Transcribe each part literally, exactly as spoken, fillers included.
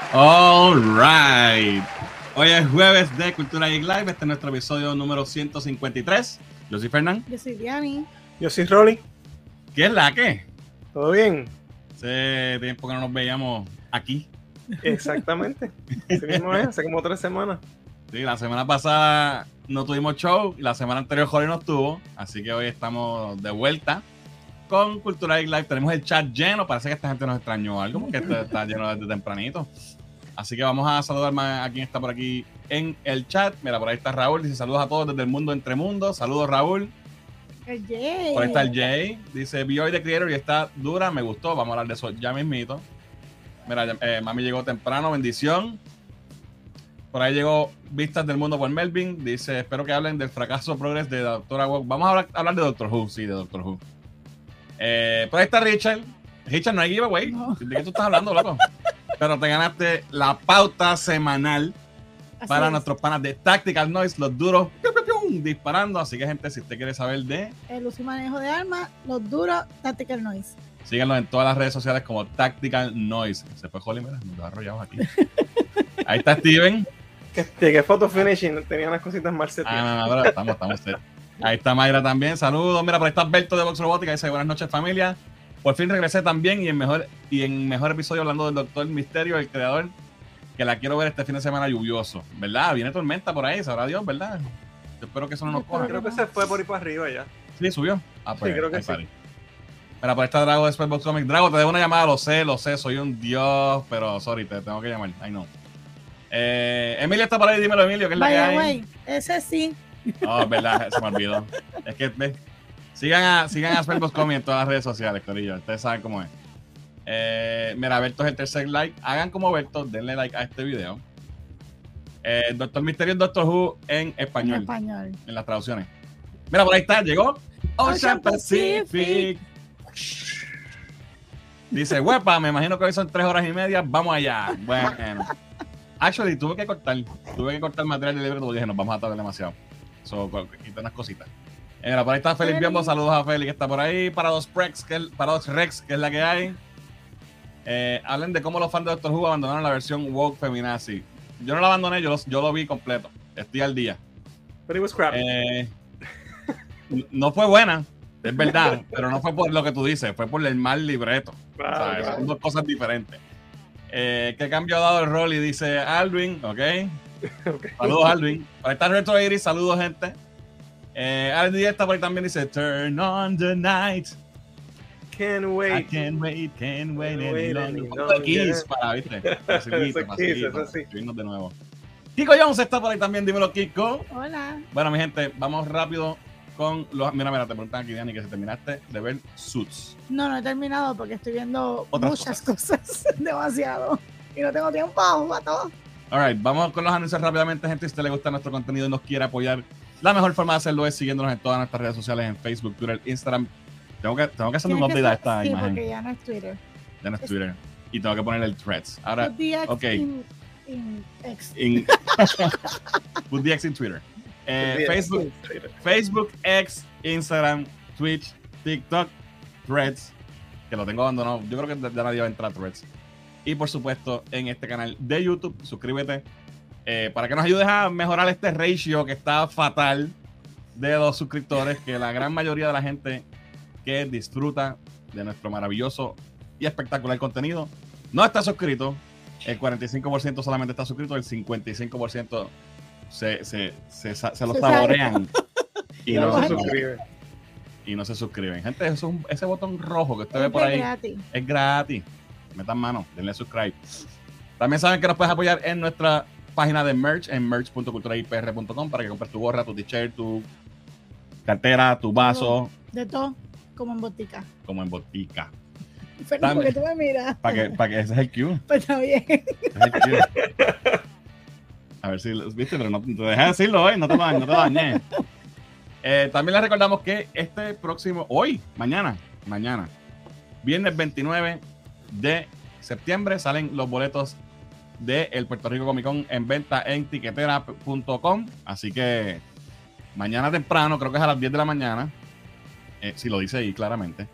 All right. Hoy es jueves de Cultura Geek Live. Este es nuestro episodio número ciento cincuenta y tres. Yo soy Fernán. Yo soy Diani. Yo soy Rolly. ¿Qué es la que? ¿Todo bien? Hace tiempo que no nos veíamos aquí. Exactamente. Así mismo es, hace como tres semanas. Sí, la semana pasada no tuvimos show y la semana anterior Jorge no estuvo. Así que hoy estamos de vuelta con Cultura Geek Live. Tenemos el chat lleno. Parece que esta gente nos extrañó algo porque este está lleno desde tempranito. Así que vamos a saludar más a quien está por aquí en el chat. Mira, por ahí está Raúl. Dice saludos a todos desde el mundo entre mundos. Saludos, Raúl. El Jay. Por ahí está el Jay. Dice, vi hoy The Creator y está dura. Me gustó. Vamos a hablar de eso ya mismito. Mira, eh, mami llegó temprano. Bendición. Por ahí llegó Vistas del Mundo por Melvin. Dice, espero que hablen del fracaso progres de Doctora Who. Vamos a hablar, hablar de Doctor Who. Sí, de Doctor Who. Eh, por ahí está Richard. Richard, no hay giveaway. No. ¿De qué tú estás hablando, loco? Pero te ganaste la pauta semanal así para es. Nuestros panas de Tactical Noise, los duros piu, piu, piu, disparando. Así que, gente, si usted quiere saber de el uso y manejo de armas, los duros Tactical Noise, síganlos en todas las redes sociales como Tactical Noise. Se fue Holly, mira, nos lo arrollamos aquí. Ahí está Steven. Que, que foto finishing, tenía unas cositas mal setiadas. Ah, no, no, pero estamos, estamos set. Ahí está Mayra también, saludos. Mira, por ahí está Alberto de Vox Robótica, dice buenas noches familia. Por fin regresé también y en mejor y en mejor episodio hablando del Doctor Misterio, el creador, que la quiero ver este fin de semana lluvioso, ¿verdad? Viene tormenta por ahí, sabrá Dios, ¿verdad? Yo espero que eso no nos coja. Creo que se fue por ahí para arriba ya. Sí, subió. Ah, pues, sí, creo que sí. Party. Mira, por ahí está Drago de Spellbox Comics. Drago, te debo una llamada, lo sé, lo sé, soy un dios, pero sorry, te tengo que llamar. Ay, no. Eh, Emilio está por ahí, dímelo, Emilio, ¿qué es la que hay? Way, ese sí. Oh, es verdad, se me olvidó. Es que, ¿ves? Sigan a, sigan a Spellbox Comics en todas las redes sociales, corillo. Ustedes saben cómo es. Eh, mira, Berto es el tercer like. Hagan como Berto, denle like a este video. Eh, Doctor Misterio es Doctor Who en español. En español. En las traducciones. Mira, por ahí está, llegó Ocean, Ocean Pacific. Pacific. Dice, huepa, me imagino que hoy son tres horas y media. Vamos allá. Bueno. Actually, tuve que cortar. Tuve que cortar material de libro porque dije, nos vamos a tardar demasiado. So, quité unas cositas. Mira, por ahí está Félix Biombo, saludos a Félix que está por ahí. Paradox Rex, que es, Paradox Rex, que es la que hay. Eh, hablen de cómo los fans de Doctor Who abandonaron la versión woke feminazi. Yo no la abandoné, yo lo, yo lo vi completo. Estoy al día. But it was crap. Eh, no fue buena, es verdad, pero no fue por lo que tú dices, fue por el mal libreto. Wow, o sea, wow. Son dos cosas diferentes. Eh, ¿Qué cambio ha dado el rol? Y dice Alvin, ok. Okay. Saludos, Alvin. Por ahí está Retro Iris, saludos, gente. Eh, Alex Díaz está por ahí también, dice Turn on the night. Can't wait. I can't wait, can't wait any longer. No, Kiss, para, ¿viste? Facilito, facilito. Subirnos de nuevo. Kiko Jones está por ahí también, dímelo, Kiko. Hola. Bueno, mi gente, vamos rápido con los... Mira, mira, te preguntan aquí, Dani, que si terminaste de ver Suits. No, no he terminado porque estoy viendo Otras muchas cosas, cosas demasiado. Y no tengo tiempo para todo. Alright, vamos con los anuncios rápidamente, gente. Si a usted le gusta nuestro contenido y nos quiere apoyar, la mejor forma de hacerlo es siguiéndonos en todas nuestras redes sociales, en Facebook, Twitter, Instagram. Tengo que, tengo que hacer un update a esta sí, imagen. Porque ya no es Twitter. Ya no es Twitter. Y tengo que poner el Threads. Ahora, ok. In, in X. In, put the X in Twitter. Eh, Facebook, Twitter. Facebook, X, Instagram, Twitch, TikTok, Threads, que lo tengo abandonado. Yo creo que ya nadie va a entrar a Threads. Y por supuesto, en este canal de YouTube, suscríbete eh, para que nos ayudes a mejorar este ratio que está fatal de los suscriptores, que la gran mayoría de la gente que disfruta de nuestro maravilloso y espectacular contenido no está suscrito. El cuarenta y cinco por ciento solamente está suscrito, el cincuenta y cinco por ciento se, se, se, se, se lo saborean y no se suscriben. Y no se suscriben. Gente, eso es un, ese botón rojo que usted es ve por ahí gratis. Es gratis. Metan mano, denle subscribe. También saben que nos puedes apoyar en nuestra página de merch en merch punto cultura i p r punto com para que compres tu gorra, tu t-shirt, tu cartera, tu vaso. De todo, como en botica. Como en botica. Fernando, porque tú me miras. Para que, para que ese es el cue. Pues está bien. Ese es el cue. A ver si lo viste, pero no te dejes decirlo hoy, no te, no te dañé. Eh, también les recordamos que este próximo, hoy, mañana, mañana, viernes veintinueve de septiembre, salen los boletos de el Puerto Rico Comic Con en venta en tiquetera punto com. Así que mañana temprano, creo que es a las diez de la mañana, eh, si lo dice ahí claramente,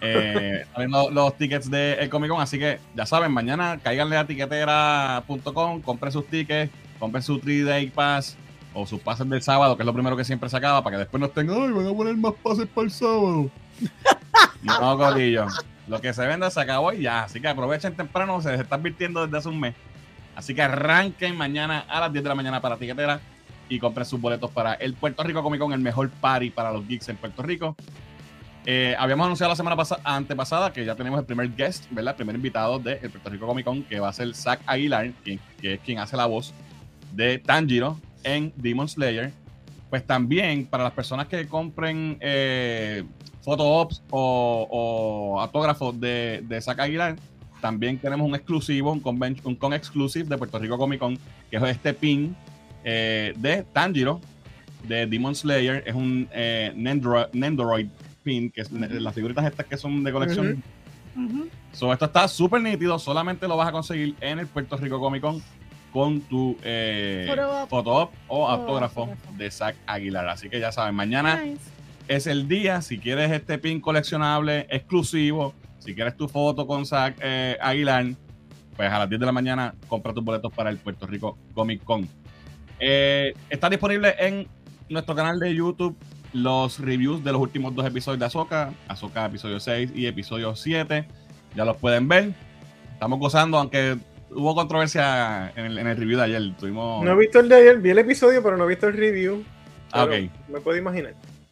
Eh, los, los tickets del Comic Con, así que ya saben, mañana cáiganle a tiquetera punto com, compren sus tickets, compren su tres day pass o sus pases del sábado, que es lo primero que siempre se acaba, para que después no estén, ay, van a poner más pases para el sábado. No, corillo. Lo que se venda se acabó y ya. Así que aprovechen temprano, se les está advirtiendo desde hace un mes. Así que arranquen mañana a las diez de la mañana para Tiquetera y compren sus boletos para el Puerto Rico Comic Con, el mejor party para los geeks en Puerto Rico. Eh, habíamos anunciado la semana pasada, antepasada que ya tenemos el primer guest, ¿verdad? El primer invitado del de Puerto Rico Comic Con, que va a ser Zack Aguilar, quien, que es quien hace la voz de Tanjiro en Demon Slayer. Pues también para las personas que compren eh, photo-ops o, o autógrafos de, de Zack Aguilar, también tenemos un exclusivo, un con, un con exclusive de Puerto Rico Comic Con, que es este pin eh, de Tanjiro de Demon Slayer. Es un eh, Nendoroid, Nendoroid pin, que es uh-huh. las figuritas estas que son de colección. Uh-huh. Uh-huh. So, esto está súper nítido, solamente lo vas a conseguir en el Puerto Rico Comic Con con tu eh, photo-op o autógrafo oh, de Zack Aguilar. Así que ya saben, mañana nice. Es el día. Si quieres este pin coleccionable exclusivo, si quieres tu foto con Zack eh, Aguilar, pues a las diez de la mañana compra tus boletos para el Puerto Rico Comic Con. Eh, está disponible en nuestro canal de YouTube los reviews de los últimos dos episodios de Ahsoka, Ahsoka episodio seis y episodio siete. Ya los pueden ver. Estamos gozando, aunque hubo controversia en el, en el review de ayer. Tuvimos... No he visto el de ayer, vi el episodio, pero no he visto el review. Ah, ok. Me puedo imaginar.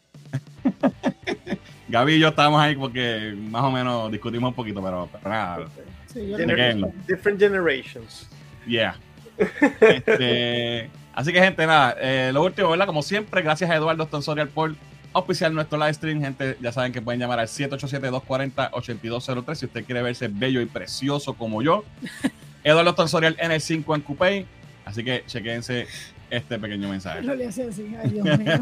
Gaby y yo estábamos ahí porque más o menos discutimos un poquito, pero, pero nada. Sí, Gener- different generations. Yeah. este, así que, gente, nada. Eh, lo último, ¿verdad? Como siempre, gracias a Eduardo Tonsorial por auspiciar nuestro live stream. Gente, ya saben que pueden llamar al siete ocho siete, dos cuatro cero, ocho dos cero tres si usted quiere verse bello y precioso como yo. Eduardo Tonsorial en el cinco en Coupé. Así que chequense este pequeño mensaje. No le hace así, ay Dios mío.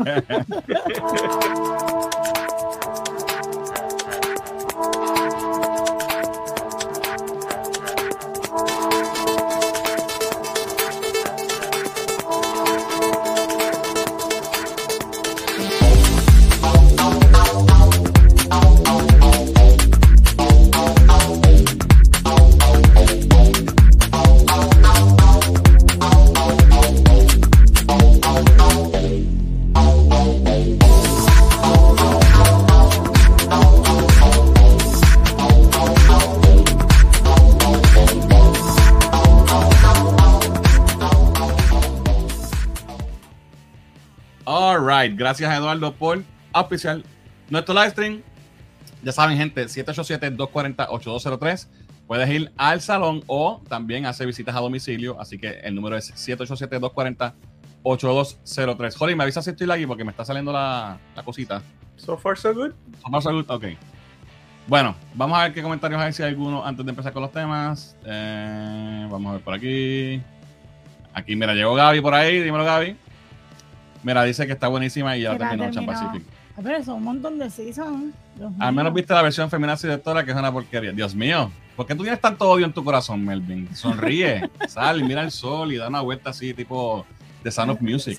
Gracias a Eduardo por auspiciar nuestro live stream. Ya saben, gente, siete ocho siete, dos cuatro cero, ocho dos cero tres. Puedes ir al salón o también hacer visitas a domicilio. Así que el número es siete ocho siete, dos cuatro cero, ocho dos cero tres. Jorge, me avisa si estoy aquí porque me está saliendo la, la cosita. So far, so good. So far, so good. Ok. Bueno, vamos a ver qué comentarios hay, si hay alguno antes de empezar con los temas. Eh, vamos a ver por aquí. Aquí, mira, llegó Gaby por ahí. Dímelo, Gaby. Mira, dice que está buenísima y ya terminó Ocean Pacific. Pero son un montón de seasons. Al menos viste la versión femenina directora, que es una porquería. Dios mío, ¿por qué tú tienes tanto odio en tu corazón, Melvin? Sonríe, sal y mira el sol y da una vuelta así, tipo The Sound of Music.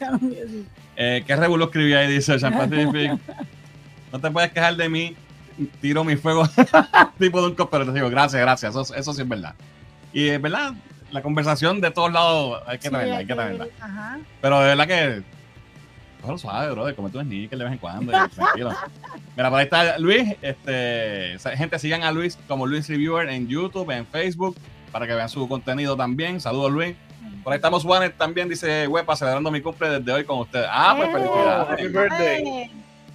Eh, ¿Qué revuelo escribí ahí? Dice Ocean Pacific. No te puedes quejar de mí, tiro mi fuego tipo de un cop, pero te digo, gracias, gracias. Eso, eso sí es verdad. Y es verdad, la conversación de todos lados hay que sí, tenerla, hay que tenerla. Ajá. Pero de verdad que... Cógelo suave, brother, comete un sneaker de vez en cuando, y, tranquilo. Mira, por ahí está Luis. Este, gente, sigan a Luis como Luis Reviewer en YouTube, en Facebook, para que vean su contenido también. Saludos, Luis. Por ahí estamos, Juanes también, dice Huepa, celebrando mi cumple desde hoy con ustedes. Ah, pues felicidades. Happy birthday.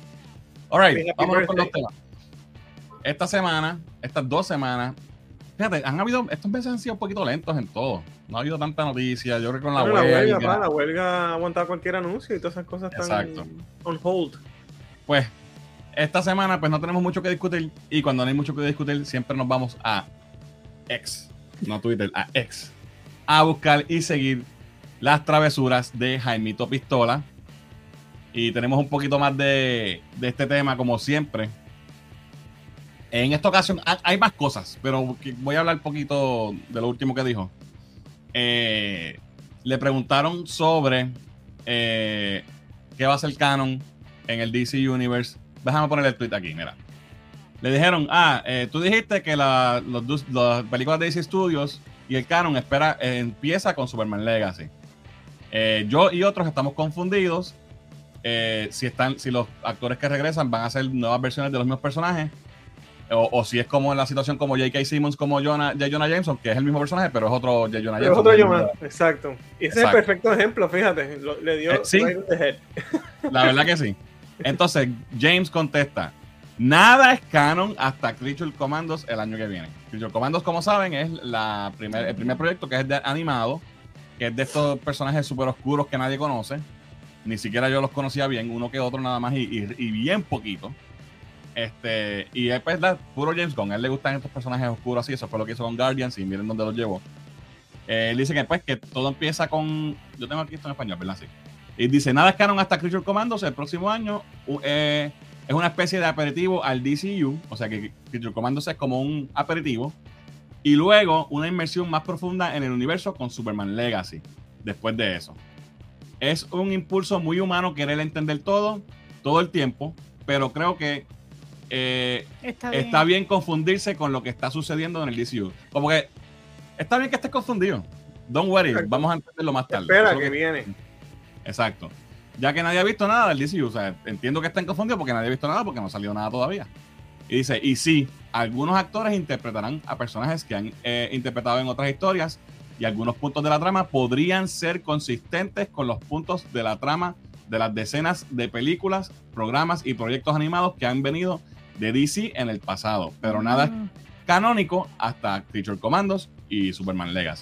All right, vamos con los temas. Esta semana, estas dos semanas, fíjate, han habido, estos meses han sido un poquito lentos en todo. No ha habido tanta noticia. Yo creo que con la Pero huelga. La huelga, pa, la huelga ha aguantado cualquier anuncio y todas esas cosas están Exacto. on hold. Pues, esta semana pues no tenemos mucho que discutir. Y cuando no hay mucho que discutir, siempre nos vamos a X, no Twitter, a X, a buscar y seguir las travesuras de Jaimito Pistola. Y tenemos un poquito más de, de este tema, como siempre. En esta ocasión hay más cosas, pero voy a hablar un poquito de lo último que dijo. Eh, le preguntaron sobre eh, qué va a ser canon en el D C Universe. Déjame poner el tweet aquí, mira. Le dijeron, ah, eh, tú dijiste que la, los, las películas de D C Studios y el canon espera, eh, empieza con Superman Legacy. Eh, yo y otros estamos confundidos eh, si, están, si los actores que regresan van a hacer nuevas versiones de los mismos personajes o, o si es como en la situación como J K. Simmons como Jonah, J. Jonah Jameson, que es el mismo personaje, pero es otro J. Jonah Jameson. Es otro Jonah, exacto. Y ese Exacto. es el perfecto ejemplo, fíjate. Lo, le dio eh, sí, la verdad que sí. Entonces, James contesta, nada es canon hasta Creature Commandos el año que viene. Creature Commandos, como saben, es la primer, el primer proyecto que es de animado, que es de estos personajes súper oscuros que nadie conoce. Ni siquiera yo los conocía bien, uno que otro nada más y, y, y bien poquito. Este, y es pues, la, puro James Gunn. A él le gustan estos personajes oscuros así. Eso fue lo que hizo con Guardians y miren dónde los llevó. Eh, él dice que, pues, que todo empieza con... Yo tengo aquí esto en español, ¿verdad? Sí. Y dice, nada es canon hasta Creature Commandos el próximo año. Eh, es una especie de aperitivo al D C U. O sea que Creature Commandos es como un aperitivo. Y luego una inmersión más profunda en el universo con Superman Legacy. Después de eso. Es un impulso muy humano querer entender todo, todo el tiempo. Pero creo que Eh, está, bien. está bien confundirse con lo que está sucediendo en el D C U. Como que está bien que estés confundido. Don't worry, Exacto. vamos a entenderlo más tarde. Espera que, que viene. Exacto. Ya que nadie ha visto nada del D C U. O sea, entiendo que estén confundidos porque nadie ha visto nada porque no ha salido nada todavía. Y dice, y sí, algunos actores interpretarán a personajes que han eh, interpretado en otras historias y algunos puntos de la trama podrían ser consistentes con los puntos de la trama de las decenas de películas, programas y proyectos animados que han venido de D C en el pasado, pero nada es canónico hasta Creature Commandos y Superman Legacy.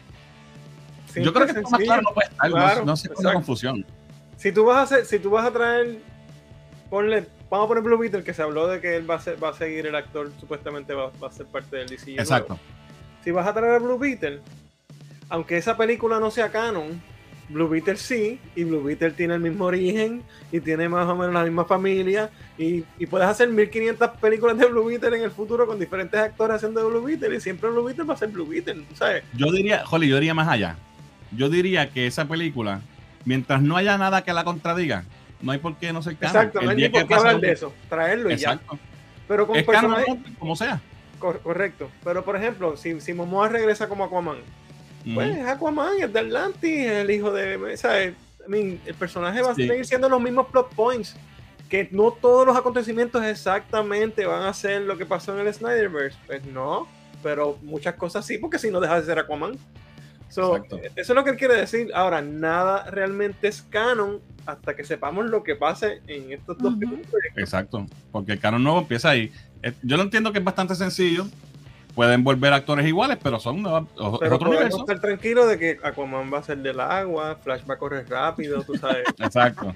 Sí, yo creo que esto más claro no puede estar, claro, no, no sé, una confusión. Si tú vas a hacer, si tú vas a traer, ponle, vamos a poner Blue Beetle, que se habló de que él va a, ser, va a seguir el actor, supuestamente va, va a ser parte del D C U. Exacto. Nuevo. Si vas a traer a Blue Beetle, aunque esa película no sea canon, Blue Beetle sí, y Blue Beetle tiene el mismo origen y tiene más o menos la misma familia y, y puedes hacer mil quinientas películas de Blue Beetle en el futuro con diferentes actores haciendo de Blue Beetle y siempre Blue Beetle va a ser Blue Beetle, ¿sabes? Yo diría, Holly, yo diría más allá. Yo diría que esa película, mientras no haya nada que la contradiga, no hay por qué no ser canon. Exacto, no hay ni por qué hablar de eso, traerlo y Exacto. ya. Pero con es personajes, canon, como sea. Cor- correcto, pero por ejemplo, si, si Momoa regresa como Aquaman, pues es Aquaman, es de Atlantis, es el hijo de... ¿sabes? I mean, el personaje va a sí. seguir siendo los mismos plot points. Que no todos los acontecimientos exactamente van a ser lo que pasó en el Snyderverse. Pues no, pero muchas cosas sí, porque si no deja de ser Aquaman. So, eso es lo que él quiere decir. Ahora, nada realmente es canon hasta que sepamos lo que pase en estos dos uh-huh. proyectos. Exacto, porque el canon nuevo empieza ahí. Yo lo entiendo que es bastante sencillo. Pueden volver actores iguales, pero son nuevos, pero otro universo. Estar tranquilo de que Aquaman va a ser del agua, Flash va a correr rápido, tú sabes. Exacto.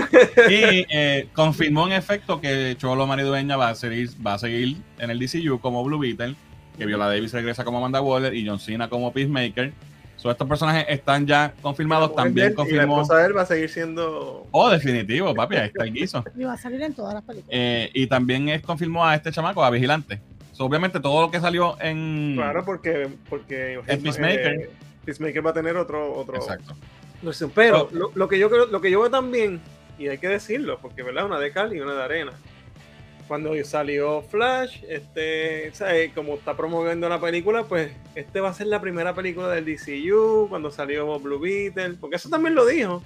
Y eh, confirmó en efecto que Cholo Maridueña va a seguir, va a seguir en el D C U como Blue Beetle, que Viola Davis regresa como Amanda Waller y John Cena como Peacemaker. So, estos personajes están ya confirmados. También confirmó. Y la esposa de él va a seguir siendo. Oh, definitivo, papi, ahí está el guiso. Y va a salir en todas las películas. Eh, y también es confirmó a este chamaco, a Vigilante. So, obviamente todo lo que salió en. Claro, porque. porque el Peacemaker. Eh, Peacemaker va a tener otro. otro Exacto. Pero oh. lo, lo, que yo creo, lo que yo veo también, y hay que decirlo, porque ¿verdad? Una de cal y una de arena. Cuando salió Flash, este, ¿sabes? Como está promoviendo la película, pues este va a ser la primera película del D C U, cuando salió Blue Beetle, porque eso también lo dijo.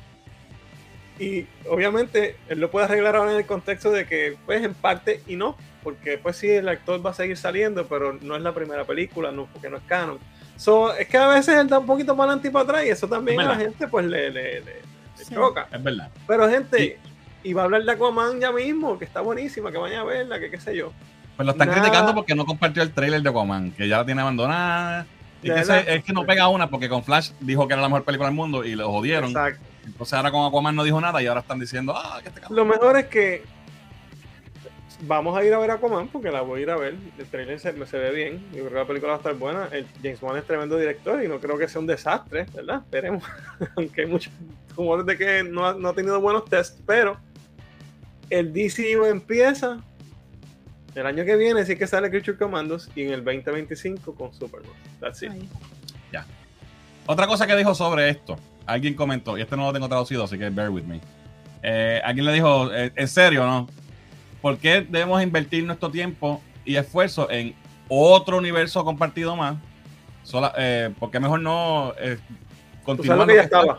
Y obviamente él lo puede arreglar ahora en el contexto de que, pues en parte y no, porque pues sí, el actor va a seguir saliendo, pero no es la primera película, no, porque no es canon. So, es que a veces él da un poquito para adelante y para atrás, y eso también a la gente pues le, le, le, le sí. choca. Es verdad. Pero gente... Sí. Y va a hablar de Aquaman ya mismo, que está buenísima, que vayan a verla, que qué sé yo. Pues lo están Nada. criticando porque no compartió el trailer de Aquaman, que ya la tiene abandonada. Y que ese, es que no pega una porque con Flash dijo que era la mejor película del mundo y lo jodieron. Exacto. Entonces ahora con Aquaman no dijo nada y ahora están diciendo, ah, que este cabrón. Lo mejor es que vamos a ir a ver Aquaman porque la voy a ir a ver. El trailer se, se ve bien. Yo creo que la película va a estar buena. El James Wan es tremendo director y no creo que sea un desastre, ¿verdad? Esperemos. Aunque hay muchos rumores de que no ha, no ha tenido buenos tests, pero el D C U empieza el año que viene, sí que sale Creature Commandos, y en el veinte veinticinco con Superman. That's it. Ya. Otra cosa que dijo sobre esto, alguien comentó, y este no lo tengo traducido, así que bear with me. Eh, alguien le dijo, eh, en serio, ¿no? ¿por qué debemos invertir nuestro tiempo y esfuerzo en otro universo compartido más? Sola, eh, ¿Por qué mejor no eh, continuar lo que ya estaba?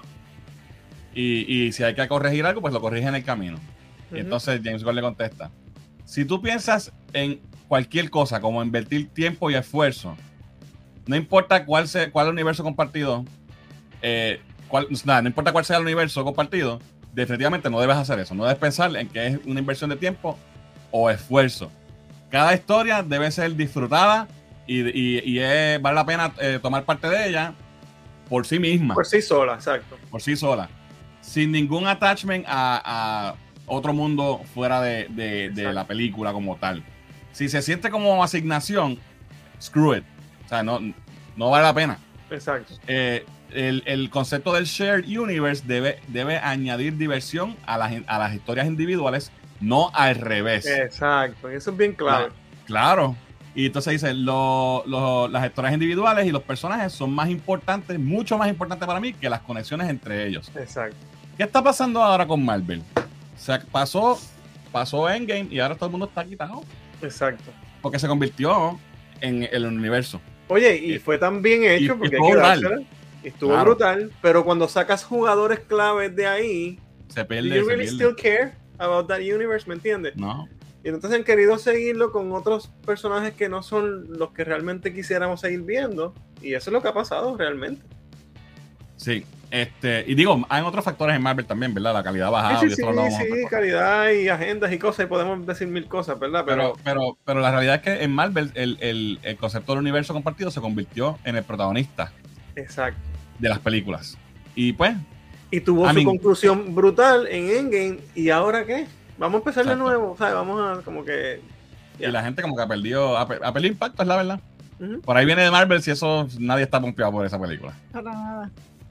Y, y si hay que corregir algo, pues lo corrige en el camino. Uh-huh. Y entonces James Gunn le contesta, si tú piensas en cualquier cosa como invertir tiempo y esfuerzo, no importa cuál sea cuál universo compartido, eh, cuál, nada, no importa cuál sea el universo compartido, definitivamente no debes hacer eso. No debes pensar en que es una inversión de tiempo o esfuerzo. Cada historia debe ser disfrutada y, y, y es, vale la pena eh, tomar parte de ella por sí misma. Por sí sola, exacto. Por sí sola. Sin ningún attachment a, a otro mundo fuera de, de, de la película como tal. Si se siente como asignación, screw it. O sea, no, no vale la pena. Exacto. Eh, el, el concepto del shared universe debe, debe añadir diversión a las, a las historias individuales, no al revés. Exacto, eso es bien claro. Claro. Y entonces dice, lo, lo, las historias individuales y los personajes son más importantes, mucho más importantes para mí que las conexiones entre ellos. Exacto. ¿Qué está pasando ahora con Marvel? O sea, pasó, pasó Endgame y ahora todo el mundo está quitado. Exacto. Porque se convirtió en el universo. Oye, y fue tan bien hecho y, porque y hay que dársela. Estuvo Claro. brutal, pero cuando sacas jugadores claves de ahí, se pierde. do you se really pierde. still care about that universe? ¿Me entiendes? No. Y entonces han querido seguirlo con otros personajes que no son los que realmente quisiéramos seguir viendo. Y eso es lo que ha pasado realmente. Sí. Este, y digo, hay otros factores en Marvel también, ¿verdad? La calidad bajada. Sí, y sí, eso lo sí, vamos a sí, tocar. calidad y agendas y cosas, y podemos decir mil cosas, ¿verdad? Pero, Pero, pero, pero la realidad es que en Marvel el, el, el concepto del universo compartido se convirtió en el protagonista exacto. de las películas. Y pues. Y tuvo I su mean, conclusión brutal en Endgame. ¿Y ahora qué? Vamos a empezar exacto. de nuevo, ¿sabes? Vamos a como que... Y la gente como que ha perdido, ha, ha perdido impacto, es la verdad. Uh-huh. Por ahí viene de Marvel, si eso nadie está pompeado por esa película. Para nada.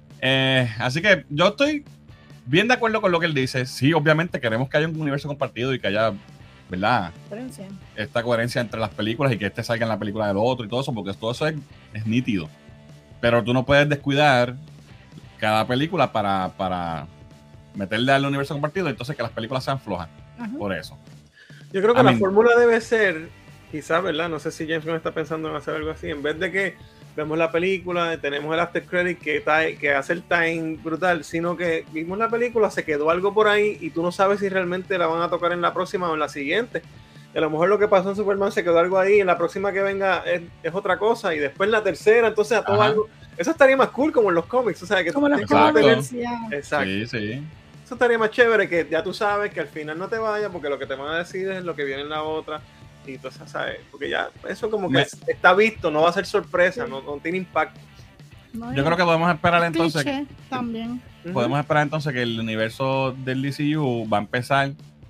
Eh, así que yo estoy bien de acuerdo con lo que él dice. Sí, obviamente queremos que haya un universo compartido y que haya, ¿verdad? Coherencia. Esta coherencia entre las películas y que este salga en la película del otro y todo eso, porque todo eso es, es nítido. Pero tú no puedes descuidar cada película para, para meterle al universo compartido y entonces que las películas sean flojas. Uh-huh. Por eso. Yo creo que I la mean, fórmula debe ser, quizás, ¿verdad? No sé si James Gunn está pensando en hacer algo así. En vez de que vemos la película, tenemos el after credit que, tie, que hace el time brutal, sino que vimos la película, se quedó algo por ahí y tú no sabes si realmente la van a tocar en la próxima o en la siguiente. Y a lo mejor lo que pasó en Superman se quedó algo ahí, en la próxima que venga es, es otra cosa, y después en la tercera, entonces a todo Ajá. algo. Eso estaría más cool como en los cómics, o sea, que como tú los cómics, exacto. Sí, sí. Eso estaría más chévere, que ya tú sabes que al final no te vayas, porque lo que te van a decir es lo que viene en la otra. Y entonces, ¿sabes? Porque ya eso como que Me... está visto, no va a ser sorpresa, sí. no, no tiene impacto. No, yo creo que podemos esperar entonces. Cliché, también. Podemos esperar entonces que el universo del D C U va a empezar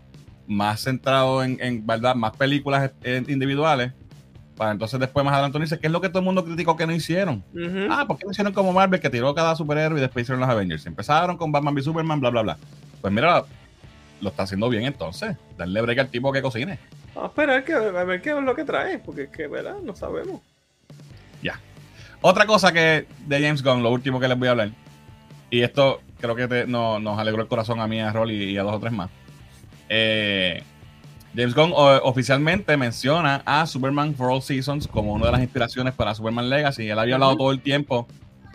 más centrado en, en verdad, más películas individuales. Para entonces después más adelante dice que es lo que todo el mundo criticó que no hicieron. Uh-huh. Ah, ¿por qué no hicieron como Marvel que tiró cada superhéroe y después hicieron los Avengers? Empezaron con Batman v Superman, bla, bla, bla. Pues mira, lo está haciendo bien entonces. Darle break al tipo que cocine. Vamos a esperar que, a ver qué es lo que trae, porque es que, ¿verdad? No sabemos. Ya. Otra cosa que de James Gunn, lo último que les voy a hablar, y esto creo que te, no, nos alegró el corazón a mí, a Rolly y a dos o tres más. Eh... James Gunn o, oficialmente menciona a Superman for All Seasons como una de las inspiraciones para Superman Legacy. Él había hablado uh-huh. todo el tiempo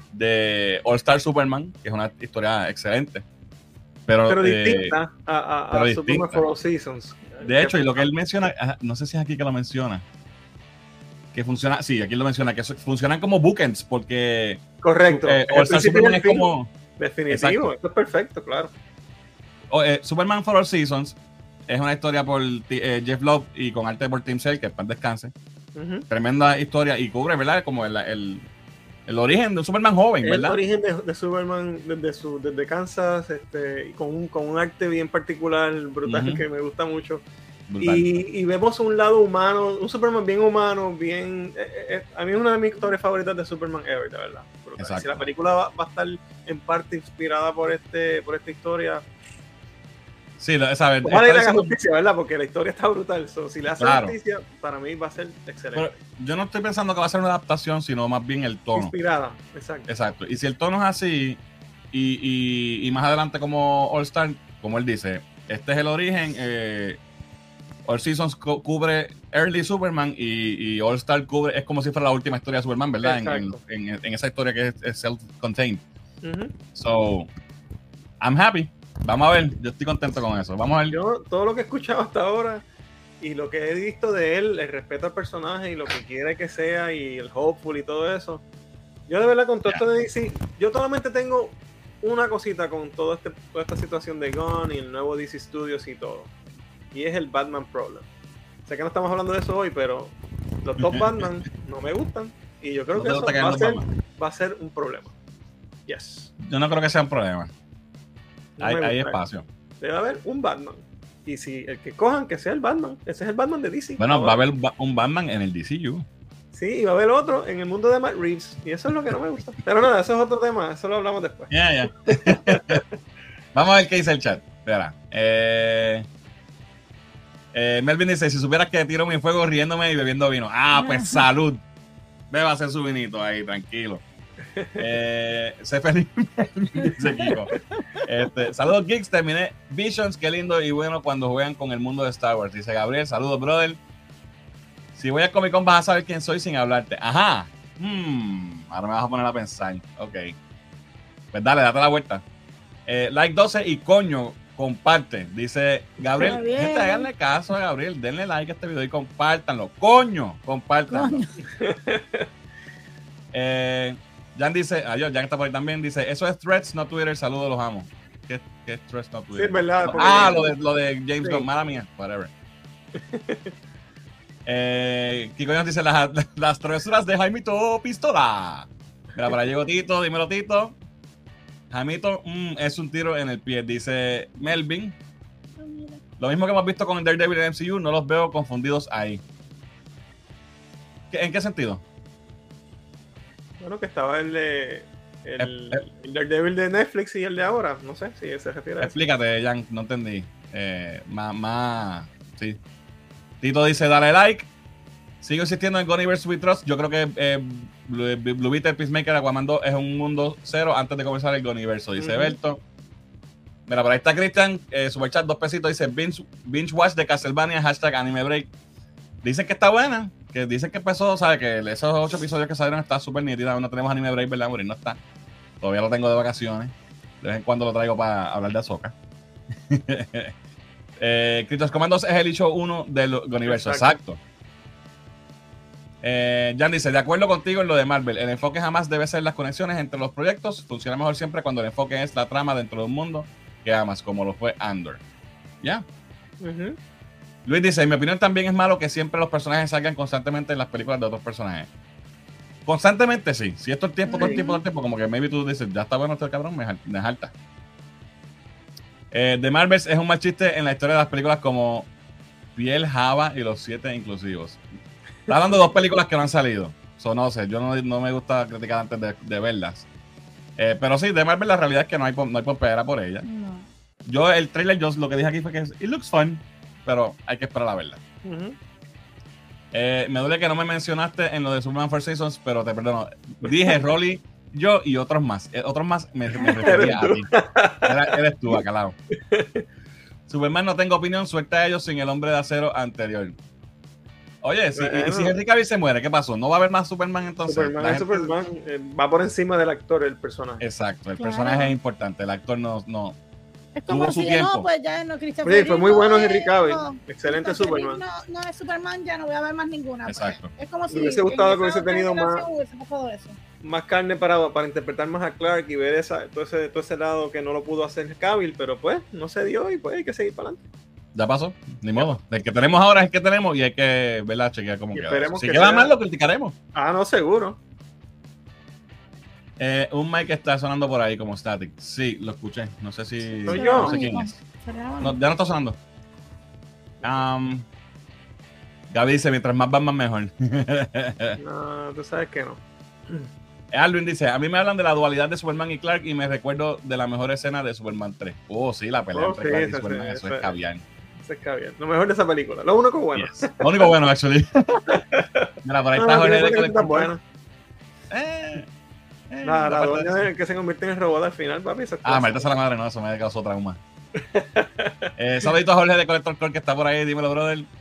de All Star Superman, que es una historia excelente. Pero, pero eh, distinta a, a, pero a distinta. Superman for All Seasons. De hecho, y lo que él menciona, no sé si es aquí que lo menciona, que funciona, sí, aquí lo menciona, que funcionan como bookends, porque correcto. Eh, All Star Superman es como... Definitivo, exacto. Esto es perfecto, claro. O, eh, Superman for All Seasons es una historia por eh, Jeff Love y con arte por Tim Sale, que para descanse. Uh-huh. Tremenda historia y cubre, ¿verdad? Como el, el, el origen de un Superman joven, ¿verdad? El origen de, de Superman desde, su, desde Kansas, este, con, un, con un arte bien particular, brutal, uh-huh. que me gusta mucho. Y, y vemos un lado humano, un Superman bien humano, bien... Eh, eh, a mí es una de mis historias favoritas de Superman ever, de verdad. Si la película va, va a estar en parte inspirada por, este, por esta historia... Sí, ¿sabes? Ojalá le haga justicia, ¿verdad? Porque la historia está brutal. So, si le hace claro. justicia, para mí va a ser excelente. Pero yo no estoy pensando que va a ser una adaptación, sino más bien el tono. Inspirada, exacto. Exacto. Y si el tono es así, y, y, y más adelante como All Star, como él dice, este es el origen, eh, All Seasons cu- cubre Early Superman y, y All Star cubre, es como si fuera la última historia de Superman, ¿verdad? En, en, en, en esa historia que es, es self-contained. Uh-huh. So, I'm happy. Vamos a ver, yo estoy contento con eso. Vamos a ver. Yo, todo lo que he escuchado hasta ahora y lo que he visto de él, el respeto al personaje y lo que quiere que sea y el hopeful y todo eso. Yo de verdad con todo yeah. esto de D C, yo solamente tengo una cosita con todo este, toda esta situación de Gunn y el nuevo D C Studios y todo. Y es el Batman Problem. Sé que no estamos hablando de eso hoy, pero los dos Batman no me gustan. Y yo creo no que eso va a, ser, va a ser un problema. Yes. Yo no creo que sea un problema. No hay, hay espacio. Debe haber un Batman. Y si el que cojan, que sea el Batman. Ese es el Batman de D C. Bueno, va a haber un Batman en el D C U. Sí, y va a haber otro en el mundo de Matt Reeves. Y eso es lo que no me gusta. Pero nada, eso es otro tema. Eso lo hablamos después. Ya, yeah, ya. Yeah. Vamos a ver qué dice el chat. Espera. Eh... Eh, Melvin dice, si supieras que tiro mi fuego riéndome y bebiendo vino. Ah, pues salud. Beba a hacer su vinito ahí, tranquilo. Eh, sé feliz, dice Kiko. Este, saludos, geeks. Terminé Visions, qué lindo y bueno cuando juegan con el mundo de Star Wars. Dice Gabriel, saludos, brother. Si voy a Comic Con vas a saber quién soy sin hablarte. Ajá. Hmm, ahora me vas a poner a pensar. Ok. Pues dale, date la vuelta. Eh, like doce y coño, comparte. Dice Gabriel. Gente, háganle caso a Gabriel. Denle like a este video y compártanlo. Coño, compártanlo. eh, Jan dice, adiós, Jan está por ahí también. Dice, eso es Threads, no Twitter. Saludos, los amo. ¿Qué, qué es Threads, no Twitter? Sí, es verdad. Ah, lo de, lo de James sí. Gunn. Mala mía. Whatever. eh, Kiko nos dice, las, las travesuras de Jaimito Pistola. Mira, para llego Tito, dímelo Tito. Jaimito mm, es un tiro en el pie, dice Melvin. Lo mismo que hemos visto con Daredevil en M C U, no los veo confundidos ahí. ¿En qué sentido? Bueno, que estaba el de el, el, el Daredevil de Netflix y el de ahora, no sé si se refiere a eso. Explícate, Jan, no entendí. Eh, más, más, sí. Tito dice, dale like. Sigo insistiendo en Goniverse We Trust. Yo creo que eh, Blue, Blue Beetle, Peacemaker, Aquaman dos es un mundo cero antes de comenzar el Goniverso, dice uh-huh. Berto. Mira, por ahí está Cristian, eh, Superchat, dos pesitos, dice binge, binge watch de Castlevania, hashtag anime break. Dicen que está buena, que dicen que empezó, ¿sabes? Que esos ocho episodios que salieron está súper nítida. No tenemos anime break, ¿verdad? Morir no está. Todavía lo tengo de vacaciones. De vez en cuando lo traigo para hablar de Ahsoka. eh, Critos Commandos es el hecho uno del Goniverso, exacto. exacto. Eh, Jan dice, de acuerdo contigo en lo de Marvel, el enfoque jamás debe ser las conexiones entre los proyectos, funciona mejor siempre cuando el enfoque es la trama dentro de un mundo que amas, como lo fue Andor. ¿Ya? Yeah. Uh-huh. Luis dice, en mi opinión también es malo que siempre los personajes salgan constantemente en las películas de otros personajes. Constantemente sí, si esto es tiempo, todo el tiempo, todo el tiempo, como que maybe tú dices, ya está bueno este cabrón, me, me jalta. Eh, de Marvel es un mal chiste en la historia de las películas como Piel, Java y Los Siete Inclusivos. Está hablando de dos películas que no han salido. So, no sé, yo no, no me gusta criticar antes de, de verlas. Eh, pero sí, de Marvel la realidad es que no hay, no hay pompeadera por ella. No. Yo, el trailer, yo lo que dije aquí fue que it looks fun, pero hay que esperar a verla. Uh-huh. eh, me duele que no me mencionaste en lo de Superman Four Seasons, pero te perdono. Dije Rolly, yo y otros más. Eh, otros más me, me refería a ti. Era, eres tú, acá al lado. Superman no tengo opinión, suelta a ellos sin el Hombre de Acero anterior. Oye, si, bueno. y, y si Henry Cavill se muere, ¿qué pasó? ¿No va a haber más Superman entonces? Superman es gente... Superman, eh, va por encima del actor, el personaje. Exacto, el claro. personaje es importante, el actor no... no es como tuvo si su tiempo. No, pues ya no, Christopher Oye, fue muy bueno Henry Cavill, no, excelente Superman. No, no es Superman, ya no voy a ver más ninguna. Exacto. Pues. Es como si... Me hubiese gustado que hubiese tenido más, más carne para, para interpretar más a Clark y ver esa, todo, ese, todo ese lado que no lo pudo hacer Cavill, pero pues no se dio y pues hay que seguir para adelante. Ya pasó, ni modo. El que tenemos ahora es el que tenemos y hay que verla, chequear cómo queda. Si que queda sea... mal, lo criticaremos. Ah, no, seguro. Eh, un mic está sonando por ahí como static. Sí, lo escuché. No sé si. Soy yo. No sé quién es. No, ya no está sonando. Um, Gaby dice: mientras más Batman, mejor. No, tú sabes que no. Alvin dice, a mí me hablan de la dualidad de Superman y Clark y me recuerdo de la mejor escena de Superman tres. Oh, sí, la pelea oh, entre sí, Clark y esa, Superman, esa, eso esa, es caviar. Eso es caviar. Lo mejor de esa película. Lo único bueno. Yes. Lo único bueno, actually. Mira, por ahí no, está no, Jorge de que bueno. Eh, eh, la la doña que se convierte en el robot al final, papi. Ah, maldita sea la madre, no, eso me causó trauma. eh, saludito a Jorge de Collector Core que está por ahí, dímelo, brother.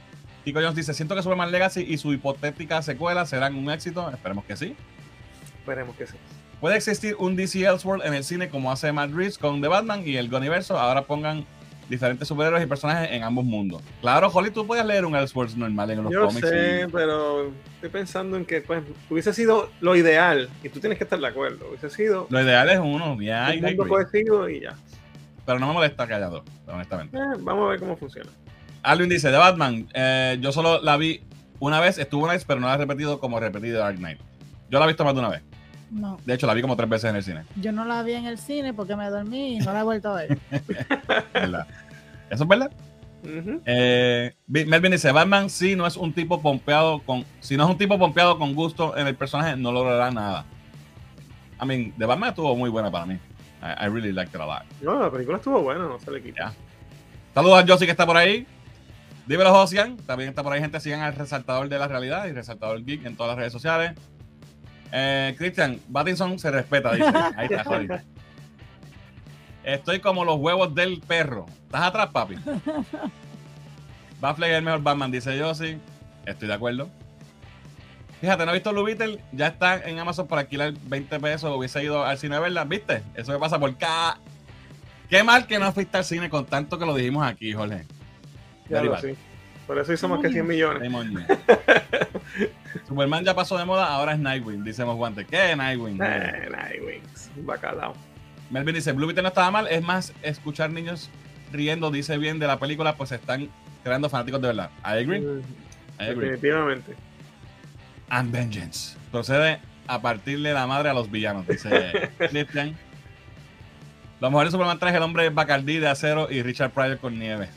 Kiko Jones dice, siento que Superman Legacy y su hipotética secuela serán un éxito. Esperemos que sí. Esperemos que sí. Puede existir un D C Elseworld en el cine como hace Matt Reeves con The Batman y el Goniverso. Ahora pongan diferentes superhéroes y personajes en ambos mundos. Claro, Holly, tú puedes leer un Elseworlds normal en los Yo cómics. Yo sé, y... pero estoy pensando en que pues, hubiese sido lo ideal, y tú tienes que estar de acuerdo, hubiese sido... Lo ideal es uno, ya. Un mundo cohesivo y ya. Pero no me molesta que haya dos, honestamente. Eh, vamos a ver cómo funciona. Alvin dice, The Batman, eh, yo solo la vi una vez, estuvo nice, pero no la he repetido como repetí The Dark Knight. Yo la he visto más de una vez. No. De hecho, la vi como tres veces en el cine. Yo no la vi en el cine porque me dormí y no la he vuelto a ver. ¿Verdad? ¿Eso es verdad? Uh-huh. eh, Melvin dice, Batman sí no es un tipo pompeado con... Si no es un tipo pompeado con gusto en el personaje, no logrará nada. I mean, The Batman estuvo muy buena para mí. I, I really liked it a lot. No, la película estuvo buena, no se le quita. Yeah. Saludos a Josie que está por ahí. Dímelo, Josian. También está por ahí gente. Sigan al Resaltador de la Realidad y Resaltador Geek en todas las redes sociales. Eh, Christian, Battinson se respeta, dice. Ahí está, jodido. Estoy como los huevos del perro. ¿Estás atrás, papi? Batfleck es el mejor Batman, dice Josie. Estoy de acuerdo. Fíjate, no he visto Blue Beetle. Ya está en Amazon para alquilar veinte pesos. Hubiese ido al cine a verla. ¿Viste? Eso me pasa por cada... Qué mal que no fuiste al cine con tanto que lo dijimos aquí, Jorge. Ya lo sí. Por eso hizo más que cien millones. Superman ya pasó de moda, ahora es Nightwing, dice Guante. ¿Qué Nightwing? Eh, Nightwing, un bacalao. Melvin dice, Blue Beetle no estaba mal, es más, escuchar niños riendo dice bien de la película, pues se están creando fanáticos de verdad. I agree. Mm, I agree. Definitivamente. And Vengeance. Procede a partirle la madre a los villanos, dice Christian. Lo mejor de Superman tres es el hombre Bacardí de acero y Richard Pryor con nieve.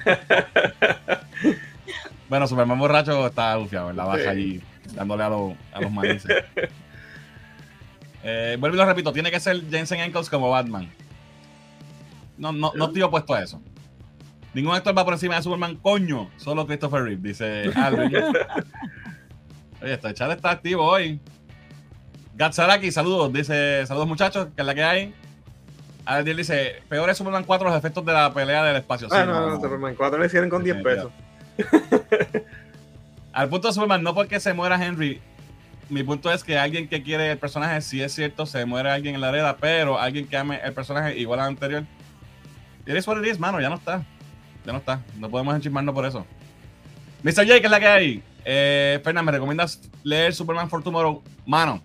Bueno, Superman borracho está bufiado, en la baja sí. Allí dándole a, lo, a los manices. eh, vuelvo y lo repito, tiene que ser Jensen Ackles como Batman. No, no, no estoy opuesto a eso. Ningún actor va por encima de Superman, coño. Solo Christopher Reeve, dice Alvin. Oye, este chat está activo hoy. Gatsaraki, saludos, dice, saludos muchachos, que es la que hay. Adiel dice, peor es Superman cuatro los efectos de la pelea del espacio. Ah, sí, no, no, no, Superman cuatro le hicieron con diez pesos. Al punto de Superman, no porque se muera Henry. Mi punto es que alguien que quiere el personaje, si es cierto, se muere alguien en la arena, pero alguien que ame el personaje igual al anterior. It is what it is, mano, ya no está. Ya no está. No podemos enchismarnos por eso. mister J, que es la que hay. Eh, Fernan, ¿me recomiendas leer Superman for Tomorrow? Mano,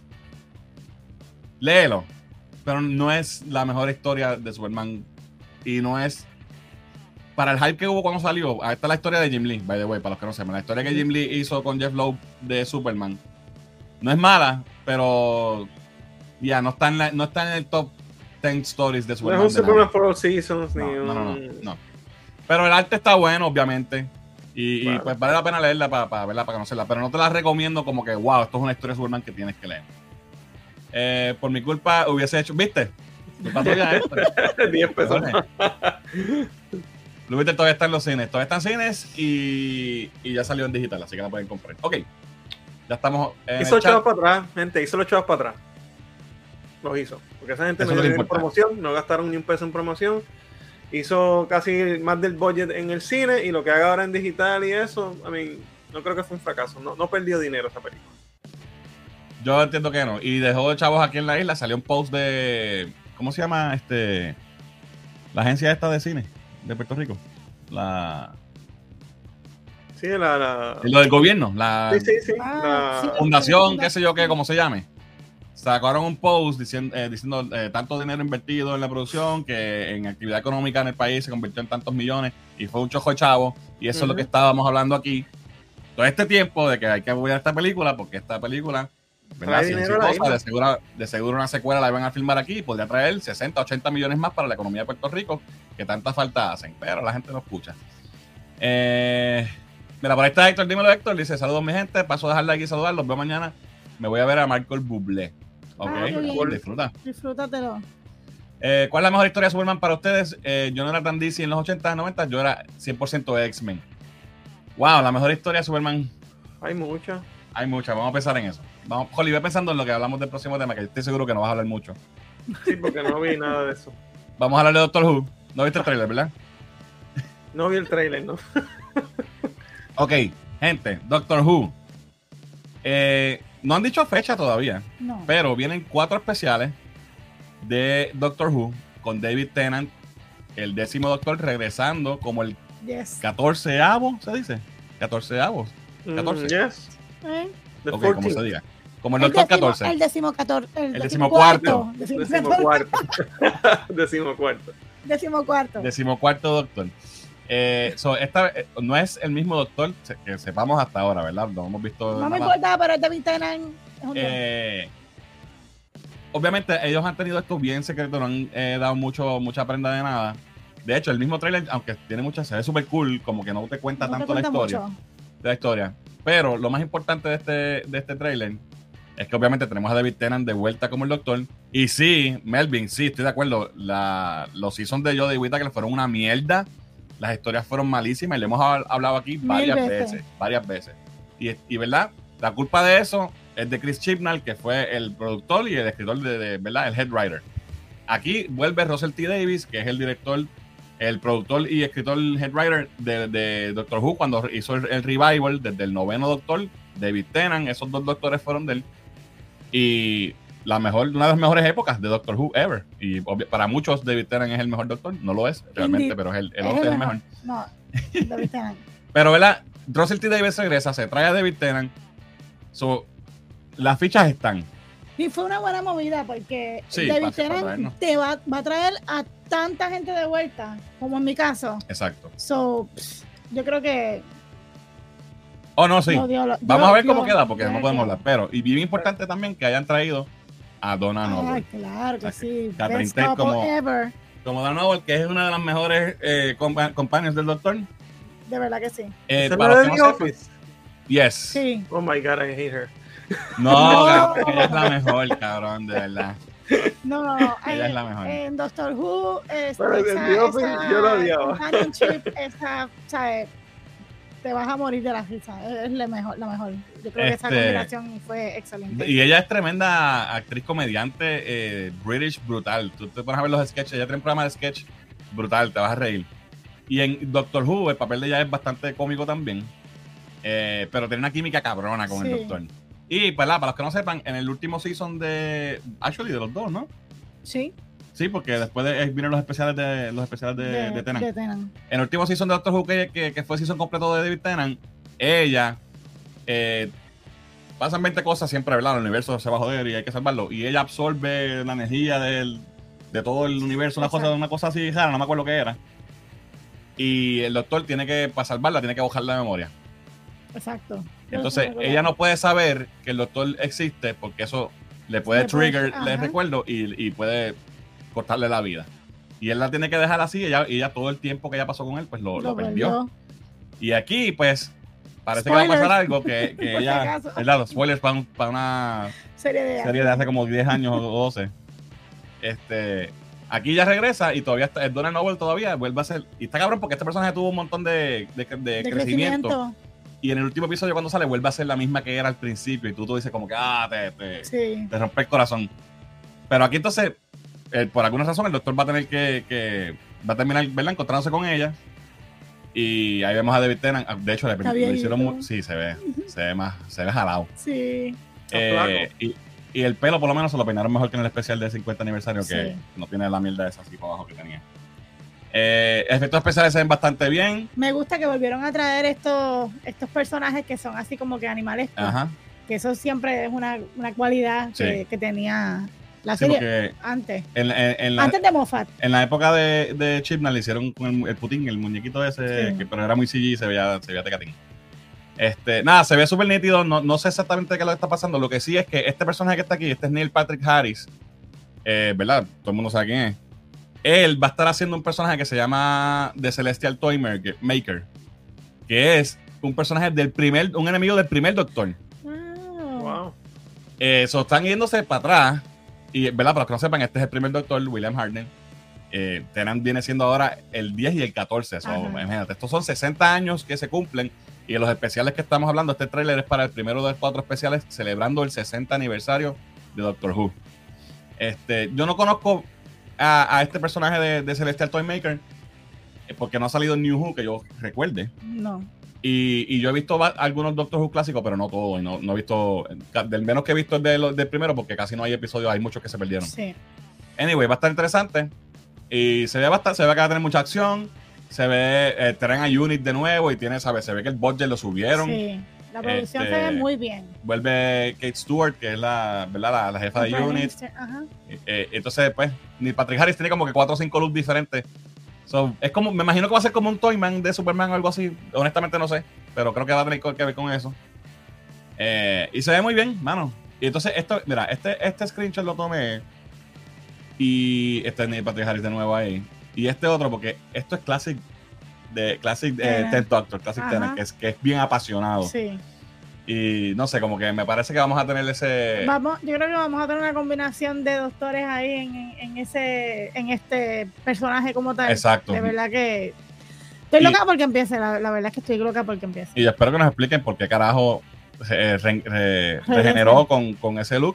léelo. Pero no es la mejor historia de Superman. Y no es... Para el hype que hubo cuando salió, ahí está la historia de Jim Lee, by the way, para los que no sepan. La historia que Jim Lee hizo con Jeff Loeb de Superman. No es mala, pero... Ya, yeah, no, está en la, no está en el top diez stories de Superman. No es un Superman for All Seasons. No, ni no, no, no, un... no. Pero el arte está bueno, obviamente. Y, Vale. y pues vale la pena leerla para, para verla, para conocerla. Pero no te la recomiendo como que, wow, esto es una historia de Superman que tienes que leer. Eh, por mi culpa hubiese hecho, ¿viste? Culpa tuya esto. diez pesos. Blue Beetle todavía está en los cines. Todavía está en cines y, y ya salió en digital, así que la pueden comprar. Ok. Ya estamos en Hizo el los chavos para atrás, gente. Hizo los chavos para atrás. Los hizo. Porque esa gente Eso no no dio promoción, no gastaron ni un peso en promoción. Hizo casi más del budget en el cine y lo que haga ahora en digital y eso, I mean, no creo que fue un fracaso. No, no perdió dinero esa película. Yo entiendo que no. Y dejó de chavos aquí en la isla. Salió un post de... ¿Cómo se llama? este La agencia esta de cine de Puerto Rico. La... Sí, la... la... Lo del gobierno. La sí, sí, sí. Ah, la... sí. fundación, qué sé yo qué, como se llame. Sacaron un post diciendo, eh, diciendo eh, tanto dinero invertido en la producción que en actividad económica en el país se convirtió en tantos millones y fue un chojo de chavo. Y eso uh-huh. es lo que estábamos hablando aquí. Todo este tiempo de que hay que apoyar esta película porque esta película... ¿verdad? Si cosa, de, seguro, de seguro una secuela la iban a filmar aquí y podría traer sesenta, ochenta millones más para la economía de Puerto Rico, que tanta falta hacen, pero la gente no escucha. Eh, mira, por ahí está Héctor, dímelo Héctor, dice, saludos mi gente, paso a dejarle aquí saludar, los veo mañana, me voy a ver a Michael Bublé. Ok, ah, disfruta. Disfrútatelo. Eh, ¿Cuál es la mejor historia de Superman para ustedes? Eh, yo no era tan D C en los ochenta, noventa, yo era cien por ciento de X-Men. Wow, la mejor historia de Superman. Hay muchas. Hay muchas, vamos a pensar en eso. Vamos, Holly, ve pensando en lo que hablamos del próximo tema, que estoy seguro que no vas a hablar mucho. Sí, porque no vi nada de eso. Vamos a hablar de Doctor Who. No viste el trailer, ¿verdad? No vi el trailer, ¿no? Ok, gente, Doctor Who. Eh, no han dicho fecha todavía, no. pero vienen cuatro especiales de Doctor Who con David Tennant, el décimo doctor, regresando como el yes. catorceavo, ¿se dice? catorceavo. catorce. Mm, yes. ¿Eh? Ok, como se diga. Como el El doctor décimo, catorce. el décimo catorce. El, El décimo decimocuarto. Decimocuarto. Decimocuarto. Decimocuarto. Decimocuarto doctor. Eh, so, esta eh, no es el mismo doctor que sepamos hasta ahora, ¿verdad? No hemos visto. No me nada. importa, pero es David Tennant. Es un Eh, obviamente, ellos han tenido esto bien secreto, no han eh, dado mucho, mucha prenda de nada. De hecho, el mismo trailer, aunque tiene mucha, se ve súper cool, como que no te cuenta no te tanto cuenta la historia. mucho. De la historia. Pero lo más importante de este, de este trailer es que obviamente tenemos a David Tennant de vuelta como el doctor. Y sí, Melvin, sí, estoy de acuerdo. La, los seasons de Jodie Whittaker fueron una mierda. Las historias fueron malísimas y le hemos hablado aquí varias veces. veces. Varias veces. Y, y, ¿verdad? La culpa de eso es de Chris Chibnall, que fue el productor y el escritor de, de ¿verdad? El head writer. Aquí vuelve Russell T. Davies, que es el director, el productor y escritor head writer de, de Doctor Who, cuando hizo el, el revival desde el noveno doctor, David Tennant. Esos dos doctores fueron de él. Y la mejor, una de las mejores épocas de Doctor Who ever. Y obvio, para muchos David Tennant es el mejor doctor. No lo es realmente, Indeed. pero es el, el Es otro el es el mejor. No, David Tennant. Pero, ¿verdad? Russell T. Davies regresa, se trae a David Tennant. So, las fichas están. Y fue una buena movida porque Sí, David para- para Tennant traernos. te va, va a traer a tanta gente de vuelta, como en mi caso. Exacto. So, pff, yo creo que Oh, no, sí. no, Dios, lo- Vamos Dios, a ver cómo Dios, queda, porque Dios, no podemos Dios. hablar. Pero, y bien importante también que hayan traído a Donna Ay, Noble. claro que sí. Catherine Best Tate couple como- ever. Como Donna Noble, que es una de las mejores eh, compa- compañeros del doctor. De verdad que sí. Eh, ¿Esa es para la los de que The no sepan- Office? Yes. Sí. Oh my god, I hate her. No, No. cabrón, ella es la mejor, cabrón, de verdad. No, no, no. Ella eh, es la mejor. En Doctor Who, es, Pero en esa, The Office esa yo la odiaba. companionship, esa, ¿sabes? Te vas a morir de la risa. Es la mejor, la mejor. Yo creo que esa Este- combinación fue excelente. Y ella es tremenda actriz comediante, eh, British brutal. Tú te pones a ver los sketches, ella tiene un programa de sketch brutal, te vas a reír. Y en Doctor Who, el papel de ella es bastante cómico también. Eh, pero tiene una química cabrona con Sí. el doctor. Y pues, la, para los que no sepan, en el último season de. Actually, de los dos, ¿no? Sí, Sí, porque después de, eh, vienen los especiales de los especiales de, de, de Tennant. de Tennant. En el último season de Doctor Who, que, que, que fue el season completo de David Tennant, ella. Eh, pasan veinte cosas siempre, ¿verdad? El universo se va a joder y hay que salvarlo. Y ella absorbe la energía del, de todo el universo, una cosa, Exacto. una cosa así rara, no me acuerdo qué era. Y el doctor tiene que, para salvarla, tiene que bajar la memoria. Exacto. Entonces, ella no puede saber que el doctor existe porque eso le puede Le puede- trigger el ajá. recuerdo y, y puede cortarle la vida. Y él la tiene que dejar así y ella, y ella todo el tiempo que ella pasó con él, pues lo, lo perdió. Y aquí, pues, parece que va a Spoilers. pasar algo que, que Por si ella... acaso. ¿Verdad? Los spoilers para, un- para una Serie de serie de hace como diez años o doce. Este... Aquí ya regresa y todavía está, el Donna Noble todavía vuelve a ser... Y está cabrón porque este personaje tuvo un montón de, de, de de crecimiento. crecimiento. Y en el último episodio cuando sale vuelve a ser la misma que era al principio y tú, tú dices como que ah, te, te, Sí. te rompe el corazón. Pero aquí entonces, eh, por alguna razón el doctor va a tener que, que va a terminar, ¿verdad? Encontrándose con ella. Y ahí vemos a David Tennant. De hecho, le, Está le hicieron viejito. mu- sí, se ve, se ve más, se ve jalado. Sí. Está Eh, flaco. y, y el pelo por lo menos se lo peinaron mejor que en el especial de cincuenta aniversario, que Sí. no tiene la mierda esa así para abajo que tenía. Eh, efectos especiales se ven bastante bien. Me gusta que volvieron a traer estos, estos personajes que son así como que animales. Ajá. Que eso siempre es una, una cualidad que, Sí. que tenía la Sí, serie porque antes. en, en- en la, Antes de Moffat. en la época de, de Chibnall le hicieron con el, el Putin, el muñequito ese, Sí. que, pero era muy C G y se veía, se veía tecatín. Este, nada, se ve súper nítido. No, no sé exactamente qué es lo que está pasando. Lo que sí es que este personaje que está aquí, este es Neil Patrick Harris, eh, ¿verdad? Todo el mundo sabe quién es. Él va a estar haciendo un personaje que se llama The Celestial Toy Maker, Maker, que es un personaje del primer, un enemigo del primer Doctor. Wow. Wow. Eh, so, están yéndose para atrás. Y, ¿verdad? Para los que no sepan, este es el primer Doctor, William Hartnell. Eh, Tennant viene siendo ahora el diez y el catorce. So, Ajá. imagínate, estos son sesenta años que se cumplen. Y en los especiales que estamos hablando, este tráiler es para el primero de los cuatro especiales celebrando el sesenta aniversario de Doctor Who. Este, yo no conozco a, a este personaje de, de Celestial Toymaker eh, porque no ha salido en New Who que yo recuerde. No. Y, y yo he visto algunos Doctor Who clásicos, pero no todos. Y no, no he visto, del menos que he visto es de, del primero, porque casi no hay episodios, hay muchos que se perdieron. Sí. Anyway, va a estar interesante. Y se ve bastante, se ve que va a tener mucha acción. Se ve, eh, traen a Unit de nuevo y tiene, ¿sabes? Se ve que el budget lo subieron. Sí, la producción este, se ve muy bien. Vuelve Kate Stewart, que es la, ¿verdad? la, la jefa de Unit. Ajá. Eh, entonces, pues, ni Patrick Harris tiene como que cuatro o cinco looks diferentes. So, es como, me imagino que va a ser como un Toyman de Superman o algo así. Honestamente no sé, pero creo que va a tener que ver con eso. Eh, y se ve muy bien, mano. Y entonces, esto, mira, este, este screenshot lo tomé. Y este es Neil Patrick Harris de nuevo ahí. Y este otro, porque esto es Classic de Classic eh, Tenth Doctor, Classic Tennant, que es, que es bien apasionado. Sí. Y no sé, como que me parece que vamos a tener ese... Vamos, yo creo que vamos a tener una combinación de doctores ahí en, en ese en este personaje como tal. Exacto. De verdad que estoy y, loca porque empiece, la, la verdad es que estoy loca porque empiece. Y espero que nos expliquen por qué carajo re, re, re, regeneró con, con ese look.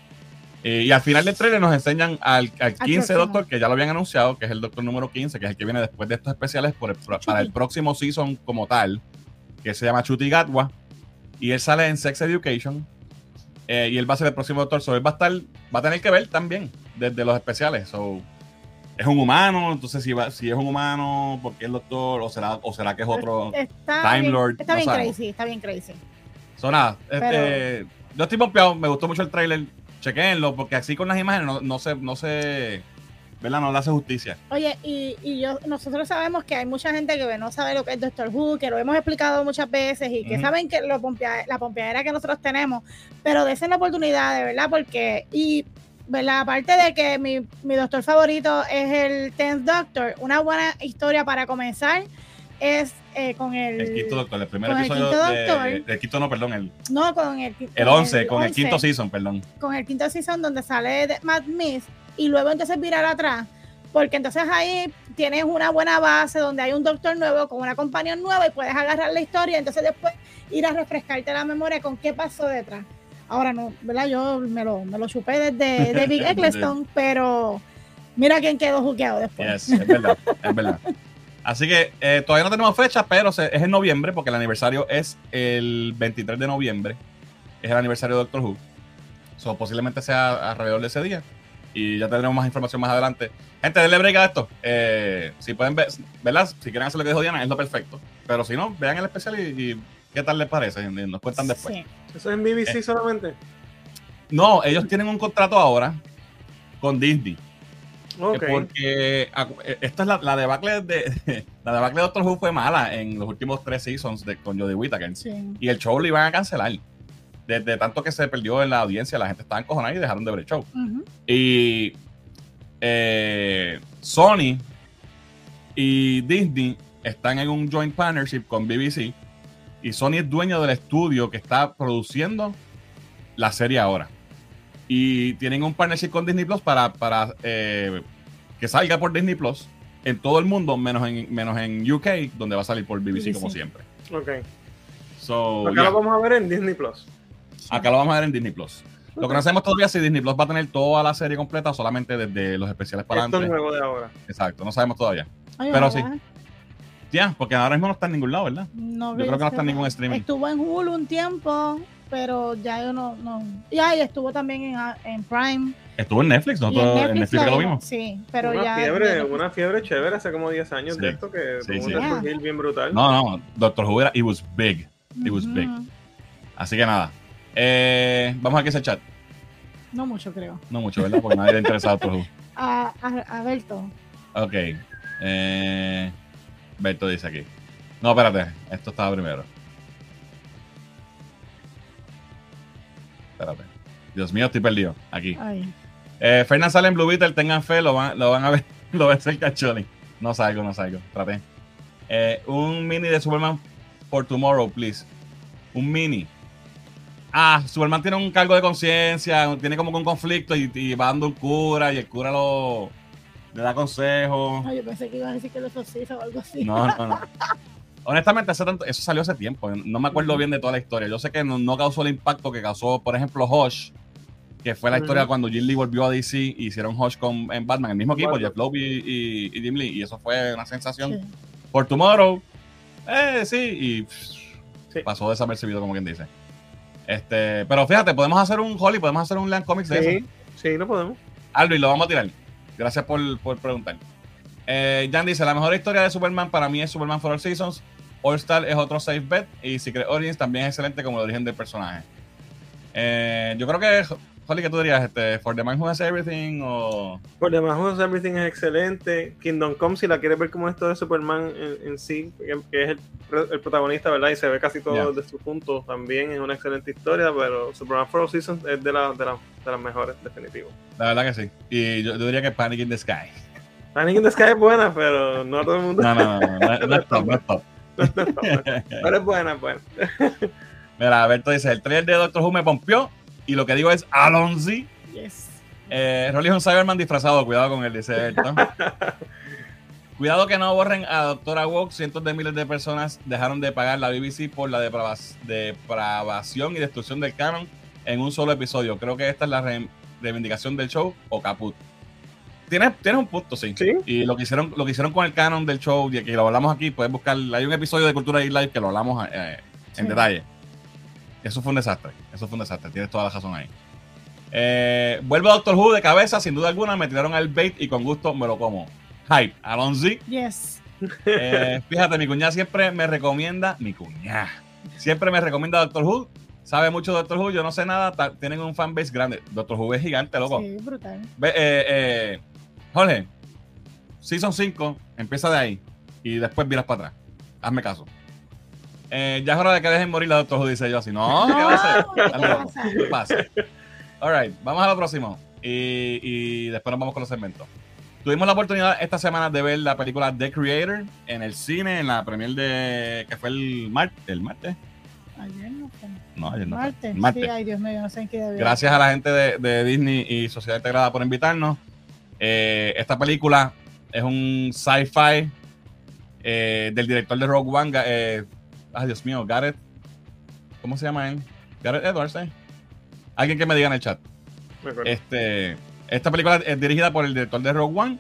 Y, y al final del trailer nos enseñan al, al quince Doctor, que ya lo habían anunciado, que es el Doctor número quince, que es el que viene después de estos especiales por el, para el próximo season como tal, que se llama Ncuti Gatwa. Y él sale en Sex Education. Eh, y él va a ser el próximo Doctor. So, él va a estar, va a tener que ver también desde los especiales. So, es un humano. Entonces, si, va, si es un humano, ¿por qué el Doctor? ¿O será, o será que es otro está Time bien, Lord? Está no bien sabemos. crazy, está bien crazy. So, nada. Pero, este, yo estoy pompeado. Me gustó mucho el trailer. Chequéenlo, porque así con las imágenes no, no se, no se, ¿verdad? No le hace justicia. Oye, y, y yo, nosotros sabemos que hay mucha gente que no sabe lo que es Doctor Who, que lo hemos explicado muchas veces y que uh-huh. saben que lo pompea, la pompeadera que nosotros tenemos, pero desen la oportunidad, de verdad, porque, y, ¿verdad? Aparte de que mi, mi doctor favorito es el Tenth Doctor, una buena historia para comenzar es eh, con el... El quinto Doctor, el primer episodio de, el quinto no, perdón, el... No, con el... Con el once, el con once, el quinto season, perdón. Con el quinto season donde sale de Matt Smith y luego entonces virar atrás, porque entonces ahí tienes una buena base donde hay un doctor nuevo con una compañía nueva y puedes agarrar la historia, entonces después ir a refrescarte la memoria con qué pasó detrás. Ahora no, ¿verdad? Yo me lo, me lo chupé desde David Eccleston, pero mira quién quedó juqueado después. Yes, es verdad, es verdad. Así que eh, todavía no tenemos fecha, pero se, es en noviembre, porque el aniversario es el veintitrés de noviembre. Es el aniversario de Doctor Who. So, posiblemente sea alrededor de ese día. Y ya tendremos más información más adelante. Gente, denle break a esto. Eh, si pueden ver, ¿verdad? Si quieren hacer lo que dijo Diana, es lo perfecto. Pero si no, vean el especial y, y qué tal les parece. Y nos cuentan después. Sí. ¿Eso es en B B C eh, solamente? No, ellos tienen un contrato ahora con Disney. Okay. Porque esta es la, la debacle de la debacle de Doctor Who fue mala en los últimos tres seasons de, con Jodie Whittaker. Sí. Y el show lo iban a cancelar. Desde tanto que se perdió en la audiencia, la gente estaba encojonada y dejaron de ver el show. Uh-huh. Y eh, Sony y Disney están en un joint partnership con B B C. Y Sony es dueño del estudio que está produciendo la serie ahora. Y tienen un partnership con Disney Plus para, para eh, que salga por Disney Plus en todo el mundo, menos en, menos en U K, donde va a salir por B B C, B B C. Como siempre. Ok. So, acá yeah. lo vamos a ver en Disney Plus. Acá lo vamos a ver en Disney Plus. Okay. Lo que no sabemos todavía es si Disney Plus va a tener toda la serie completa o solamente desde los especiales para Esto adelante. Esto es nuevo de ahora. Exacto, no sabemos todavía. Ay, pero ¿verdad? sí. Ya, porque ahora mismo no está en ningún lado, ¿verdad? No, yo creo que no está en ningún streaming. Estuvo en Hulu un tiempo, pero ya yo no... no. Ya, y estuvo también en, en Prime. Estuvo en Netflix, nosotros en Netflix, en Netflix que lo vimos. Sí, pero una ya... Fiebre, una fiebre chévere hace como diez años sí. de esto que sí, tuvo sí. un resurgir bien brutal. No, no, Doctor Who era, it was big. It was uh-huh. big. Así que nada. Eh, vamos a que ese chat. No mucho, creo. No mucho, ¿verdad? Porque nadie le interesa a Doctor Who. A, a, a Berto. Ok. Eh, Berto dice aquí. No, espérate. Esto estaba primero. Espérate. Dios mío, estoy perdido. Aquí. Eh, Fernan sale en Blue Beetle. Tengan fe, lo van, lo van a ver. Lo ven cerca Choli. No salgo, no salgo. Traté. Eh, un mini de Superman for Tomorrow, please. Un mini. Ah, Superman tiene un cargo de conciencia, tiene como que un conflicto y, y va dando un cura y el cura lo le da consejos. Ay, yo pensé que iba a decir que lo exorciza o algo así. No, no, no. Honestamente, eso, eso salió hace tiempo. No me acuerdo bien de toda la historia. Yo sé que no, no causó el impacto que causó, por ejemplo, Hush, que fue la uh-huh. historia cuando Jim Lee volvió a D C y hicieron Hush con, en Batman, el mismo equipo, Jeff Loeb y, y, y Jim Lee, y eso fue una sensación. Sí. Por Tomorrow, eh, sí, y pff, sí. pasó desapercibido, como quien dice. Este, pero fíjate, podemos hacer un Holly, podemos hacer un Land Comics de sí, eso. Sí, lo podemos. Alvin, lo vamos a tirar. Gracias por, por preguntar. Eh, Jan dice, la mejor historia de Superman para mí es Superman for All Seasons. All Star es otro safe bet. Y Secret Origins también es excelente como el origen del personaje. Eh, yo creo que, Holly, ¿qué tú dirías? Este, For the Man Who Has Everything o... For the Man Who Has Everything es excelente. Kingdom Come, si la quieres ver como esto de Superman en, en sí, que es el, el protagonista, ¿verdad? Y se ve casi todo Yeah. desde su punto, también es una excelente historia, pero Superman for All Seasons es de, la, de, la, de las mejores, definitivo. La verdad que sí. Y yo, yo diría que Panic in the Sky. Panic in the Sky es buena, pero no todo el mundo... No, no, no, no, no, no es top, no es top. Pero es buena, es buena. Mira, Alberto dice, el trailer de Doctor Who me pompió y lo que digo es Alonso. Yes. Eh, Rolly es un Cyberman disfrazado, cuidado con él, dice Alberto. Cuidado que no borren a Doctora Wong, cientos de miles de personas dejaron de pagar la B B C por la depravas- depravación y destrucción del canon en un solo episodio. Creo que esta es la re- reivindicación del show o caput. Tienes, tienes un punto, sí. ¿Sí? Y lo que hicieron, lo que hicieron con el canon del show, y que lo hablamos aquí, puedes buscar, hay un episodio de Cultura y Live que lo hablamos eh, en Sí. detalle. Eso fue un desastre, eso fue un desastre, tienes toda la razón ahí. Eh, vuelvo a Doctor Who de cabeza, sin duda alguna, me tiraron el bait y con gusto me lo como. Hype, Alonso. Yes. Eh, fíjate, mi cuñada siempre me recomienda, mi cuñada, siempre me recomienda Doctor Who, sabe mucho de Doctor Who, yo no sé nada, ta- tienen un fanbase grande. Doctor Who es gigante, loco. Sí, brutal. Ve, eh, eh, Jorge, Season cinco, empieza de ahí y después miras para atrás. Hazme caso. Eh, ya es hora de que dejen morir la Doctor Who, dice yo así. No, ¿qué va a hacer? ¿qué Dale, loco. pasa? ¿Qué pasa? Alright, vamos a lo próximo. Y, y después nos vamos con los segmentos. Tuvimos la oportunidad esta semana de ver la película The Creator en el cine, en la premier de. Que fue el, mar, el martes. Ayer no fue. No, ayer no. fue. Martes. El martes. Sí, ay Dios mío, no sé en qué día. Gracias a la gente de, de Disney y Sociedad Integrada por invitarnos. Eh, esta película es un sci-fi eh, del director de Rogue One. Eh, ay, Dios mío, Gareth. ¿Cómo se llama él? Gareth Edwards, ¿eh? Alguien que me diga en el chat. Me acuerdo. Este, esta película es dirigida por el director de Rogue One.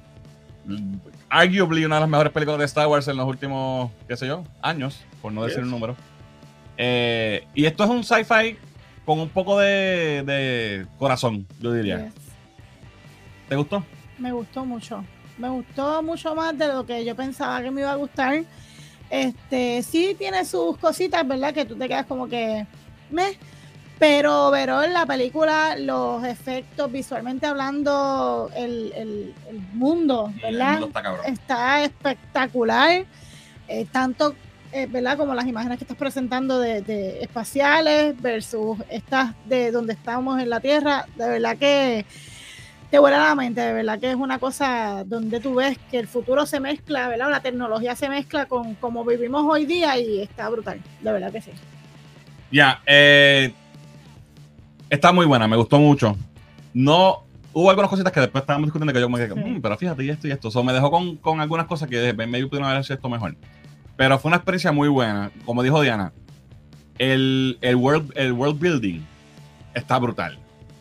Arguably una de las mejores películas de Star Wars en los últimos, qué sé yo, años, por no decir Yes. un número. Eh, y esto es un sci-fi con un poco de, de corazón, yo diría. Yes. ¿Te gustó? Me gustó mucho. Me gustó mucho más de lo que yo pensaba que me iba a gustar. Este, sí tiene sus cositas, ¿verdad? Que tú te quedas como que meh. Pero, pero en la película, los efectos, visualmente hablando, el, el, el mundo, ¿verdad? El mundo está cabrón. Está espectacular. Eh, tanto, eh, ¿verdad? Como las imágenes que estás presentando de, de espaciales versus estas de donde estamos en la Tierra. De verdad que te vuela la mente, de verdad que es una cosa donde tú ves que el futuro se mezcla, ¿verdad? La tecnología se mezcla con cómo vivimos hoy día y está brutal, de verdad que sí. Ya, eh, está muy buena, me gustó mucho. No, hubo algunas cositas que después estábamos discutiendo que yo como que, Sí. "Mm, pero fíjate, y esto y esto. So, me dejó con, con algunas cosas que dije, maybe pudieron haber hecho esto mejor. Pero fue una experiencia muy buena. Como dijo Diana, el, el, world, el world building está brutal.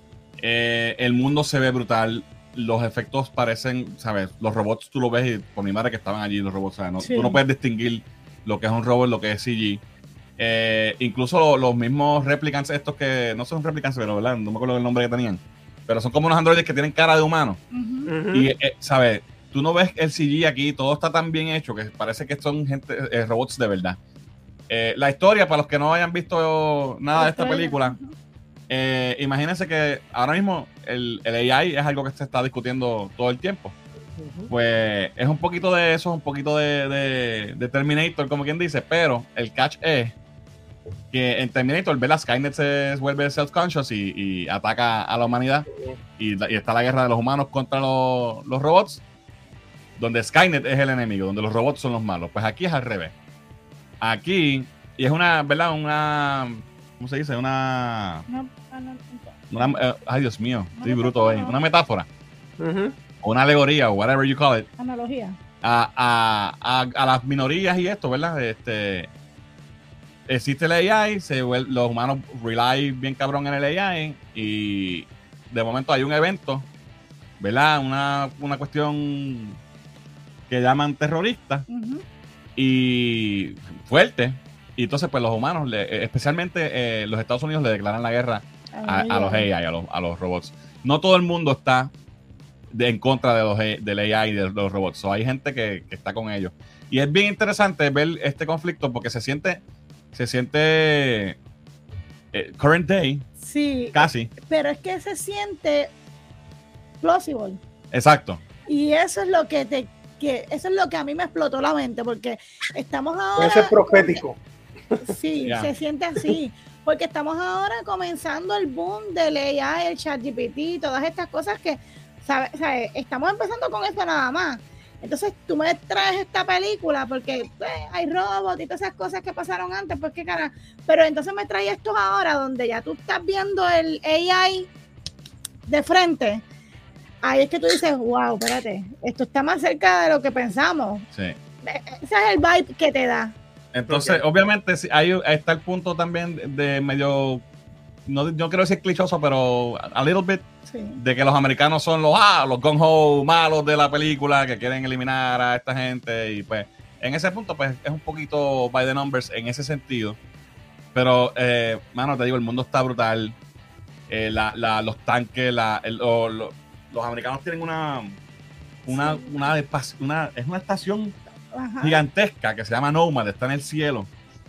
Eh, el mundo se ve brutal. Los efectos parecen, ¿sabes? Los robots tú lo ves y por mi madre que estaban allí los robots. O sea, no, Sí. tú no puedes distinguir lo que es un robot, lo que es C G. Eh, incluso lo- los mismos replicants estos que, no son replicants, pero ¿verdad? No me acuerdo el nombre que tenían. Pero son como unos androides que tienen cara de humano. Ujú. Ujú. Y, eh, ¿sabes? Tú no ves el C G aquí, todo está tan bien hecho que parece que son gente, eh, robots de verdad. Eh, la historia, para los que no hayan visto nada de esta Estrella. película, Ujú. eh, imagínense que ahora mismo el, el A I es algo que se está discutiendo todo el tiempo. Ujú. Pues es un poquito de eso, un poquito de, de, de Terminator, como quien dice, pero el catch es que en Terminator, ¿verdad? Skynet se vuelve self-conscious y, y ataca a la humanidad y, la- y está la guerra de los humanos contra los, los robots, donde Skynet es el enemigo, donde los robots son los malos. Pues aquí es al revés. Aquí, y es una, ¿verdad? Una, ¿cómo se dice? Una, No, no, no, una eh, ay Dios mío, Una estoy bruto hoy. metáfora. Una metáfora, Ujú. o una alegoría, o whatever you call it, analogía. a, a, a, a las minorías y esto, ¿verdad? Este, existe el A I, se vuel- los humanos rely bien cabrón en el A I y de momento hay un evento, ¿verdad? Una, una cuestión que llaman terrorista Ujú. y fuerte. Y entonces, pues los humanos, le, especialmente eh, los Estados Unidos, le declaran la guerra a, a los A I, a los, a los robots. No todo el mundo está de, en contra de los, del A I y de los robots. So, hay gente que, que está con ellos. Y es bien interesante ver este conflicto porque se siente, se siente eh, current day. Sí. Casi. Pero es que se siente plausible. Exacto. Y eso es lo que te, que eso es lo que a mí me explotó la mente, porque estamos ahora. Ese es profético. Sí, yeah. Se siente así. Porque estamos ahora comenzando el boom del A I, el ChatGPT, todas estas cosas que, ¿sabes? ¿sabes? Estamos empezando con eso nada más. Entonces tú me traes esta película porque pues, hay robots y todas esas cosas que pasaron antes, pues qué cara. Pero entonces me traes esto ahora donde ya tú estás viendo el A I de frente. Ahí es que tú dices, wow, espérate, esto está más cerca de lo que pensamos. Sí. Ese es el vibe que te da. Entonces, okay. Obviamente, ahí está el punto también de medio, no, no quiero decir clichoso, pero a little bit, sí. De que los americanos son los, ah, los gung-ho malos de la película que quieren eliminar a esta gente. Y pues, en ese punto, pues, es un poquito by the numbers en ese sentido. Pero, eh, mano, te digo, el mundo está brutal. Eh, la, la, los tanques, la, el, o, lo, los americanos tienen una, una, sí. una, una, una, es una estación Ajá. gigantesca que se llama Nomad, está en el cielo.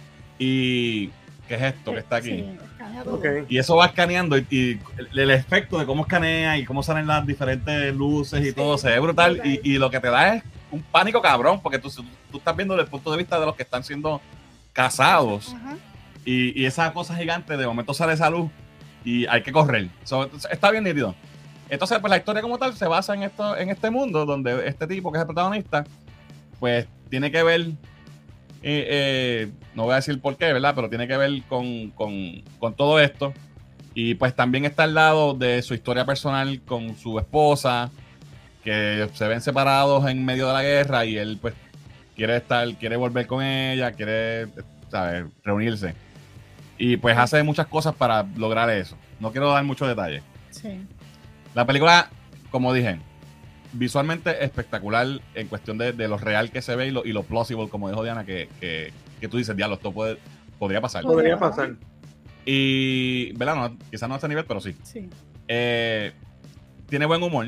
Y ¿qué es esto que está aquí? Sí, okay. Y eso va escaneando y, y el, el efecto de cómo escanea y cómo salen las diferentes luces y sí, todo se ve brutal, brutal. Y, y lo que te da es un pánico cabrón porque tú, tú estás viendo desde el punto de vista de los que están siendo cazados. y, y esa cosa gigante de momento sale esa luz y hay que correr. So, está bien nítido. Entonces, pues la historia como tal se basa en esto, en este mundo donde este tipo que es el protagonista pues tiene que ver, eh, eh, no voy a decir por qué, ¿verdad? Pero tiene que ver con, con, con todo esto. Y pues también está al lado de su historia personal con su esposa, que se ven separados en medio de la guerra y él pues quiere estar, quiere volver con ella, quiere, ¿sabes? Reunirse. Y pues hace muchas cosas para lograr eso. No quiero dar muchos detalles. Sí. La película, como dije, visualmente espectacular en cuestión de, de lo real que se ve y lo, y lo plausible, como dijo Diana, que, que, que tú dices, diablo, esto puede, podría pasar. Podría pasar. Y, ¿verdad? No, quizás no a este nivel, pero sí. Sí. Eh, tiene buen humor.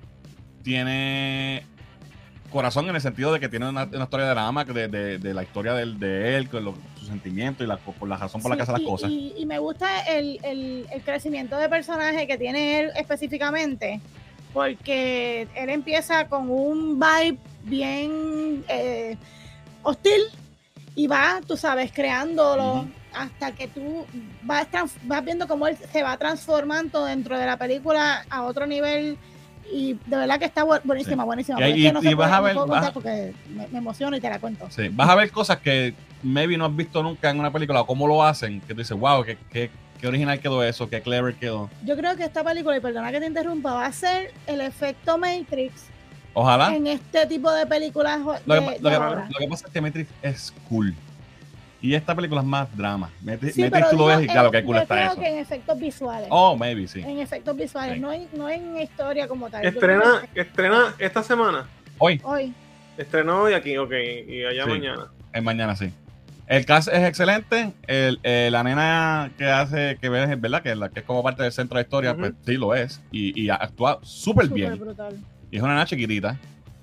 Tiene corazón en el sentido de que tiene una, una historia de drama de, de, de la historia del, de él, con los, sus sentimientos y la, por la razón por sí, la que hace las y, cosas. Y, y me gusta el, el, el crecimiento de personaje que tiene él específicamente. Porque él empieza con un vibe bien eh, hostil y va, tú sabes, creándolo uh-huh. hasta que tú vas, vas viendo cómo él se va transformando dentro de la película a otro nivel y de verdad que está buenísima, sí. buenísima. Y, y, no y vas a ver, vas, porque me, me emociono y te la cuento. Sí, vas a ver cosas que maybe no has visto nunca en una película o cómo lo hacen, que tú dices, wow, que, que qué original quedó eso, qué clever quedó. Yo creo que esta película, y perdona que te interrumpa, va a ser el efecto Matrix. Ojalá. En este tipo de películas. De, lo, que, de lo, que, lo que pasa es que Matrix es cool. Y esta película es más drama. Matrix, sí, Matrix tú lo ves y claro, qué cool yo está creo eso. Que en efectos visuales. Oh, maybe, sí. En efectos visuales, sí. no, en, no en historia como tal. Estrena, que... estrena esta semana. Hoy. Hoy. Estrenó hoy aquí, ok. Y allá sí, mañana. En mañana, sí. El cast es excelente. El, eh, la nena que hace, que ves, ¿verdad? Que, la, que es como parte del centro de historia, uh-huh. pues sí lo es. Y, y actúa súper bien. Brutal. Y es una nena chiquitita.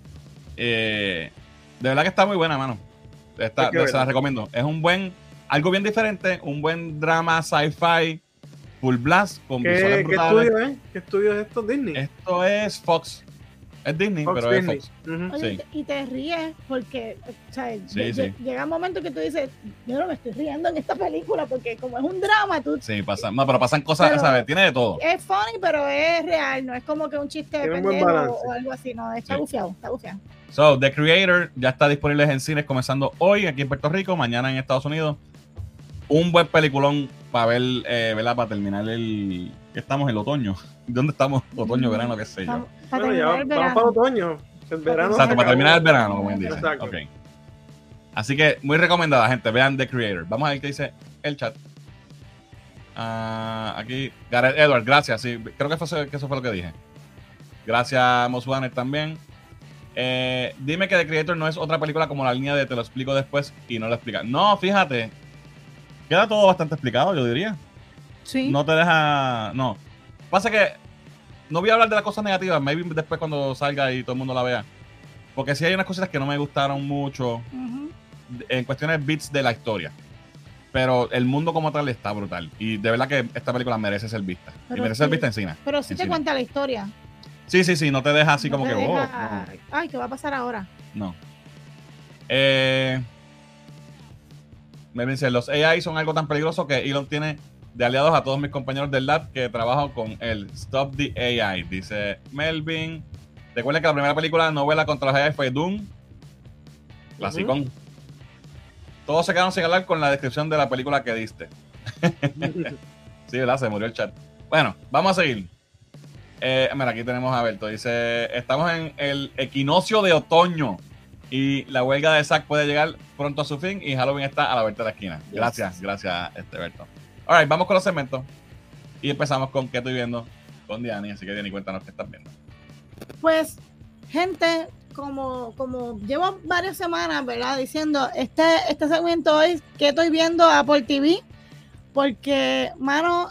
Eh, de verdad que está muy buena, mano. Está, se la recomiendo. Es un buen, algo bien diferente, un buen drama sci-fi, full blast, con visuales brutales. ¿Qué estudio es? ¿Qué estudio es esto? ¿Disney? Esto es Fox. Es Disney, Fox pero Disney. es Fox. Uh-huh. Oye, sí. Y te ríes porque, o sea, sí, ll- sí. llega un momento que tú dices, yo no me estoy riendo en esta película porque como es un drama, tú... Sí, pasa, no, pero pasan cosas, pero ¿sabes? Tiene de todo. Es funny, pero es real, no es como que un chiste de pendejo o algo así, no, está sí. bufiado, está bufiado. So, The Creator ya está disponible en cines comenzando hoy aquí en Puerto Rico, mañana en Estados Unidos. Un buen peliculón para ver, eh, ¿verdad? Para terminar el... Estamos en el otoño. ¿Dónde estamos? Otoño, verano, qué sé yo. Bueno, ya vamos para el otoño. El verano. Exacto, para terminar el verano, como bien dice. Exacto. Okay. Así que muy recomendada, gente. Vean The Creator. Vamos a ver qué dice el chat. Uh, aquí, Gareth Edward, gracias. Sí, creo que, fue, que eso fue lo que dije. Gracias, Moswaner también. Eh, dime que The Creator no es otra película como la línea de te lo explico después y no lo explica. No, fíjate. Queda todo bastante explicado, yo diría. Sí. No te deja... No. Pasa que no voy a hablar de las cosas negativas. Maybe después cuando salga y todo el mundo la vea. Porque sí hay unas cosas que no me gustaron mucho. Uh-huh. En cuestiones bits de la historia. Pero el mundo como tal está brutal. Y de verdad que esta película merece ser vista. Pero y merece sí, ser vista en cine. Pero sí te cine. Cuenta la historia. Sí, sí, sí. No te deja así no como que... Deja... Oh, no. Ay, ¿qué va a pasar ahora? No. Eh... Me dice, los A I son algo tan peligroso que Elon tiene de aliados a todos mis compañeros del lab que trabajan con él. Stop the A I, dice Melvin. Recuerden que la primera película novela contra los A I fue Doom. Clasicón. Uh-huh. Todos se quedaron sin hablar con la descripción de la película que diste. Sí, ¿verdad? Se murió el chat. Bueno, vamos a seguir. Eh, mira, aquí tenemos a Alberto. Dice, estamos en el equinoccio de otoño y la huelga de Zack puede llegar pronto a su fin y Halloween está a la vuelta de la esquina. Yes. Gracias, gracias, este Alberto. All right, vamos con los segmentos y empezamos con ¿qué estoy viendo? Con Diani, así que Diani, cuéntanos qué estás viendo. Pues, gente, como, como llevo varias semanas, ¿verdad? Diciendo, este, este segmento hoy, ¿qué estoy viendo? Apple T V, porque, mano,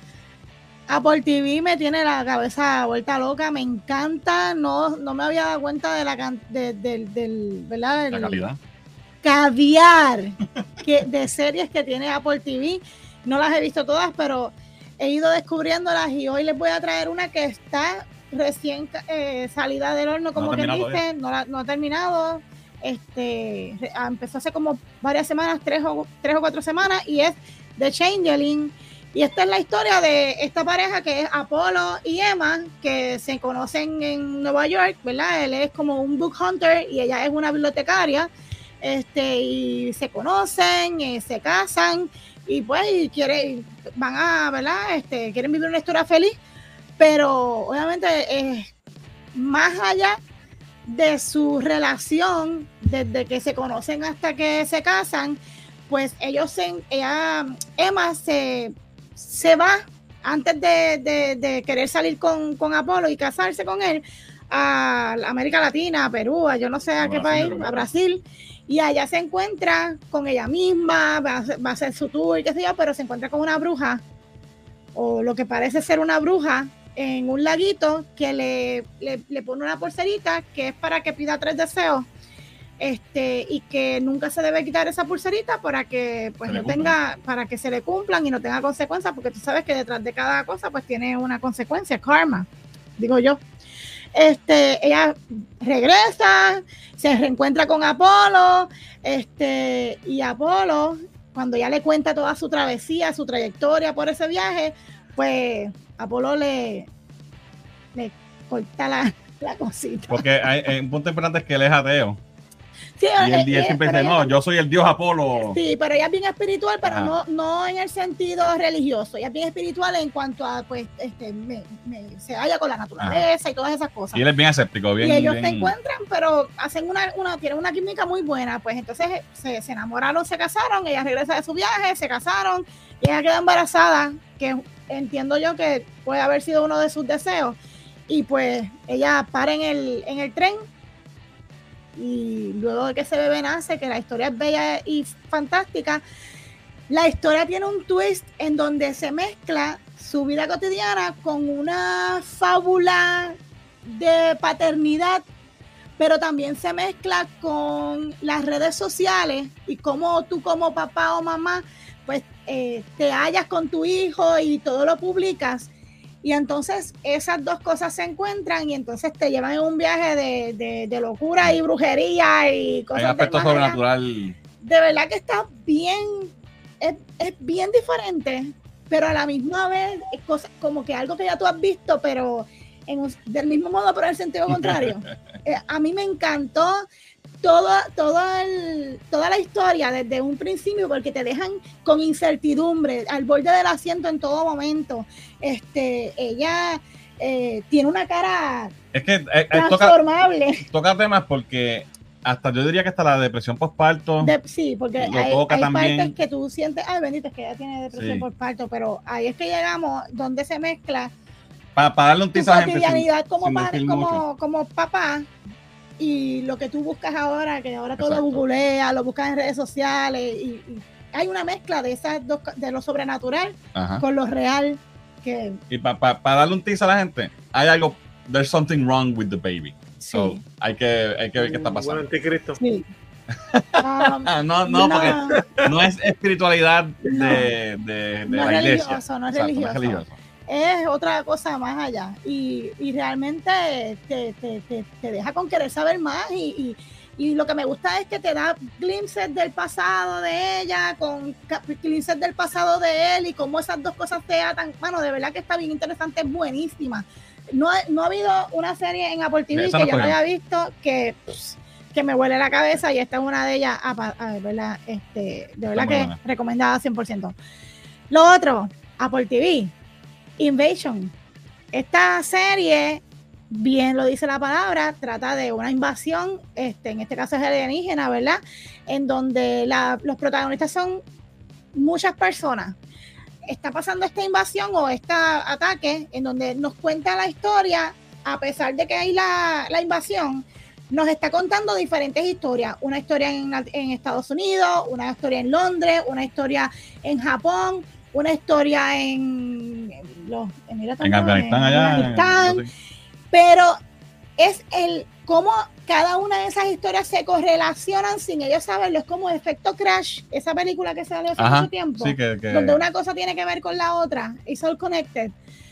Apple T V me tiene la cabeza vuelta loca, me encanta, no, no me había dado cuenta de la de, de, del, ¿verdad? La calidad. Caviar que, de series que tiene Apple T V. No las he visto todas, pero he ido descubriéndolas y hoy les voy a traer una que está recién eh, salida del horno, como no que dice, no, la, no ha terminado. Este, empezó hace como varias semanas, tres o, tres o cuatro semanas, y es The Changeling. Y esta es la historia de esta pareja que es Apolo y Emma, que se conocen en Nueva York, ¿verdad? Él es como un book hunter y ella es una bibliotecaria. Este, y se conocen, eh, se casan y pues quieren, van a, ¿verdad? Este, quieren vivir una historia feliz, pero obviamente eh, más allá de su relación, desde que se conocen hasta que se casan, pues ellos se, ella, Emma se, se va antes de, de, de querer salir con, con Apolo y casarse con él a América Latina, a Perú, a yo no sé a, a qué Brasil, país, a Brasil. Y allá se encuentra con ella misma, va a, hacer, va a hacer su tour y qué sé yo, pero se encuentra con una bruja, o lo que parece ser una bruja, en un laguito que le, le, le pone una pulserita que es para que pida tres deseos, este, y que nunca se debe quitar esa pulserita para que pues no tenga, para que se le cumplan y no tenga consecuencias, porque tú sabes que detrás de cada cosa pues tiene una consecuencia, karma, digo yo. Este, ella regresa, se reencuentra con Apolo, este, y Apolo, cuando ya le cuenta toda su travesía, su trayectoria por ese viaje, pues Apolo le, le corta la, la cosita. Porque hay, hay un punto importante es que él es ateo. Sí, y él, y él siempre dice, no, yo soy el dios Apolo. Sí, pero ella es bien espiritual, pero no, no en el sentido religioso. Ella es bien espiritual en cuanto a, pues, este, me, me, se halla con la naturaleza. Ajá. Y todas esas cosas. Y él es bien escéptico, bien. Y ellos bien... se encuentran, pero hacen una, una, tienen una química muy buena. Pues entonces se, se enamoraron, se casaron, ella regresa de su viaje, se casaron, y ella queda embarazada, que entiendo yo que puede haber sido uno de sus deseos. Y pues ella para en el, en el tren. Y luego de que ese bebé nace, que la historia es bella y fantástica, la historia tiene un twist en donde se mezcla su vida cotidiana con una fábula de paternidad, pero también se mezcla con las redes sociales y cómo tú como papá o mamá pues eh, te hallas con tu hijo y todo lo publicas. Y entonces esas dos cosas se encuentran y entonces te llevan en un viaje de, de, de locura y brujería y cosas. Hay aspectos sobrenatural. De verdad que está bien, es, es bien diferente, pero a la misma vez es cosa, como que algo que ya tú has visto, pero en un, del mismo modo, pero en el sentido contrario. eh, a mí me encantó toda, toda, el, toda la historia desde un principio, porque te dejan con incertidumbre, al borde del asiento en todo momento. Este, ella eh, tiene una cara es que, eh, transformable. Toca, toca temas porque hasta yo diría que hasta la depresión postparto. De, sí, porque hay, hay también. Partes que tú sientes, ay bendito, es que ella tiene depresión sí. postparto, pero ahí es que llegamos donde se mezcla para pa darle un tiz a gente cotidianidad sin, como, sin padre, como, como papá y lo que tú buscas ahora, que ahora todo Exacto. lo googleas, lo buscas en redes sociales, y, y hay una mezcla de esas dos, de lo sobrenatural Ajá. con lo real. Que, Y para pa, pa darle un teaser a la gente, hay algo, there's something wrong with the baby. sí. So, hay que, hay que ver qué está pasando. Buen anticristo. Sí. Um, Ah, no, no, no. porque no es espiritualidad No. de, de, de No la es iglesia. religioso, no es Exacto, religioso. religioso. Es otra cosa más allá, y, y realmente te, te, te, te deja con querer saber más, y, y, y lo que me gusta es que te da glimpses del pasado de ella, con glimpses del pasado de él, y cómo esas dos cosas te atan. Bueno, de verdad que está bien interesante, es buenísima. No, no ha habido una serie en Apple T V Esa que no yo no fue. haya visto que, pss, que me huele la cabeza, y esta es una de ellas, a, a, de verdad, este, de verdad que buena. recomendada cien por ciento. Lo otro, Apple T V, Invasion. Esta serie, bien lo dice la palabra, trata de una invasión, este, en este caso es alienígena, ¿verdad? En donde la, los protagonistas son muchas personas. Está pasando esta invasión o este ataque en donde nos cuenta la historia, a pesar de que hay la, la invasión, nos está contando diferentes historias. Una historia en, en Estados Unidos, una historia en Londres, una historia en Japón, una historia en, en, los, en, en Afganistán, en, allá. Afganistán, En, pero es el cómo cada una de esas historias se correlacionan sin ellos saberlo. Es como Efecto Crash, esa película que salió hace Ajá, mucho tiempo, sí, que, que... donde una cosa tiene que ver con la otra. It's all connected.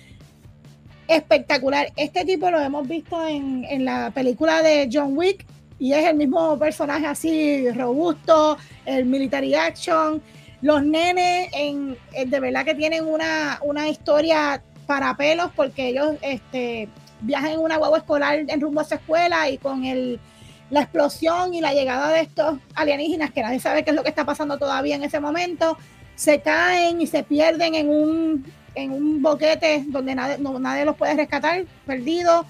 Espectacular. Este tipo lo hemos visto en, en la película de John Wick, y es el mismo personaje así robusto, el military action. Los nenes en, en, de verdad que tienen una, una historia para pelos, porque ellos este, viajan en una guagua escolar en rumbo a su escuela, y con el, la explosión y la llegada de estos alienígenas, que nadie sabe qué es lo que está pasando todavía en ese momento, se caen y se pierden en un, en un boquete donde nadie, no, nadie los puede rescatar, perdidos.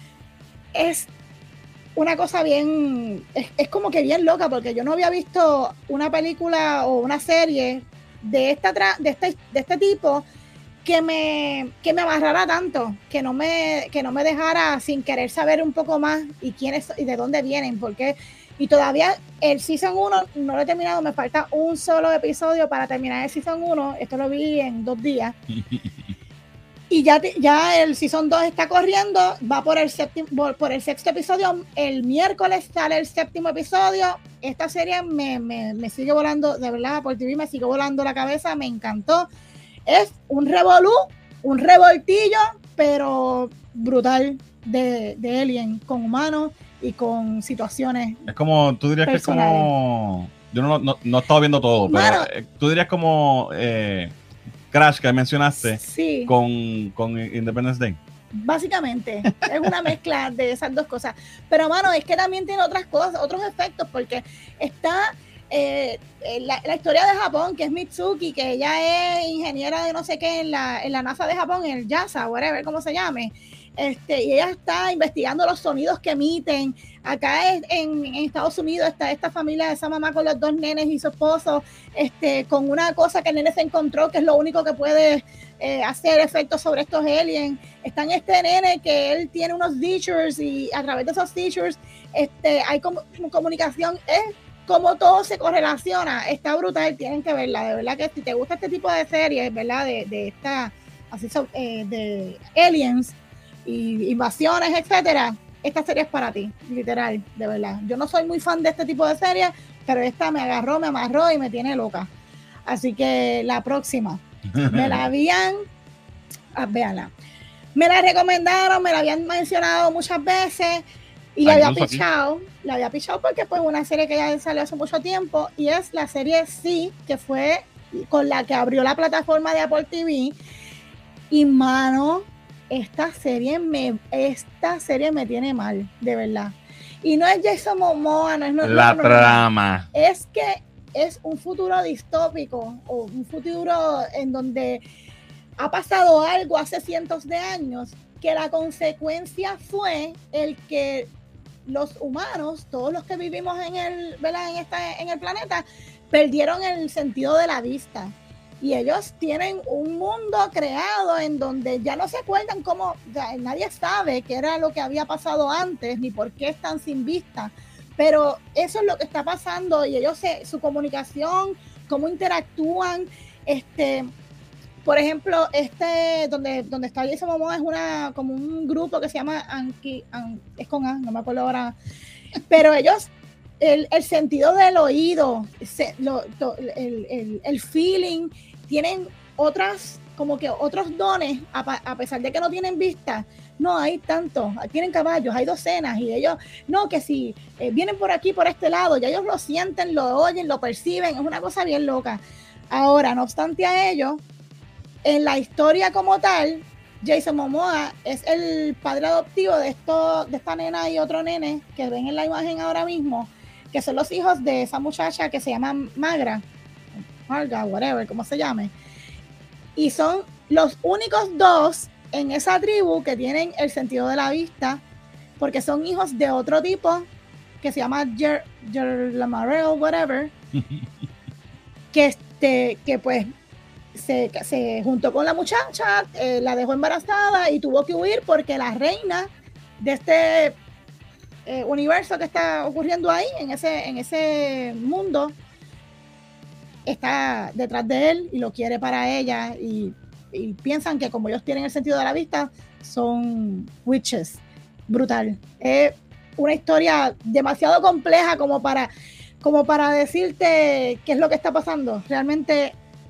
Es una cosa bien, es, es como que bien loca, porque yo no había visto una película o una serie de, esta tra de, este, de este tipo que me, que me amarrara tanto, que no me, que no me dejara sin querer saber un poco más y quiénes y de dónde vienen, porque y todavía el Season uno no lo he terminado, me falta un solo episodio para terminar el Season uno, esto lo vi en dos días. Y ya, ya el Season dos está corriendo, va por el, séptimo, por el sexto episodio, el miércoles sale el séptimo episodio. Esta serie me, me, me sigue volando, de verdad, por T V me sigue volando la cabeza, me encantó. Es un revolú, un revoltillo, pero brutal de, de Alien, con humanos y con situaciones. Es como, tú dirías personales. Que es como, yo no, no, no he estado viendo todo, Mano, pero tú dirías como... Eh, Crash que mencionaste, sí, con, con Independence Day. Básicamente, es una mezcla de esas dos cosas. Pero, mano, es que también tiene otras cosas, otros efectos, porque está eh, la, la historia de Japón, que es Mitsuki, que ella es ingeniera de no sé qué en la, en la NASA de Japón, en el JAXA, whatever, cómo se llame. Este, y ella está investigando los sonidos que emiten. Acá es, en, en Estados Unidos está esta familia, esa mamá con los dos nenes y su esposo, este, con una cosa que el nene se encontró, que es lo único que puede eh, hacer efectos sobre estos aliens. Está en este nene que él tiene unos seizures, y a través de esos seizures este, hay com comunicación. Es como todo se correlaciona. Está brutal, tienen que verla. De verdad que si te gusta este tipo de series, ¿verdad? De, de esta, así so, eh, de aliens y invasiones, etcétera, esta serie es para ti, literal, de verdad. Yo no soy muy fan de este tipo de series, pero esta me agarró, me amarró y me tiene loca. Así que la próxima, me la habían, ah, véanla, me la recomendaron, me la habían mencionado muchas veces y la había pichado, la había pichado porque pues una serie que ya salió hace mucho tiempo, y es la serie Sí, que fue con la que abrió la plataforma de Apple T V. Y mano, esta serie me esta serie me tiene mal, de verdad. Y no es Jason Momoa, no es no, la no, trama. No, es que es un futuro distópico, o un futuro en donde ha pasado algo hace cientos de años, que la consecuencia fue el que los humanos, todos los que vivimos en el, ¿verdad? En, esta, en el planeta, perdieron el sentido de la vista. y ellos tienen un mundo creado en donde ya no se acuerdan cómo, ya, nadie sabe qué era lo que había pasado antes ni por qué están sin vista, pero eso es lo que está pasando y ellos se, su comunicación, cómo interactúan, este, por ejemplo, este donde, donde está Jason Momoa es una como un grupo que se llama Anki, An, es con A, no me acuerdo ahora, pero ellos el, el sentido del oído, se, lo, to, el, el, el feeling, tienen otras, como que otros dones, a, a pesar de que no tienen vista. No hay tanto, tienen caballos, hay docenas y ellos, no, que si eh, vienen por aquí, por este lado, ya ellos lo sienten, lo oyen, lo perciben, es una cosa bien loca. Ahora, no obstante a ello, en la historia como tal, Jason Momoa es el padre adoptivo de, esto, de esta nena y otro nene que ven en la imagen ahora mismo, que son los hijos de esa muchacha que se llama Magra, Marga, whatever, como se llame. Y son los únicos dos en esa tribu que tienen el sentido de la vista, porque son hijos de otro tipo que se llama Jer, Jer Lamarel, whatever, que, este, que pues se, se juntó con la muchacha, eh, la dejó embarazada y tuvo que huir porque la reina de este eh, universo que está ocurriendo ahí, en ese, en ese mundo, está detrás de él y lo quiere para ella y, y piensan que como ellos tienen el sentido de la vista son witches. Brutal. Es una historia demasiado compleja como para, como para decirte qué es lo que está pasando. Realmente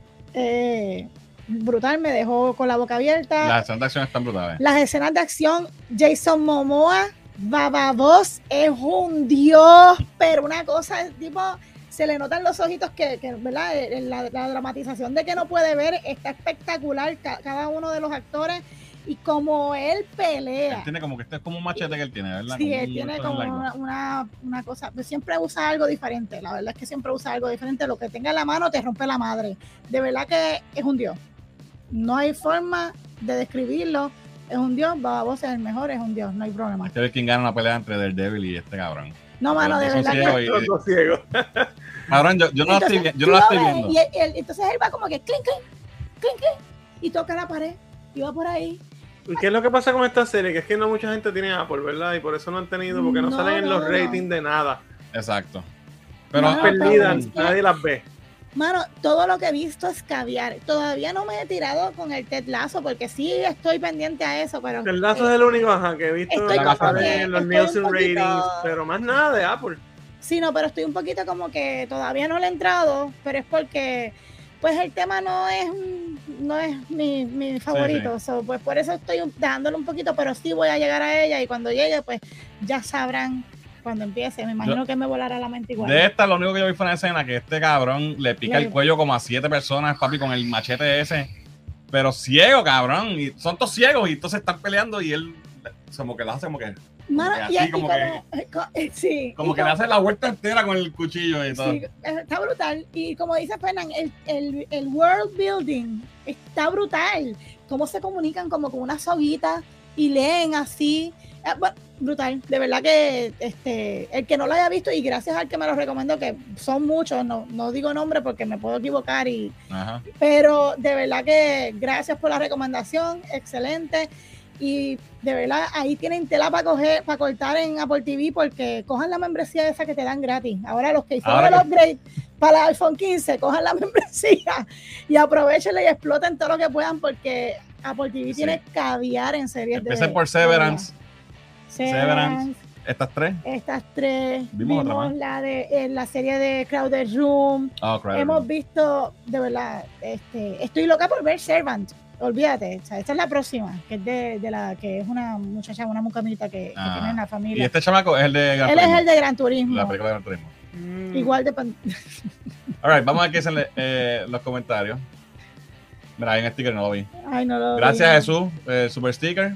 eh, brutal, me dejó con la boca abierta. Las escenas de acción están brutales. Las escenas de acción, Jason Momoa, Bababos, es un dios, pero una cosa tipo... se le notan los ojitos que, que ¿verdad? La, la dramatización de que no puede ver está espectacular, ca, cada uno de los actores y como él pelea. Él tiene como que este es como un machete que él tiene, ¿verdad? Sí, como él tiene como una, una, una cosa, pues siempre usa algo diferente, la verdad es que siempre usa algo diferente, lo que tenga en la mano te rompe la madre, de verdad que es un dios, no hay forma de describirlo, es un dios, Bababos es el mejor, es un dios, no hay problema. Este es quien gana una pelea entre Daredevil y este cabrón. No, mano, de verdad que... Los dos ciegos. Cabrón, yo, yo no entonces, la estoy, yo no la estoy viendo. Y él, él, entonces él va como que clink, clink, clink, clink, y toca la pared, y va por ahí. ¿Y qué es lo que pasa con esta serie? Que es que no mucha gente tiene Apple, ¿verdad? Y por eso no han tenido, porque no, no salen en los no, ratings no. de nada. Exacto. Pero no, perdidas, pero, nadie las ve. Mano, todo lo que he visto es caviar. Todavía no me he tirado con el Ted Lasso porque sí estoy pendiente a eso, pero... Ted Lasso eh, es el único ajá, que he visto en los Nielsen ratings, pero más nada de Apple. Sí, no, pero estoy un poquito como que todavía no le he entrado, pero es porque pues el tema no es no es mi, mi favorito, sí, sí. So, pues por eso estoy dejándolo un poquito, pero sí voy a llegar a ella y cuando llegue pues ya sabrán cuando empiece, me imagino yo, que me volará la mente igual. De esta, lo único que yo vi fue una escena que este cabrón le pica le... el cuello como a siete personas, papi, con el machete ese, pero ciego, cabrón, y son todos ciegos y entonces están peleando y él como que lo hace como que... Mano, así, y aquí como, como, que, sí, como que como, le hace la vuelta entera con el cuchillo y todo. Sí, está brutal. Y como dice Fernan, el, el, el world building está brutal. Cómo se comunican como con una soguita y leen así. Eh, bueno, brutal. De verdad que este, el que no lo haya visto, y gracias al que me lo recomendó, que son muchos, no, no digo nombre porque me puedo equivocar, y, Ajá. pero de verdad que gracias por la recomendación, excelente. Y de verdad ahí tienen tela para coger, para cortar en Apple T V, porque cojan la membresía esa que te dan gratis. Ahora los que hicieron Ahora el upgrade que... para el iPhone quince, cojan la membresía y aprovechenla y exploten todo lo que puedan, porque Apple T V sí. tiene caviar en series. Empecé de, por Severance. Severance. Severance. Estas tres. Estas tres. Vimos, Vimos la de eh, la serie de Crowded Room. Oh, Crowded Hemos Room. visto, de verdad, este, estoy loca por ver Servant. Olvídate, o sea, esta es la próxima, que es de, de la que es una muchacha, una mucamita que, ah. que tiene en la familia. Y este chamaco es el de Gran Él Turismo. es el de Gran Turismo. La película de Gran Turismo. Mm. Igual de... Pan... Alright, vamos a ver qué dicen eh, los comentarios. Mira, hay un sticker, no lo vi. Ay, no lo Gracias, vi. Jesús, eh, super sticker.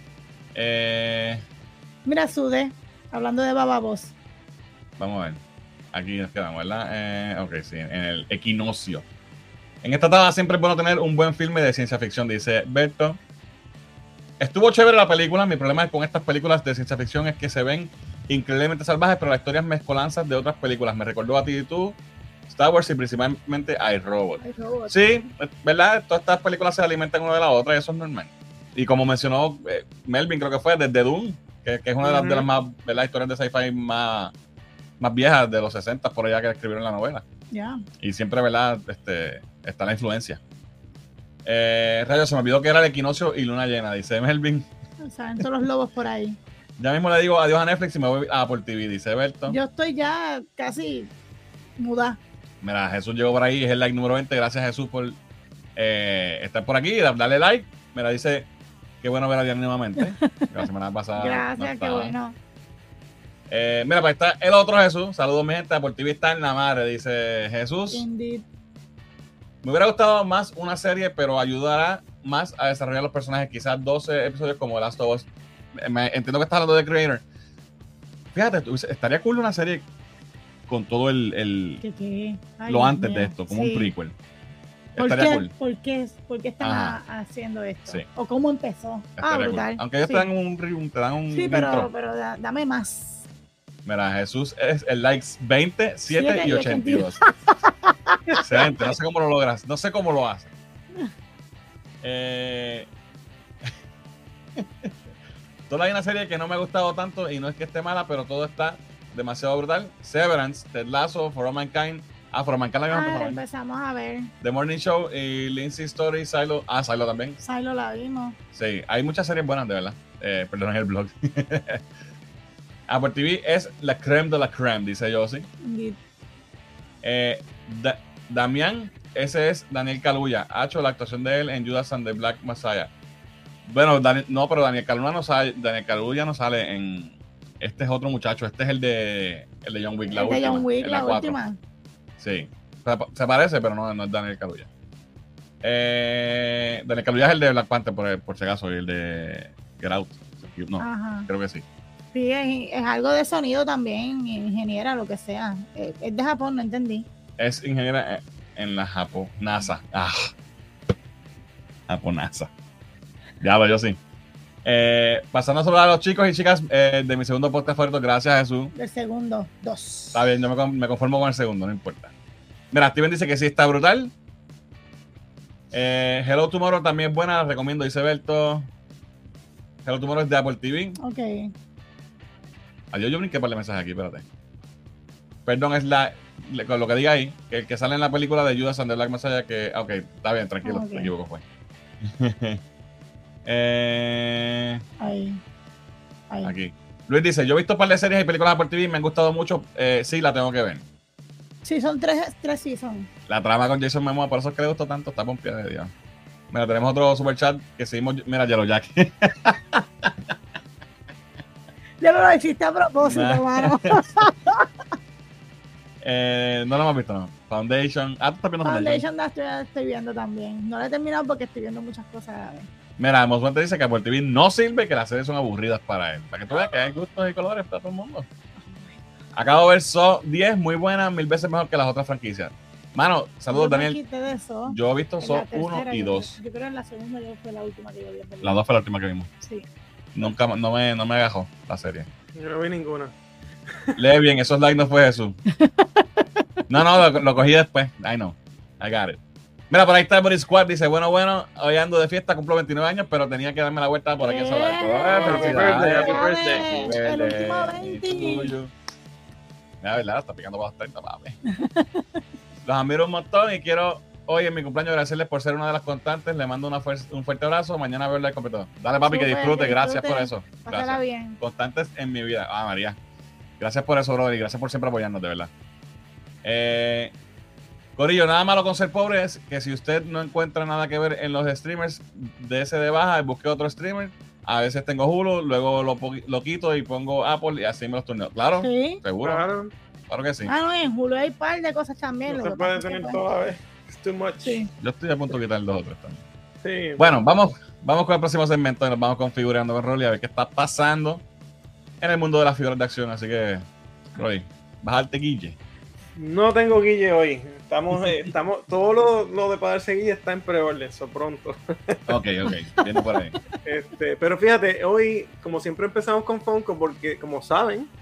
Eh... Mira, Sude, hablando de Bababos. Vamos a ver. Aquí nos quedamos, ¿verdad? Eh, ok, sí, en el equinoccio. En esta tabla siempre es bueno tener un buen filme de ciencia ficción, dice Berto. Estuvo chévere la película. Mi problema con estas películas de ciencia ficción es que se ven increíblemente salvajes, pero la historia es mezcolanzas de otras películas. Me recordó a ti y tú, Star Wars y principalmente iRobot. iRobot. Sí, ¿verdad? Todas estas películas se alimentan una de la otra y eso es normal. Y como mencionó eh, Melvin, creo que fue desde Dune, que, que es una de las, uh-huh. de las más, ¿verdad? historias de sci-fi más, más viejas de los sesenta por allá que escribieron la novela. Yeah. Y siempre, ¿verdad? Este, está la influencia. Eh, Rayo, se me olvidó que era el equinoccio y luna llena, dice Melvin. Saben todos los lobos por ahí. Ya mismo le digo adiós a Netflix y me voy a Apple T V, dice Berto. Yo estoy ya casi muda. Mira, Jesús llegó por ahí, es el like número veinte. Gracias, Jesús, por eh, estar por aquí, darle like. Mira, dice, qué bueno ver a Diana nuevamente. La semana pasada. Gracias, no qué bueno. Eh, mira, pues está el otro Jesús. Saludos, mi gente. Apple T V está en la madre, dice Jesús. Indeed. Me hubiera gustado más una serie, pero ayudará más a desarrollar los personajes. Quizás doce episodios como The Last of Us. Me, entiendo que estás hablando de Creator. Fíjate, estaría cool una serie con todo el, el ¿Qué, qué? Ay, lo antes mía. de esto, como sí. un prequel. ¿Por estaría qué, cool. ¿Por qué, ¿Por qué están a, haciendo esto? Sí. ¿O cómo empezó? Estaría ah, brutal. Cool. Aunque ellos sí. te dan un, te dan un Sí, pero, intro. pero da, dame más. Mira, Jesús es el likes veinte, siete y ochenta y dos. Excelente, no sé cómo lo logras, no sé cómo lo haces. Eh... Toda hay una serie que no me ha gustado tanto y no es que esté mala, pero todo está demasiado brutal. Severance, Ted Lasso, For All Mankind. Ah, For All Mankind la ah, vimos. empezamos a ver. The Morning Show y Lindsay Story, Silo. Ah, Silo también. Silo la vimos. Sí, hay muchas series buenas, de verdad. Eh, perdón, en el blog. Apple T V es la creme de la creme, dice Josie. Eh, da Damián, ese es Daniel Kaluuya. Ha hecho la actuación de él en Judas and the Black Messiah. Bueno, Daniel, no, pero Daniel Kaluuya no sale, Daniel Kaluuya no sale en... Este es otro muchacho, este es el de el de John Wick, la el última. de John Wick, la, la última. Sí, se, se parece, pero no, no es Daniel Kaluuya. Eh, Daniel Kaluuya es el de Black Panther, por, por si acaso, y el de Get Out. No, Ajá. creo que sí. Sí, es, es algo de sonido también, ingeniera, lo que sea. Es, es de Japón, no entendí. Es ingeniera en la Japón, NASA. Ah, Japón, NASA. Ya lo yo sí. Eh, pasando a saludar a los chicos y chicas eh, de mi segundo podcast favorito, gracias Jesús. Del segundo, dos. Está bien, yo me, me conformo con el segundo, no importa. Mira, Steven dice que sí está brutal. Eh, Hello Tomorrow también es buena, la recomiendo, dice Berto. Hello Tomorrow es de Apple T V. Ok. Adiós, yo brinqué para el mensaje aquí, espérate. Perdón, es la con lo que diga ahí, que el que sale en la película de Judas and the Black Messiah, que, ok, está bien, tranquilo, okay. me equivoco, fue. eh, ahí. ahí. Aquí. Luis dice, yo he visto un par de series y películas de Apple T V, me han gustado mucho, eh, sí, la tengo que ver. Sí, son tres, tres seasons. La trama con Jason Momoa, por eso es que le gustó tanto, está pompeada de Dios. Mira, tenemos otro super chat que seguimos, mira, Yellow Jack. Ya me lo hiciste a propósito, hermano. eh, no lo hemos visto, no. Foundation. Ah, tú estás viendo Foundation. Foundation la estoy, estoy viendo también. No la he terminado porque estoy viendo muchas cosas a la vez. Mira, Mosman te dice que Apple T V no sirve, que las series son aburridas para él. Para que tú veas que hay gustos y colores para todo el mundo. Acabo de ver Saw diez, muy buena, mil veces mejor que las otras franquicias. Mano, saludos, Daniel. De eso, yo he visto Saw uno y dos. Yo, yo creo que en la segunda yo fue la última que yo vi. La dos fue la última que vimos. Sí. Nunca, no me, no me agajó la serie. Yo no vi ninguna. Lee bien, esos likes no fue Jesús. No, no, lo, lo cogí después. I know. I got it. Mira, por ahí está Body Squad. Dice, bueno, bueno, hoy ando de fiesta, cumplo veintinueve años, pero tenía que darme la vuelta por aquí a saludar. Happy birthday, happy birthday. El último veinte. La verdad, está picando para los treinta, papi. Los admiro un montón y quiero hoy en mi cumpleaños agradecerles por ser una de las constantes. Le mando una fuer- un fuerte abrazo. Mañana verlo el completo. Dale, papi, Super, que disfrute. que Gracias disfrute. por eso. Pásala Gracias. bien. Constantes en mi vida. Ah, María. Gracias por eso, brother. Y gracias por siempre apoyarnos, de verdad. Eh, Corillo, nada malo con ser pobre es que si usted no encuentra nada que ver en los streamers, de ese de baja y busque otro streamer. A veces tengo Hulu, luego lo, lo quito y pongo Apple y así me los turneo. Claro, sí. Seguro. Claro. Claro que sí. Ah, no, en Hulu hay un par de cosas también. No lo se que puede pasa es tener que, todo a ver. It's too much. Sí. Yo estoy a punto de quitar dos o tres también. Sí, Bueno, vamos, vamos con el próximo segmento y nos vamos configurando con Rolly a ver qué está pasando en el mundo de las figuras de acción. Así que, Rolly, bajarte Guille. No tengo Guille hoy. Estamos, eh, estamos, todo lo, lo de pagarse Guille está en preorden, eso pronto. Ok, ok, viene por ahí. Este, pero fíjate, hoy, como siempre empezamos con Funko, porque como saben,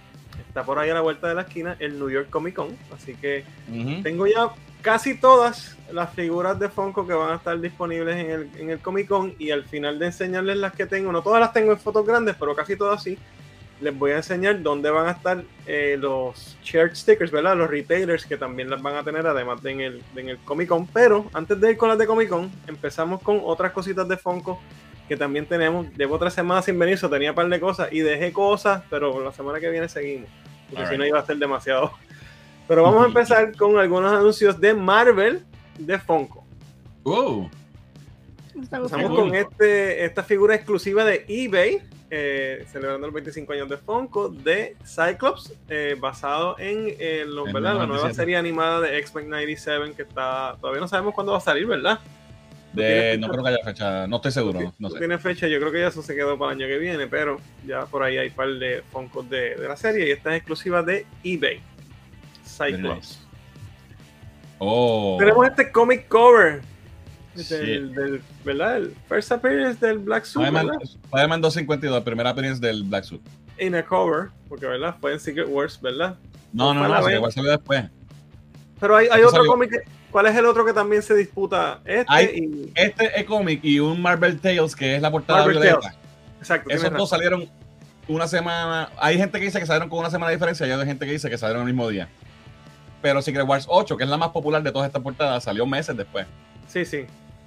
está por ahí a la vuelta de la esquina, el New York Comic Con. Así que Uh-huh. tengo ya casi todas las figuras de Funko que van a estar disponibles en el, en el Comic Con, y al final de enseñarles las que tengo, no todas las tengo en fotos grandes, pero casi todas sí, les voy a enseñar dónde van a estar eh, los shared stickers, ¿verdad? Los retailers que también las van a tener, además de en el, de en el Comic Con. Pero antes de ir con las de Comic Con, empezamos con otras cositas de Funko que también tenemos. Llevo tres semanas sin venir, so tenía un par de cosas y dejé cosas, pero la semana que viene seguimos, porque si no iba a ser demasiado. Pero vamos a empezar con algunos anuncios de Marvel de Funko. Uh. Empezamos con este, esta figura exclusiva de eBay, eh, celebrando los veinticinco años de Funko, de Cyclops, eh, basado en, eh, lo, en ¿verdad? la nueva serie animada de X-Men noventa y siete, que está, todavía no sabemos cuándo va a salir, ¿verdad? De, no creo que haya fecha, no estoy seguro. No, no sé. Tiene fecha, yo creo que ya eso se quedó para el año que viene, pero ya por ahí hay un par de Funko de, de la serie, y esta es exclusiva de eBay. Cyclops. Oh. Tenemos este comic cover del, del, ¿verdad? El first appearance del Black Suit. Spider-Man doscientos cincuenta y dos, primera appearance del Black Suit. In a cover, porque ¿verdad? Fue en Secret Wars, ¿verdad? No, no, no, no Secret Wars salió después. Pero hay, hay otro cómic. ¿Cuál es el otro que también se disputa? Este hay, y... Este es cómic y un Marvel Tales, que es la portada Marvel violeta. Tales. Exacto. Esos dos salieron una semana. Hay gente que dice que salieron con una semana de diferencia, y hay gente que dice que salieron el mismo día. Pero Secret Wars ocho, que es la más popular de todas estas portadas, salió meses después. Sí, sí.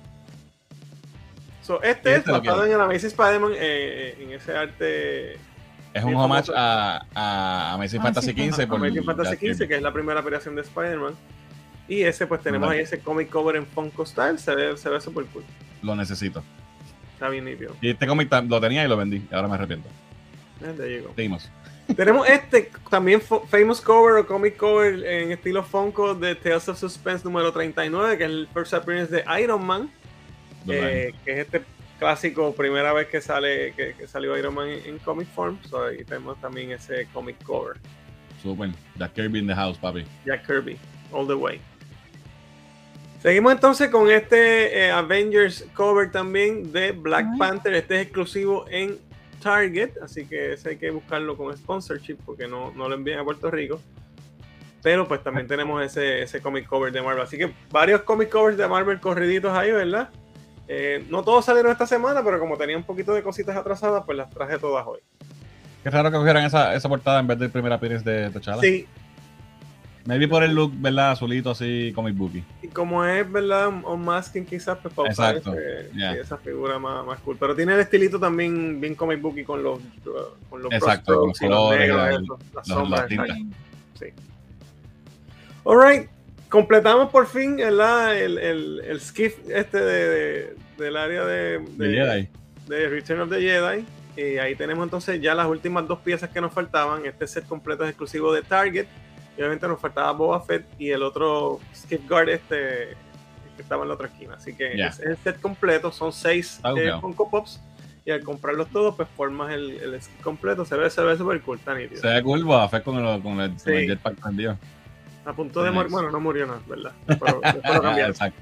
So, este, este es basado en el Amazing Spider-Man, eh, en ese arte. Es un homage a, a Amazing ah, Fantasy sí, quince. Por Amazing Fantasy quince, que es la primera aparición de Spider-Man. Y ese, pues tenemos ahí ese comic cover en Funko Style. Se ve, se ve super cool. Lo necesito. Está bien nítido. Y este cómic lo tenía y lo vendí. Ahora me arrepiento. Ya llegó. Seguimos. Tenemos este también famous cover o comic cover en estilo Funko de Tales of Suspense número treinta y nueve, que es el first appearance de Iron Man, eh, que es este clásico, primera vez que sale que, que salió Iron Man en, en comic form. So, ahí tenemos también ese comic cover. Super. Jack Kirby in the house, papi. Jack Kirby, all the way. Seguimos entonces con este eh, Avengers cover también de Black uh-huh. Panther. Este es exclusivo en Target, así que ese hay que buscarlo con sponsorship porque no, no lo envían a Puerto Rico. Pero pues también tenemos ese, ese comic cover de Marvel. Así que varios comic covers de Marvel corriditos ahí, ¿verdad? Eh, no todos salieron esta semana, pero como tenía un poquito de cositas atrasadas, pues las traje todas hoy. Qué raro que cogieran esa, esa portada en vez del primer appearance de T'Challa. Sí. Maybe por el look, ¿verdad? Azulito así, comic booky. Y como es, ¿verdad? On masking quizás, pues para usar ese, yeah. esa figura más, más cool. Pero tiene el estilito también bien comic booky con los con los exacto, con los colores, los negros, el, eso, las los, sombras. las sí. Alright, completamos por fin ¿verdad? El, el, el skiff este de, de, del área de, de, de Jedi. De Return of the Jedi. Y ahí tenemos entonces ya las últimas dos piezas que nos faltaban. Este set completo es exclusivo de Target. Y obviamente nos faltaba Boba Fett y el otro Skip Guard este que estaba en la otra esquina. Así que yeah. es el set completo. Son seis eh, Funko Pops. Y al comprarlos todos, pues formas el, el skip completo. Se ve, se ve super cool, tan nítido. Se ve cool Boba Fett con el, con el, sí. con el jetpack prendido. A punto sí, de morir. Nice. Bueno, no murió nada, ¿verdad? Pero después lo cambiaron. Exacto.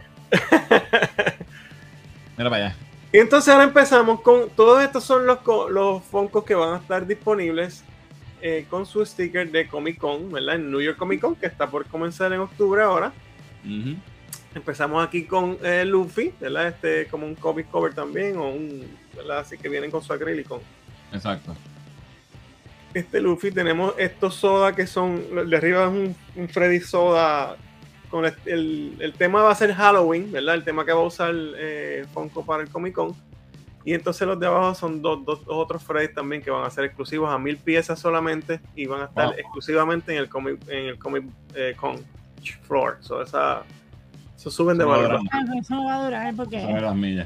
Mira para allá. Y entonces ahora empezamos con... Todos estos son los, los Funkos que van a estar disponibles Eh, con su sticker de Comic Con, ¿verdad? En New York Comic Con, que está por comenzar en octubre ahora. Uh-huh. Empezamos aquí con eh, Luffy, ¿verdad? Este como un comic cover también, o un, ¿verdad? Así que vienen con su acrílico. Exacto. Este Luffy, tenemos estos soda que son, de arriba es un, un Freddy Soda, con el, el, el tema va a ser Halloween, ¿verdad? El tema que va a usar eh, Funko para el Comic Con. Y entonces los de abajo son dos, dos, dos otros Freddy también que van a ser exclusivos a mil piezas solamente y van a estar wow. exclusivamente en el Comic, en el comic eh, Con floor. So esa, eso suben de valor. Eso no va a durar porque sobre las millas.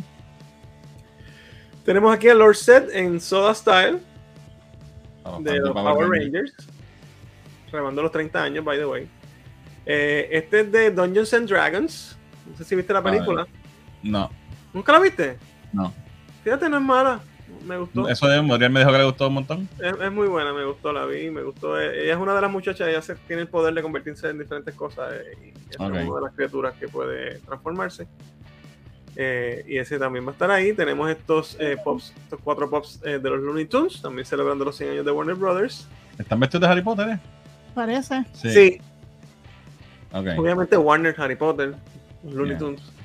Tenemos aquí a Lord Zed en Soda Style oh, de los Power Rangers, remando los treinta años, by the way. Eh, este es de Dungeons and Dragons. No sé si viste la película. No. ¿Nunca la viste? No. Fíjate, no es mala. Me gustó. Eso de Moriel me dijo que le gustó un montón. Es, es muy buena, me gustó, la vi, me gustó. Ella es una de las muchachas, ella se, tiene el poder de convertirse en diferentes cosas y es okay. una de las criaturas que puede transformarse. Eh, y ese también va a estar ahí. Tenemos estos eh, pops, estos cuatro pops eh, de los Looney Tunes, también celebrando los cien años de Warner Brothers. ¿Están vestidos de Harry Potter? ¿eh? Parece. Sí. sí. Okay. Obviamente Warner, Harry Potter, Looney Tunes. Yeah.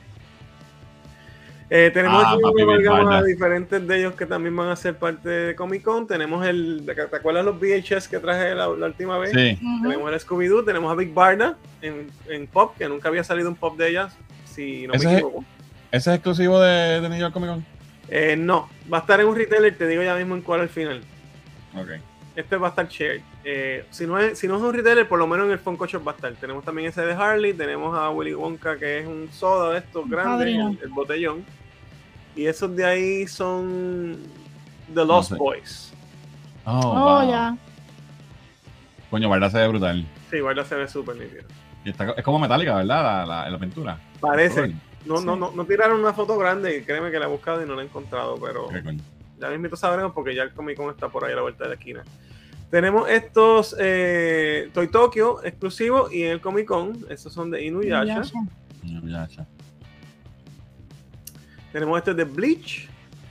Eh, tenemos ah, aquí una a diferentes de ellos que también van a ser parte de Comic Con. Tenemos el, ¿te acuerdas los V H S que traje la, la última vez? Sí. Uh-huh. Tenemos el Scooby-Doo, tenemos a Big Barda en, en Pop, que nunca había salido un Pop de ellas, si no me equivoco. Es, ¿Ese es exclusivo de, de New York Comic Con? Eh, no, va a estar en un retailer, te digo ya mismo en cuál al final. Ok. Este va a estar shared. Eh, si, no es, si no es un retailer, por lo menos en el Funko Shop va a estar. Tenemos también ese de Harley, tenemos a Willy Wonka, que es un soda de estos grandes, el, el botellón. Y esos de ahí son The Lost no sé. Boys. Oh, oh wow. ya. Coño, Barda se ve brutal. Sí, Barda se ve súper nítido. Y está, es como metálica, ¿verdad? La, la, la pintura. Parece. No, sí. no, no, no tiraron una foto grande y créeme que la he buscado y no la he encontrado, pero ya mismo sabremos porque ya el Comic Con está por ahí a la vuelta de la esquina. Tenemos estos eh, Toy Tokyo exclusivos y en el Comic Con, estos son de Inuyasha. Inuyasha. Tenemos este de Bleach.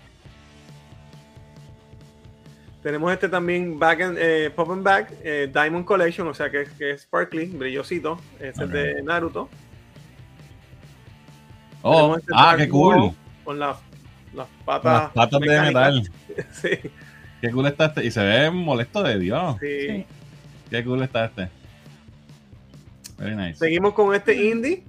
Tenemos este también back and, eh, Pop and Back eh, Diamond Collection, o sea que, que es sparkly, brillosito. Este okay. Es de Naruto. Oh, este ah, qué cool. Con las, las patas, las patas de metal. Sí. Qué cool está este. Y se ve molesto de Dios. Sí. sí. Qué cool está este. Very nice. Seguimos con este indie.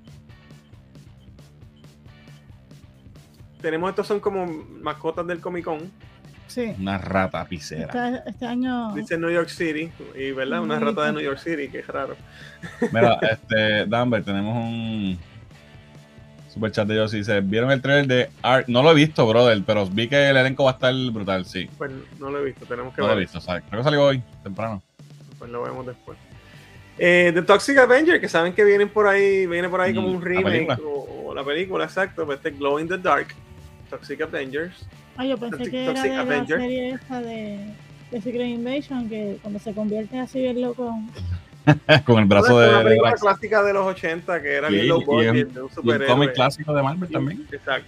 Tenemos, estos son como mascotas del Comic Con. Sí. Una rata pisera. Este, este año. Dice New York City. Y verdad, una rata de New York City, que es raro. Mira, este, Danber, tenemos un super chat de ellos. Dice: ¿vieron el trailer de Art? No lo he visto, brother, pero vi que el elenco va a estar brutal, sí. Pues no lo he visto, tenemos que no ver. No lo he visto, ¿sabes? Creo que salió hoy, temprano. Pues lo vemos después. Eh, The Toxic Avenger, que saben que vienen por ahí, viene por ahí como un remake o, o la película, exacto. Este Glow in the Dark. Toxic Avengers. Ah, yo pensé Toxic, que Toxic era de Avenger. la serie esta de, de Secret Invasion, que cuando se convierte así bien loco. Con el brazo no, de... Una película de clásica de los ochenta, que era y, bien low budget, de un superhéroe. Y el cómic clásico de Marvel y, también. Exacto.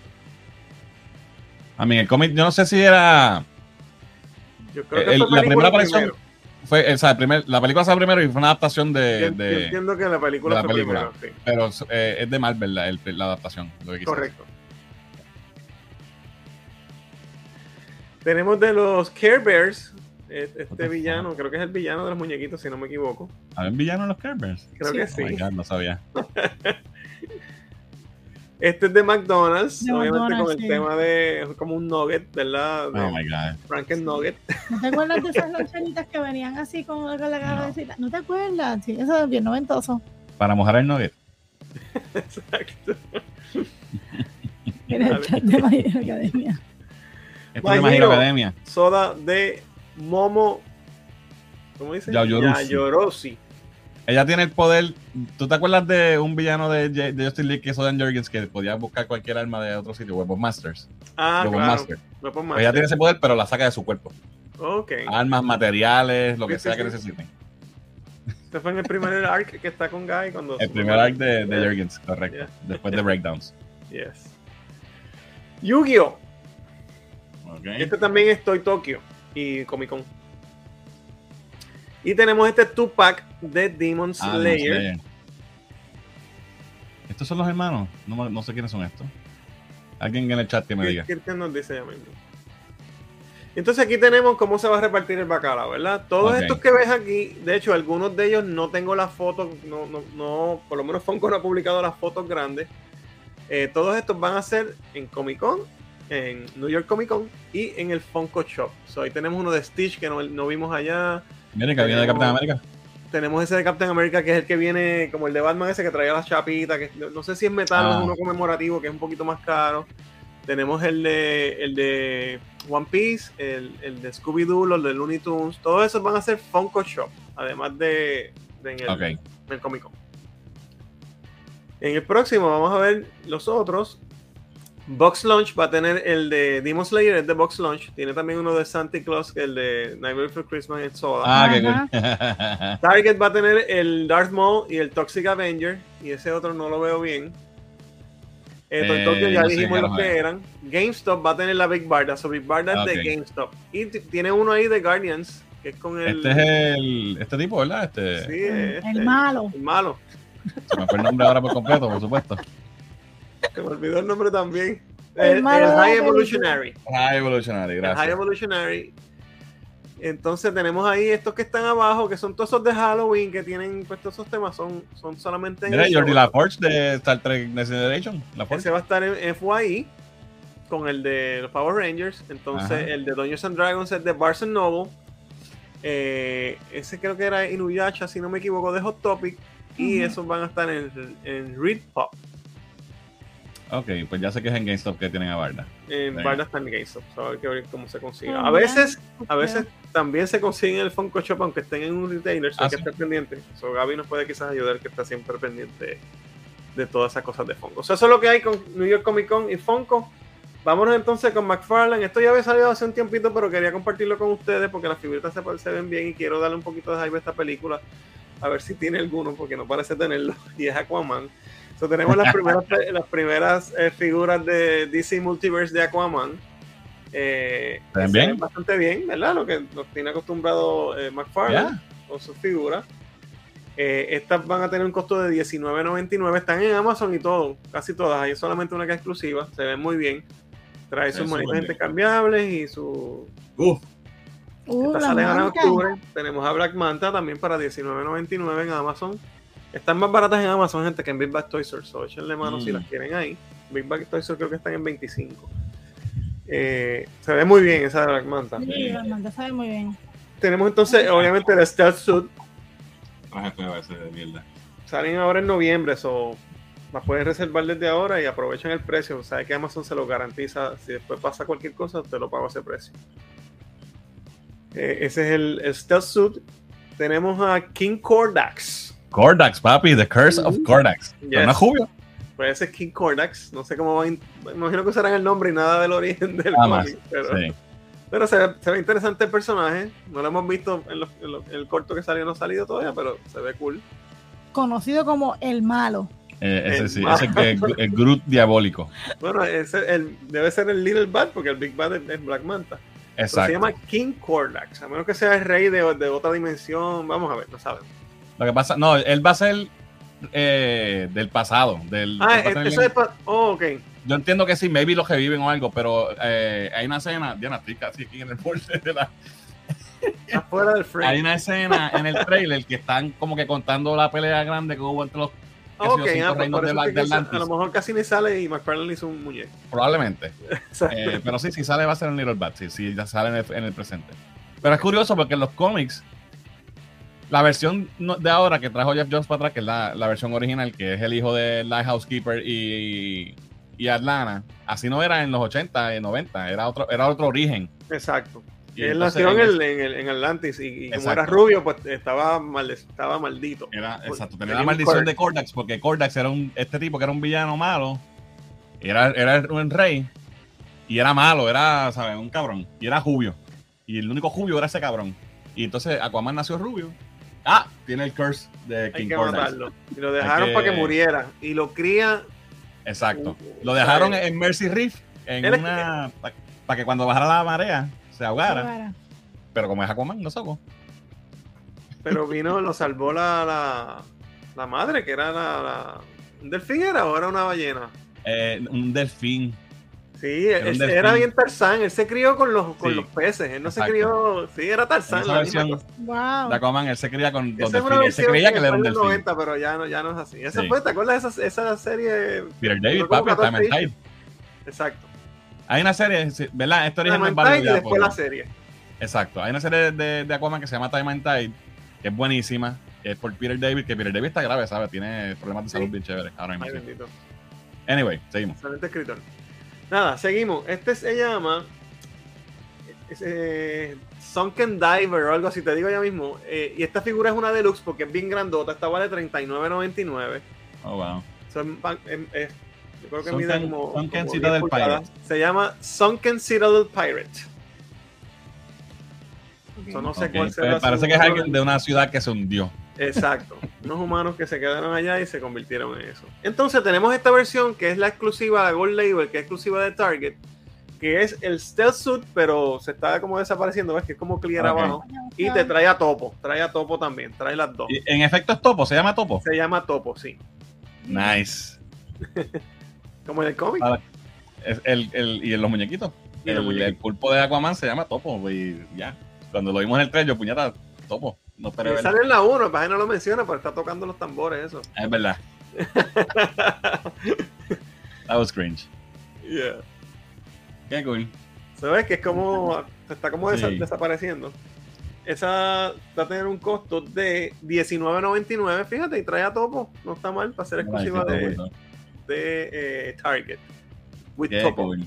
A mí el cómic, yo no sé si era... Yo creo que el, fue la primera aparición primero. fue, o sea, el primer, la película salió primero y fue una adaptación de... Yo, de yo entiendo que la película la fue película, primero, sí. Pero eh, es de Marvel la, el, la adaptación. Lo que correcto. Tenemos de los Care Bears, este villano, fuck? creo que es el villano de los muñequitos, si no me equivoco. ¿Habían villano en los Care Bears? Creo sí. que sí. Oh my God, no sabía. Este es de McDonald's, de obviamente McDonald's, con el sí. tema de como un nugget, ¿verdad? De oh my God. Franken Nugget. ¿No te acuerdas de esas loncheritas que venían así con la cabecita? ¿No te acuerdas? Sí, eso es bien noventoso. Para mojar el nugget. Exacto. Era el chat de My Hero Academia. Esto es de My Hero Academia. Soda de Momo. ¿Cómo dice? Yaoyorozu. Yaoyorozu. Ella tiene el poder. ¿Tú te acuerdas de un villano de, de Justin League que es Sodan Jurgens que podía buscar cualquier arma de otro sitio? Weapon Masters. Ah, Weapon claro. Master. Weapon Pues ella tiene ese poder, pero la saca de su cuerpo. Ok. Armas, materiales, lo que sí, sea sí, que sí. necesiten. Este fue en el primer arc que está con Guy. Cuando el primer arc de, de yeah. Jurgens, correcto. Yeah. Después de Breakdowns. Yes. Yu-Gi-Oh! Okay. Este también es Toy Tokyo y Comic Con. Y tenemos este two-pack de Demon Ah, Slayer. Slayer. ¿Estos son los hermanos? No, no sé quiénes son estos. Alguien en el chat que me diga. ¿Qué nos dice ya mismo? Entonces aquí tenemos cómo se va a repartir el bacalao, ¿verdad? Todos Okay. estos que ves aquí, de hecho algunos de ellos no tengo las fotos, no, no, no, por lo menos Funko no ha publicado las fotos grandes. Eh, todos estos van a ser en Comic Con, en New York Comic Con y en el Funko Shop. So, ahí tenemos uno de Stitch que no, no vimos allá. Miren que viene de Capitán América. Tenemos ese de Captain America que es el que viene como el de Batman ese que traía las chapitas, que no sé si es metal o Ah. es uno conmemorativo que es un poquito más caro. Tenemos el de el de One Piece, el, el de Scooby-Doo, los de Looney Tunes, todos esos van a ser Funko Shop, además de, de en, el, Okay. en el Comic Con. En el próximo vamos a ver los otros. Box Lunch va a tener el de Demon Slayer, es de Box Lunch. Tiene también uno de Santa Claus, que es el de Nightmare Before Christmas en Soda. Ah, qué Ajá. cool. Target va a tener el Darth Maul y el Toxic Avenger. Y ese otro no lo veo bien. Eh, Toy Eh, Tokyo ya no sé, dijimos ya los no que sé. eran. GameStop va a tener la Big Barda. So Big Barda es Ok. de GameStop. Y t- tiene uno ahí de Guardians. que es con el... Este es el... Este tipo, ¿verdad? Este... Sí, este, el malo. El malo. Se me fue el nombre ahora por completo, por supuesto. Se me olvidó el nombre también. El, el, malo el High de Evolutionary. High Evolutionary, gracias. El High Evolutionary. Entonces tenemos ahí estos que están abajo, que son todos esos de Halloween, que tienen pues todos esos temas, son, son solamente en Mira, el Jordi show. LaForge de Star Trek Next Generation. LaForge. Ese va a estar en F Y E con el de los Power Rangers. Entonces Ajá. el de Dungeons and Dragons es de Barnes and Noble. Eh, ese creo que era Inuyasha, si no me equivoco, de Hot Topic. Y Uh-huh. esos van a estar en, en Read Pop. Ok, pues ya sé que es en GameStop que tienen a Barda. En Venga. Barda está en GameStop. So, hay que ver cómo se consigue. Ah, A veces, mira. a veces también se consigue en el Funko Shop, aunque estén en un retailer. So Ah, hay que sí. estar pendiente. So, Gaby nos puede quizás ayudar, que está siempre pendiente de todas esas cosas de Funko. O sea, eso es lo que hay con New York Comic Con y Funko. Vámonos entonces con McFarlane. Esto ya había salido hace un tiempito, pero quería compartirlo con ustedes porque las figuritas se, se ven bien y quiero darle un poquito de hype a esta película. A ver si tiene alguno, porque no parece tenerlo. Y es Aquaman. So, tenemos las primeras, las primeras eh, figuras de D C Multiverse de Aquaman. Eh, ¿Se ven que bien? se ven bastante bien, ¿verdad? Lo que nos tiene acostumbrado eh, McFarlane Yeah. con sus figuras. Eh, estas van a tener un costo de diecinueve noventa y nueve. Están en Amazon y todo, casi todas. Hay solamente una que es exclusiva. Se ven muy bien. Trae sus Eso monitos bien. intercambiables y su... Uf. Uh, Esta la sale ahora en marca. octubre. Tenemos a Black Manta también para diecinueve noventa y nueve en Amazon. Están más baratas en Amazon, gente, que en Big Bad Toy Store. So, échenle mano Mm. si las quieren ahí. Big Bad Toy Store creo que están en veinticinco. Eh, se ve muy bien esa de Black Manta. Sí, la marca sabe muy bien. Tenemos entonces, obviamente, el Stealth Suit. Traje feo ese de mierda. Salen ahora en noviembre, so las puedes reservar desde ahora y aprovechan el precio. O sea que Amazon se lo garantiza. Si después pasa cualquier cosa, te lo pago a ese precio. Eh, ese es el, el Stealth Suit. Tenemos a King Kordax. Kordax, papi, The Curse of Kordax. Yes. ¿Pero no es Julio? Pues ese es King Kordax. No sé cómo van. Me imagino que usarán el nombre y nada del origen del Nada más. cómic. Pero, Sí. pero se, ve, se ve interesante el personaje. No lo hemos visto en, los- en los- en el corto que salió, no ha salido todavía, pero se ve cool. Conocido como el malo. Eh, ese El sí, malo. ese es el, el Groot diabólico. Bueno, ese, el, debe ser el Little Bad porque el Big Bad es, es Black Manta. Pero se Exacto. llama King Kordax. A menos que sea el rey de, de otra dimensión. Vamos a ver, no sabemos. Lo que pasa, no, él va a ser eh, del pasado. Del, Ah, él va a tener- eso es pa- oh, ok. Yo entiendo que sí, maybe los que viven o algo, pero eh, hay una escena, Diana, estoy casi aquí en el borde de la... Afuera del Hay frame. una escena en el trailer que están como que contando la pelea grande que hubo entre los Ah, ok, qué sé yo, cinco ah, pues reinos por de eso la- que de quizá- Atlantis. a lo mejor casi ni sale y McFarlane hizo un muñeco. probablemente. Exacto. Eh, pero sí, si sale va a ser un Little Bat, sí, sí, ya sale en el, en el presente. Pero es curioso porque en los cómics, la versión no- de ahora que trajo Jeff Jones para atrás, que es la, la versión original, que es el hijo de Lighthouse Keeper y, y Atlanta, así no era en los ochenta y noventa, era otro, era otro origen. Exacto. Y Él entonces, nació en, en el, en, el, en Atlantis y, y como Exacto. era rubio, pues estaba, mal, estaba maldito. Era, exacto, tenía Tenía la un maldición quirk. de Kordax, porque Kordax era un, este tipo que era un villano malo, era, era un rey, y era malo, era, ¿sabes? Un cabrón, y era rubio. Y el único rubio era ese cabrón. Y entonces Aquaman nació rubio. Ah, tiene el curse de Hay King que Kordax. matarlo. Y lo dejaron que- para que muriera. Y lo cría. Exacto. Uh, Lo dejaron ¿sabes? en Mercy Reef, en Él es- una, para que cuando bajara la marea se ahogara. Ahora. Pero como es Aquaman, no se ahogó. Pero vino, lo salvó la, la, la madre, que era la, la- ¿un delfín era o era una ballena? Eh, un delfín. Sí, Era un él- delfín. era bien Tarzán. Él se crió con los, con Sí, los peces. Él no exacto. se crió. Sí, era Tarzán. En esa La misma versión- cosa. Wow. De Aquaman, él se creía con dos Esa es una delfines. Él se versión creía que que él era un fue en los delfín. noventa, pero ya no, ya no es así. Esa Sí. fue, ¿te acuerdas de esa, esa serie? Peter David, Duró como papi, Time catorce and Tide. Exacto. Hay una serie, sí, ¿verdad? Esta origen no es Time and válida Tide y ya, después porque- la serie. Exacto. Hay una serie de, de Aquaman que se llama Time and Tide, que es buenísima. Que es por Peter David, que Peter David está grave, ¿sabes? Tiene problemas de salud Sí. bien chéveres ahora mismo. Ay, sí. bendito. Anyway, seguimos. Excelente escritor. Nada, seguimos. Este se llama es, eh, Sunken Diver o algo así, te digo ya mismo. Eh, y esta figura es una deluxe porque es bien grandota. Esta vale treinta y nueve noventa y nueve. Oh, wow. Son, em, eh, yo creo que Sunken- mide como, Sunken como Citadel diez pulgadas. Pirate. Se llama Sunken Citadel Pirate. Ok. Eso no sé Ok, cuál pues será. parece su- que es alguien de una ciudad que se hundió. Exacto. Unos humanos que se quedaron allá y se convirtieron en eso. Entonces tenemos esta versión que es la exclusiva, la Gold Label, que es exclusiva de Target, que es el Stealth Suit, pero se está como desapareciendo, ves que es como clear okay. abajo. Y te trae a Topo, trae a Topo también, trae las dos. ¿Y en efecto es Topo? ¿Se llama Topo? Se llama Topo, sí. Nice. Como en el cómic. Ah, el, el, el, y en los muñequitos. El, el, muñequito. El pulpo de Aquaman se llama Topo, y ya. Cuando lo vimos en el tren, yo puñata, Topo. No esperé sale en la uno, para que no lo menciona, pero está tocando los tambores, eso. Es verdad. That was cringe. Yeah. Qué cool. ¿Sabes? Que es como, se está como sí. desapareciendo. Esa va a tener un costo de diecinueve noventa y nueve, fíjate, y trae a Topo, no está mal para ser exclusiva de, bueno. de eh, Target. With Qué Topo. Cool.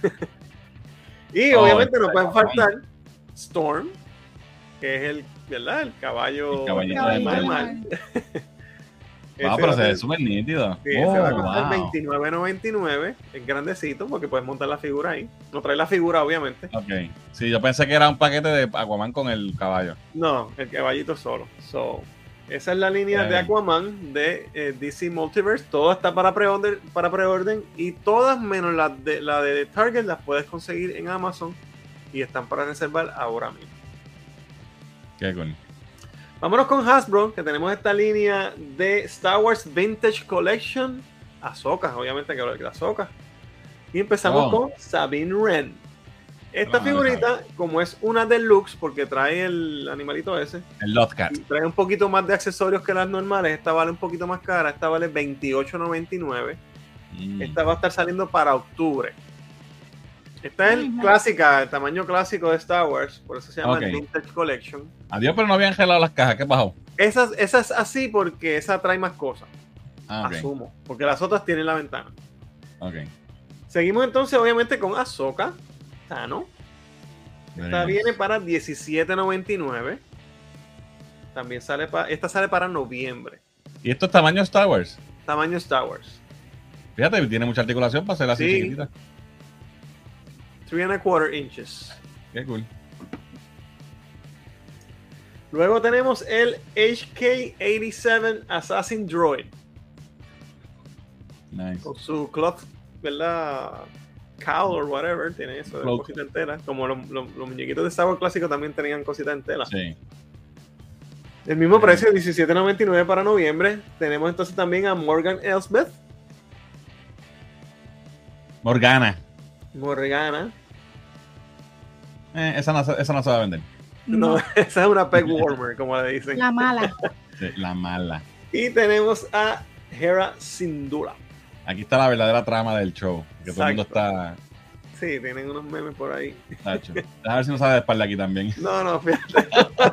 Y oh, obviamente no pueden faltar Storm, que es el, ¿verdad? El caballo, el caballito de mar. mar. Ah, pero se ve súper nítido. Sí, oh, se va a costar wow. veintinueve noventa y nueve, es grandecito porque puedes montar la figura ahí. No trae la figura, obviamente. Ok. Sí, yo pensé que era un paquete de Aquaman con el caballo. No, el caballito solo. So, esa es la línea hey. de Aquaman de eh, D C Multiverse. Todo está para pre-order, para pre-orden y todas menos la de, la de Target las puedes conseguir en Amazon y están para reservar ahora mismo. Qué cool. Vámonos con Hasbro, que tenemos esta línea de Star Wars Vintage Collection. Ahsoka, obviamente que hablar de Ahsoka. Y empezamos oh. con Sabine Wren. Esta oh, figurita, oh. como es una deluxe, porque trae el animalito ese. El Lothcat. Trae un poquito más de accesorios que las normales. Esta vale un poquito más cara. Esta vale veintiocho noventa y nueve. Mm. Esta va a estar saliendo para octubre. Esta es el clásica, el tamaño clásico de Star Wars, por eso se llama okay. Vintage Collection. Adiós, pero no habían gelado las cajas, ¿qué pasó? Esa, esa es así porque esa trae más cosas, ah, okay. asumo, porque las otras tienen la ventana. Okay. Seguimos entonces obviamente con Ahsoka Tano. Esta Very viene nice. para diecisiete noventa y nueve. También sale para, esta sale para noviembre. ¿Y esto es tamaño Star Wars? Tamaño Star Wars. Fíjate, tiene mucha articulación para ser así sí. chiquitita. three and a quarter inches. Qué cool. Luego tenemos el H K ochenta y siete Assassin Droid. Nice. Con su cloth, ¿verdad? Cowl or whatever. Tiene eso de cosita entera. Como los, los, los muñequitos de Star Wars clásico también tenían cositas enteras. Sí. El mismo sí. precio, diecisiete noventa y nueve para noviembre. Tenemos entonces también a Morgan Elsbeth. Morgana. Morgana. Eh, esa, no, esa no se va a vender. No, esa es una peg warmer, como le dicen. La mala. Sí, la mala. Y tenemos a Hera Syndulla. Aquí está la verdadera trama del show. Que Exacto. todo el mundo está. Sí, tienen unos memes por ahí. Tacho. A ver si no sabe de espalda aquí también. No, no, fíjate.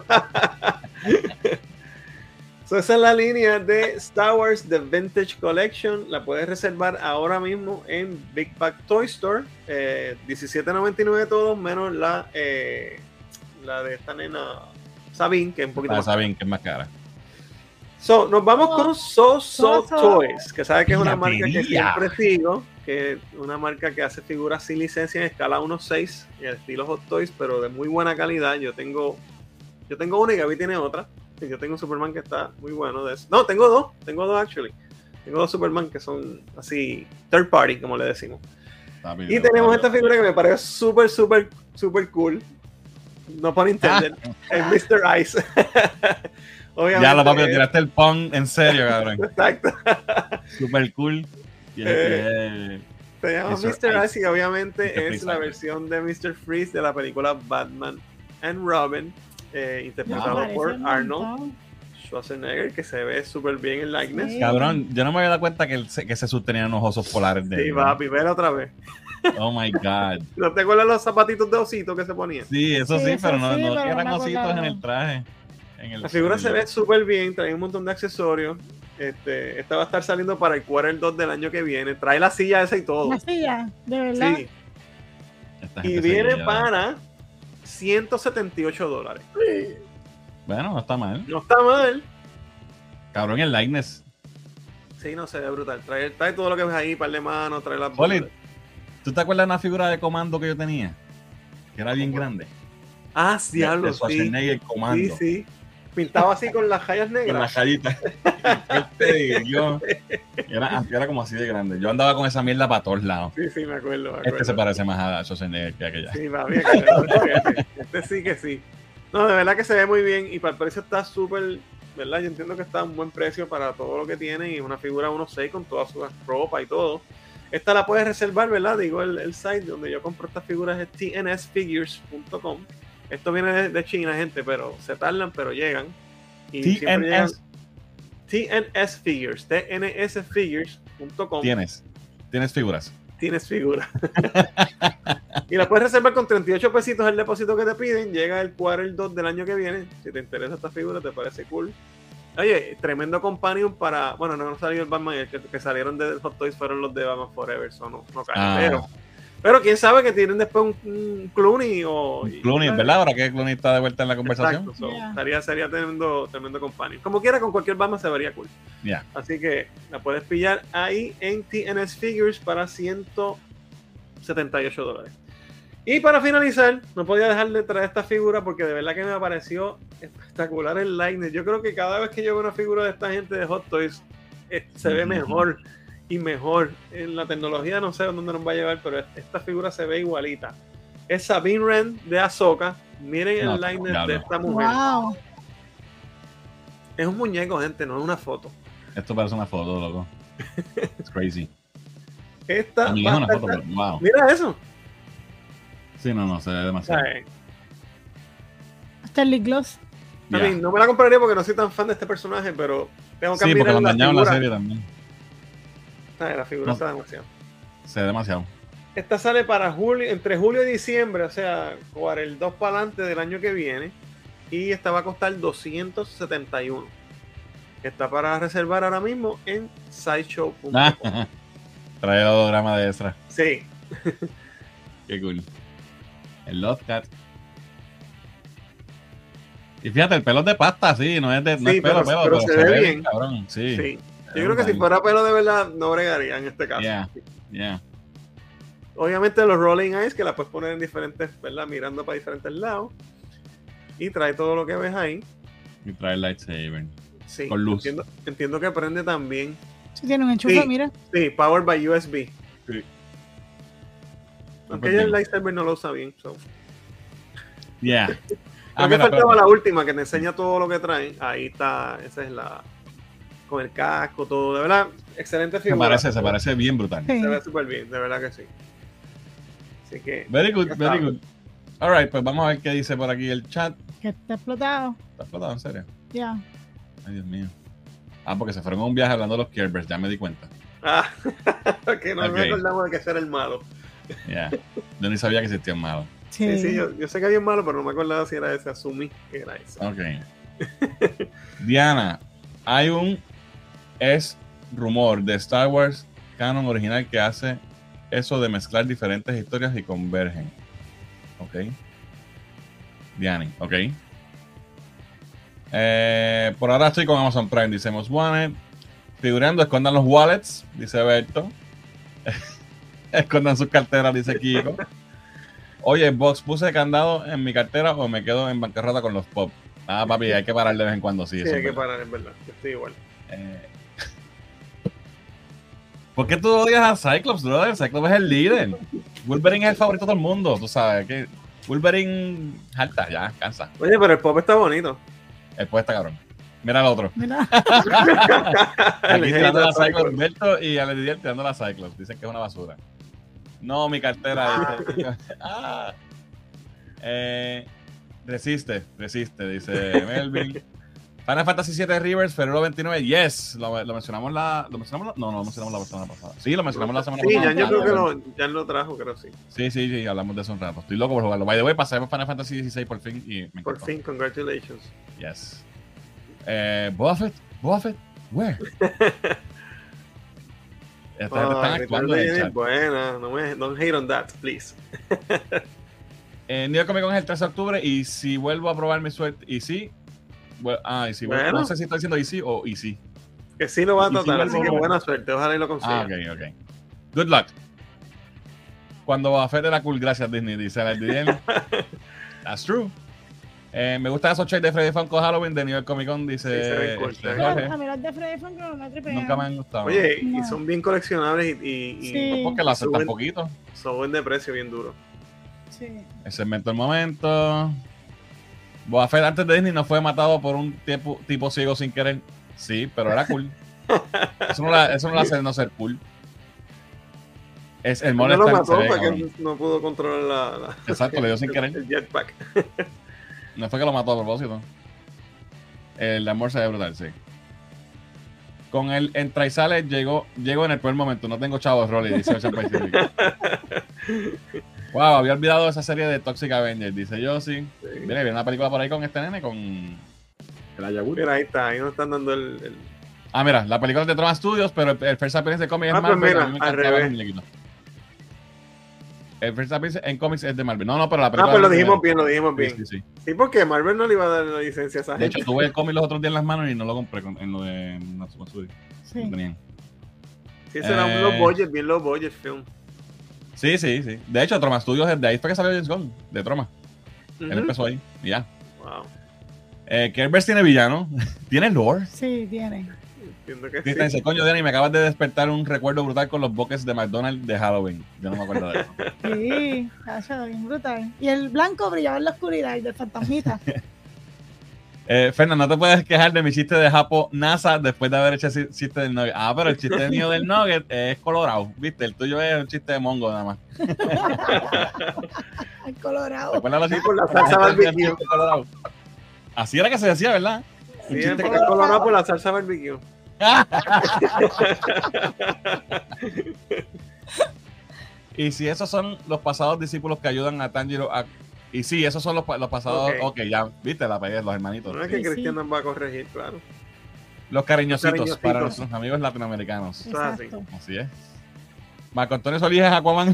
So, esa es la línea de Star Wars The Vintage Collection. La puedes reservar ahora mismo en Big Bag Toy Store. Eh, diecisiete noventa y nueve todos, menos la, eh, la de esta nena Sabine, que es un poquito la más Sabine, que es más cara. So, nos vamos con So So Toys, que sabe que es una marca que siempre sigo, que es una marca que hace figuras sin licencia en escala uno seis, en el estilo Hot Toys, pero de muy buena calidad. Yo tengo, yo tengo una y Gaby tiene otra. Yo tengo un Superman que está muy bueno de eso. No, tengo dos, tengo dos actually. Tengo dos Superman que son así, third party, como le decimos. Bien, y tenemos esta figura que me parece súper, súper, súper cool. No por entender. Es mister Ice. Obviamente, ya lo papi, tiraste el pun en serio, cabrón. Exacto. Súper cool. Y eh, se llama mister Ice, Ice y obviamente mister es Freeze, la okay. versión de mister Freeze de la película Batman and Robin. Eh, interpretado no, por Arnold Schwarzenegger, que se ve súper bien en likeness. Sí. Cabrón, yo no me había dado cuenta que, el, que se sostenían unos osos polares de sí, él. va, vela otra vez. Oh my God. ¿No te acuerdas los zapatitos de osito que se ponían? Sí, eso sí, sí pero, eso no, sí, no pero eran no ositos en el traje. En el la figura celular. se ve súper bien, trae un montón de accesorios. Este, esta va a estar saliendo para el quarter dos del año que viene. Trae la silla esa y todo. La silla, de verdad. Sí. Y viene para ciento setenta y ocho dólares. Bueno, no está mal. No está mal. Cabrón, el likeness. Sí, no se ve brutal. Trae, trae todo lo que ves ahí, par de manos, trae las Oli, ¿tú te acuerdas de una figura de comando que yo tenía? Que era bien grande. Ah, diablo, sí. sí. El comando. Sí, sí. pintado así con las rayas negras. Con las rayitas. Este, yo, era, era como así de grande. Yo andaba con esa mierda para todos lados. Sí, sí, me acuerdo. Me acuerdo. Este se parece más a Schwarzenegger que aquella. Sí, va bien. Este, este sí que sí. No, de verdad que se ve muy bien y para el precio está súper, ¿verdad? Yo entiendo que está a un buen precio para todo lo que tiene y es una figura uno punto seis con toda su ropa y todo. Esta la puedes reservar, ¿verdad? Digo, el, el site donde yo compro estas figuras es T N S figures punto com. Esto viene de, de China, gente, pero se tardan, pero llegan. Y T N S. T N S Figures, T N S figures punto com. Tienes. Tienes figuras. Tienes figuras. Y la puedes reservar con treinta y ocho pesitos el depósito que te piden. Llega el quarter dos del año que viene. Si te interesa esta figura, te parece cool. Oye, tremendo companion para... Bueno, no, no salió el Batman. El que, que salieron de Hot Toys fueron los de Batman Forever. Eso no, no cae. Ah. Pero, pero quién sabe que tienen después un, un Clooney o... Un Clooney, ¿verdad? Ahora que Clooney está de vuelta en la conversación. Exacto. So, yeah. Sería, sería tremendo, tremendo companion. Como quiera, con cualquier Batman se vería cool. Yeah. Así que la puedes pillar ahí en T N S Figures para ciento setenta y ocho dólares. Y para finalizar, no podía dejar de traer esta figura porque de verdad que me pareció espectacular el line. Yo creo que cada vez que yo veo una figura de esta gente de Hot Toys, eh, se ve mejor y mejor. En la tecnología no sé dónde nos va a llevar, pero esta figura se ve igualita. Es Sabine Wren de Ahsoka. Miren no, el line de esta mujer. Wow. Es un muñeco, gente, no es una foto. Esto parece una foto, loco. It's crazy. Esta es una foto, pero, wow. Mira eso. Sí, no, no, se ve demasiado. Hasta el lip gloss. Yeah. A mí, no me la compraría porque no soy tan fan de este personaje, pero tengo que sí, mirar porque lo la dañaron figura. la serie también. Ay, la figura no, está demasiado. Se ve demasiado. Esta sale para julio, entre julio y diciembre, o sea, para el dos para adelante del año que viene. Y esta va a costar doscientos setenta y uno. Está para reservar ahora mismo en sideshow punto com. Trae el holograma de Ezra. Sí. Qué cool. El Love Cat. Y fíjate, el pelo es de pasta, sí, no es de no sí, es pelo, pero, pelo, pero, pero se, se ve ve bien. Cabrón, sí. sí. Yo creo que si fuera pelo de verdad, no bregaría en este caso. Yeah, yeah. Obviamente los Rolling Eyes, que la puedes poner en diferentes, ¿verdad? Mirando para diferentes lados. Y trae todo lo que ves ahí. Y trae el lightsaber. Sí. Con luz. Entiendo, entiendo que prende también. Sí, tiene un enchufe, sí, mira. Sí, powered by U S B. Sí. Aunque ya el lightsaber no lo usa bien. So. Yeah. Ah, me faltaba pero... la última que te enseña todo lo que trae. Ahí está, esa es la con el casco, todo, de verdad, excelente figura. Se parece, se parece bien brutal. Sí. Se ve súper bien, de verdad que sí. Así que. Very good, very good. Alright, pues vamos a ver qué dice por aquí el chat. Que está explotado. ¿Está explotado, en serio? Ya. Yeah. Ay, Dios mío. Ah, porque se fueron a un viaje hablando de los Care Bears, ya me di cuenta. Ah, que no okay. me acordamos de que ese era el malo. Ya, yeah. Yo ni sabía que existía un malo. Sí, sí, sí yo, yo sé que había un malo, pero no me acordaba si era ese, asumí que era ese. Ok. Diana, hay un es rumor de Star Wars canon original que hace eso de mezclar diferentes historias y convergen. Ok. Diana, ok. Eh, por ahora estoy con Amazon Prime, dice Most Wanted. Figurando, escondan los wallets, dice Berto. Escondan sus carteras, dice Kiko. Oye, Box, ¿puse candado en mi cartera o me quedo en bancarrota con los pop? Ah, papi, hay que parar de vez en cuando, sí. Sí, eso hay que verdad. parar, en verdad. Yo estoy igual. Eh... ¿Por qué tú odias a Cyclops, brother? Cyclops es el líder. Wolverine es el favorito de todo el mundo, tú sabes. que Wolverine, jalta, ya, cansa. Oye, pero el pop está bonito. El pop está cabrón. Mira al otro. Mira. Aquí tirando la Cyclops, Berto y Aledidier tirando la Cyclops. Dicen que es una basura. No, mi cartera. Dice, ah. eh, resiste, resiste, dice Melvin. Final Fantasy siete Rivers, febrero veintinueve. Yes, lo, lo mencionamos la. ¿Lo mencionamos? La, no, no lo mencionamos la semana pasada. Sí, lo mencionamos la semana sí, pasada. Sí, ya yo creo que lo, ya lo trajo, creo sí. Sí, sí, sí, hablamos de eso un rato. Estoy loco por jugarlo. By the way, pasamos Final Fantasy dieciséis por fin y me Por encantó. fin, congratulations. Yes. Eh, Boba Fett, Boba Fett, where? Esta gente están actuando en el chat. Buena, no me, don't hate on that, please. eh, New York Comic Con es el tres de octubre y si vuelvo a probar mi suerte, y sí, well, ah, y si bueno. vuelvo, no sé si estoy diciendo y sí o y sí. Que sí lo va a tratar, así que buena suerte, ojalá y lo consiga. Ah, ok, ok. Good luck. Cuando Boba Fett era cool, gracias Disney, dice la Disney. That's true. Eh, me gustan esos chats de Freddy Funko Halloween de New York Comic Con, dice Sí, este, Jorge. A mí los de Freddy Funko no me tripean. Nunca me han gustado. Oye, no. y son bien coleccionables y, y, sí. y pues porque lo hacen tan poquito. Suben de precio bien duro. Sí. El segmento del momento. Boba Fett antes de Disney no fue matado por un tipo, tipo ciego sin querer. Sí, pero era cool. Eso no, la, eso no lo hace no ser cool. Es el mono no lo está mató en porque no pudo controlar la, la exacto, le dio sin querer el jetpack. No fue que lo mató a propósito. El amor se ve brutal, sí. Con el entra y sale llegó, llegó en el peor momento. No tengo chavos, Rolly, dice Ocean Pacific. Wow, había olvidado esa serie de Toxic Avengers, dice yo, sí. sí. Mira, viene una película por ahí con este nene, con el Ayahuasca. Mira, ahí está, ahí nos están dando el... el... Ah, mira, la película es de Troma Studios, pero el, el First Appearance de cómics ah, es Marvel. Pues mira, a mí me al revés. El First Appearance en cómics es de Marvel. No, no, pero la película... Ah, pero lo dijimos bien, lo dijimos bien. Sí, sí, sí. Sí, porque Marvel no le iba a dar la licencia a esa de gente. hecho, tuve el cómic los otros días en las manos y no lo compré con, en lo de Natsume Studios. Sí. No tenían. Sí, será eh... un low budget, bien low budget film. Sí, sí, sí. De hecho, Troma Studios, de ahí fue que salió James Gunn, de Troma. Uh-huh. Él empezó ahí, y ya. Wow. Eh, Kerber tiene villano. ¿Tiene lore? Sí, tiene. Entiendo que sí. sí. Dice, coño, Danny, me acabas de despertar un recuerdo brutal con los buckets de McDonald's de Halloween. Yo no me acuerdo de eso. Sí, ha bien brutal. Y el blanco brillaba en la oscuridad, y del fantasmita. eh, Fernan, no te puedes quejar de mi chiste de Japo NASA después de haber hecho el chiste del Nugget. Ah, pero el chiste mío del Nugget es colorado, ¿viste? El tuyo es un chiste de mongo nada más. El colorado. ¿Recuerdas los chistes por la salsa barbecue? Así era que se decía, ¿verdad? Sí, el chiste colorado. colorado por la salsa barbecue. Y si esos son los pasados discípulos que ayudan a Tanjiro a... Y sí, esos son los, los pasados... Ok, okay ya, viste, la pegué, los hermanitos. No es sí. que Cristian nos va a corregir, claro. Los cariñositos, los cariñositos para nuestros amigos latinoamericanos. Exacto. Así es. Marco Antonio Solís es Aquaman.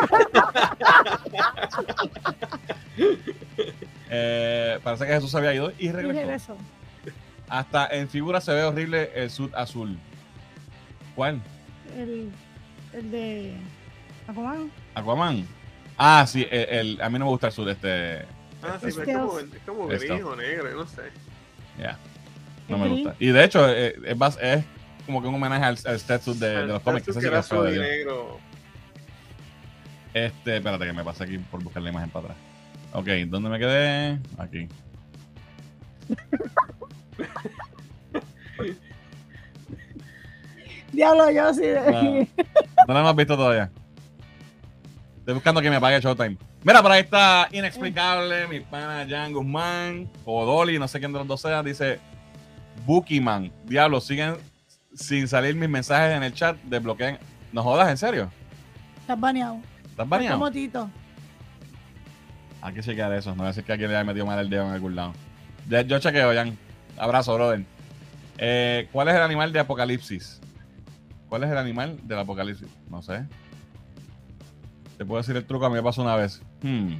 eh, parece que Jesús se había ido y regresó. Y regresó. Hasta en figura se ve horrible el sud azul. ¿Cuál? El, el de Aquaman. Aquaman. Ah, sí, el, el, a mí no me gusta el sud este. Ah, este sí, pero es como, es como gris o negro, no sé. Ya. Yeah. No me gusta. Y de hecho, eh, es, más, es como que un homenaje al, al statue de, de los cómics. Que era azul y negro. Este, espérate que me pasé aquí por buscar la imagen para atrás. Ok, ¿dónde me quedé? Aquí. Diablo, yo sí. De... No, no lo hemos visto todavía. Estoy buscando que me apague Showtime. Mira, por ahí está Inexplicable, mi pana Jan Guzmán, o Dolly, no sé quién de los dos sea, dice Bookieman. Diablo, siguen sin salir mis mensajes en el chat, desbloqueen. ¿No jodas, en serio? Estás baneado. ¿Estás baneado? Como Tito. Hay que chequear eso. No voy a decir que alguien le haya metido mal el dedo en algún lado. Yo chequeo, Jan. Abrazo, brother. Eh, ¿Cuál es el animal de Apocalipsis? ¿Cuál es el animal del Apocalipsis? No sé. Te puedo decir el truco, a mí me pasó una vez. Hmm.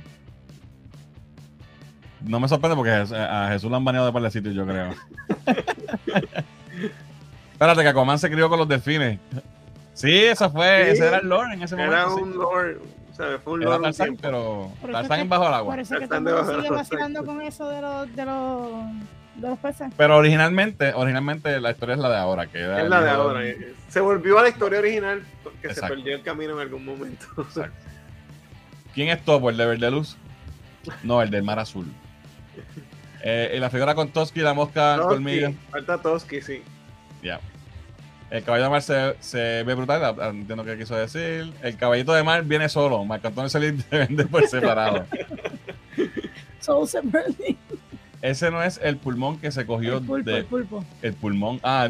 No me sorprende porque a Jesús lo han baneado de par de sitios, yo creo. Espérate, que Aquaman se crió con los delfines. Sí, eso fue, sí, ese era el lore en ese momento. Era un sí. lore, o sea, fue un era lore Tarzán, un pero por Tarzán que, en bajo el agua. Por eso que todo sigue vacilando con eso de los, de los, de los peces. Pero originalmente, originalmente la historia es la de ahora. Que era es la de ahora. De... Se volvió a la historia original porque Exacto. se perdió el camino en algún momento. Exacto. ¿Quién es Topo? ¿El de Verde Luz? No, el del Mar Azul. Eh, y la figura con Toski, la mosca Toski, colmillo. Falta Toski, sí. Ya. Yeah. El caballo de mar se, se ve brutal, entiendo qué quiso decir. El caballito de mar viene solo. Marco Antonio Solís te vende por separado. Soul separately. Ese no es el pulmón que se cogió el pulpo, de... El pulpo. El pulmón. Ah.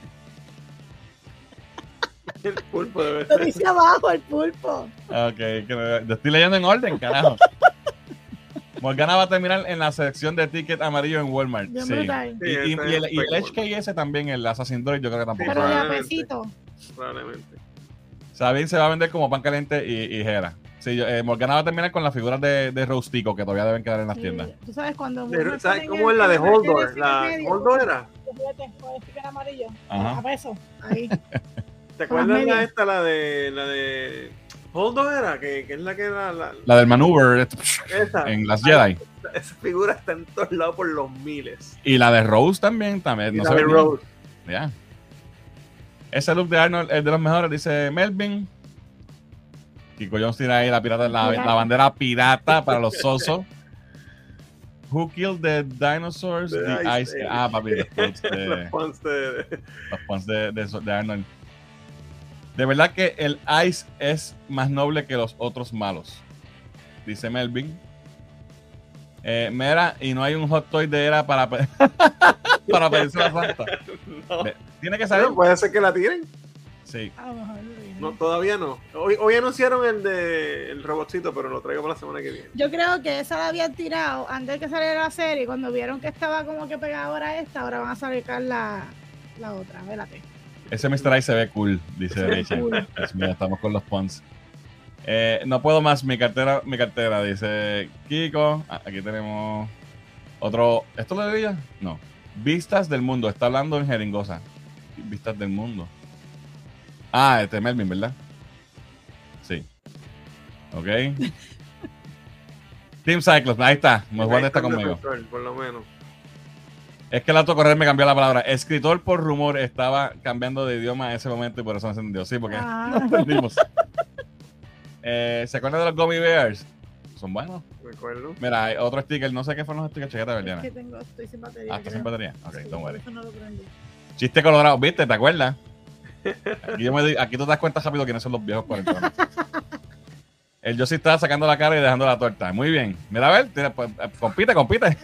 El pulpo debe ser. Lo dice abajo, el pulpo. Ok, que lo estoy leyendo en orden, carajo. Morgana va a terminar en la sección de ticket amarillo en Walmart. Bien sí. brutal. Y, y, y, el, y el H K S también, el Assassin's Creed, yo creo que tampoco. Pero de apesito. Probablemente. Sabine se va a vender como pan caliente y, y jera. Sí, yo, eh, Morgana va a terminar con las figuras de, de Roastico que todavía deben quedar en las sí, tiendas. ¿Tú sabes cuando? De, ¿Sabes cómo es la de Holdor? ¿La Holdor era? Con el sticker amarillo. Ajá. A peso. Ahí. ¿Te acuerdas la esta, la de, la de Holdo era, que, que es la que era la, la del maneuver esa, en las Jedi. Esa figura está en todos lados por los miles. Y la de Rose también, también. Y no la se de Rose. Ya. Yeah. Ese look de Arnold es de los mejores, dice Melvin. Kiko Jones tira ahí la, pirata, la, la bandera pirata para los sosos. Who killed the dinosaurs? The, the ice, ice Ah, papi, los punts de, los punts de, los punts de, de, de Arnold. De verdad que el Ice es más noble que los otros malos, dice Melvin. Eh, Mera, y no hay un hot toy de Era para, para pedirse la Santa. No. Tiene que saber. No, puede ser que la tiren. Sí. No, todavía no. Hoy, hoy anunciaron el de el robotcito, pero lo traigo para la semana que viene. Yo creo que esa la habían tirado antes de que saliera la serie. Cuando vieron que estaba como que pegada ahora esta, ahora van a sacar la, la otra. Vélate. Ese mister Ice se ve cool, dice Rachel. Cool. Pues mira, estamos con los puns. Eh, no puedo más, mi cartera, mi cartera, dice Kiko. Ah, aquí tenemos otro. ¿Esto lo leía? No. Vistas del mundo. Está hablando en jeringosa. Vistas del mundo. Ah, este es Melvin, ¿verdad? Sí. Ok. Team Cyclops, ahí está. Muy bueno está conmigo. Por lo menos. Es que el autocorrer me cambió la palabra. Escritor por rumor estaba cambiando de idioma en ese momento y por eso no se entendió. Sí, porque ah. entendimos. Eh, ¿Se acuerdan de los Gummy Bears? Son buenos. Recuerdo. Mira, hay otro sticker. No sé qué fueron los stickers. Chequeta, ¿verdad? Es que tengo, estoy sin batería. Ah, ¿estás sin batería? Ok, sí, don't worry. No lo Chiste colorado, ¿viste? ¿Te acuerdas? Aquí, yo me di, aquí tú te das cuenta rápido quiénes son los viejos cuarentones. El Josie estaba sacando la cara y dejando la torta. Muy bien. Mira, a ver, tira, pues, compite, compite.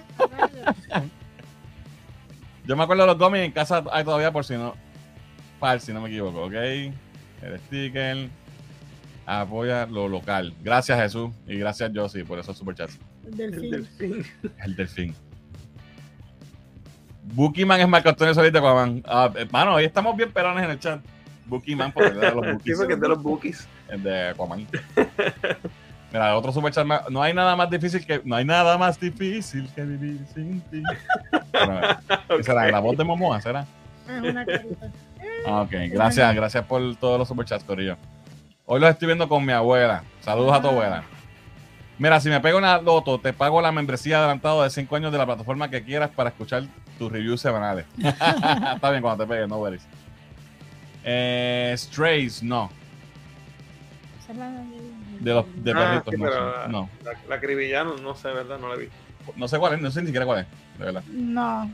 Yo me acuerdo de los gummies en casa hay todavía por si no. Par, si no me equivoco, ¿ok? El sticker. Apoya lo local. Gracias, Jesús. Y gracias, Josie, por esos superchats. El delfín. El delfín. El delfín. Bukiman es Marco Antonio Solís de Aquaman. Ah, hermano, hoy estamos bien perones en el chat. Bukiman, porque es de los Bookies. Sí, porque es de los Bookies. Es de Aquaman. Mira, otro superchat más. No hay nada más difícil que. No hay nada más difícil que vivir sin ti. Bueno, okay. ¿Será la voz de Momoa? ¿Será? Es una carita. Ok, gracias, gracias por todos los superchats, corillo. Hoy los estoy viendo con mi abuela. Saludos ah. a tu abuela. Mira, si me pego una loto, te pago la membresía adelantado de cinco años de la plataforma que quieras para escuchar tus reviews semanales. Está bien cuando te pegues, no worries. Eh, Strays, no. De los de ah, perritos, sí, no, la, no. La, la acribillaron, no sé, ¿verdad? No la he visto. No sé cuál es, no sé ni siquiera cuál es, de verdad. No.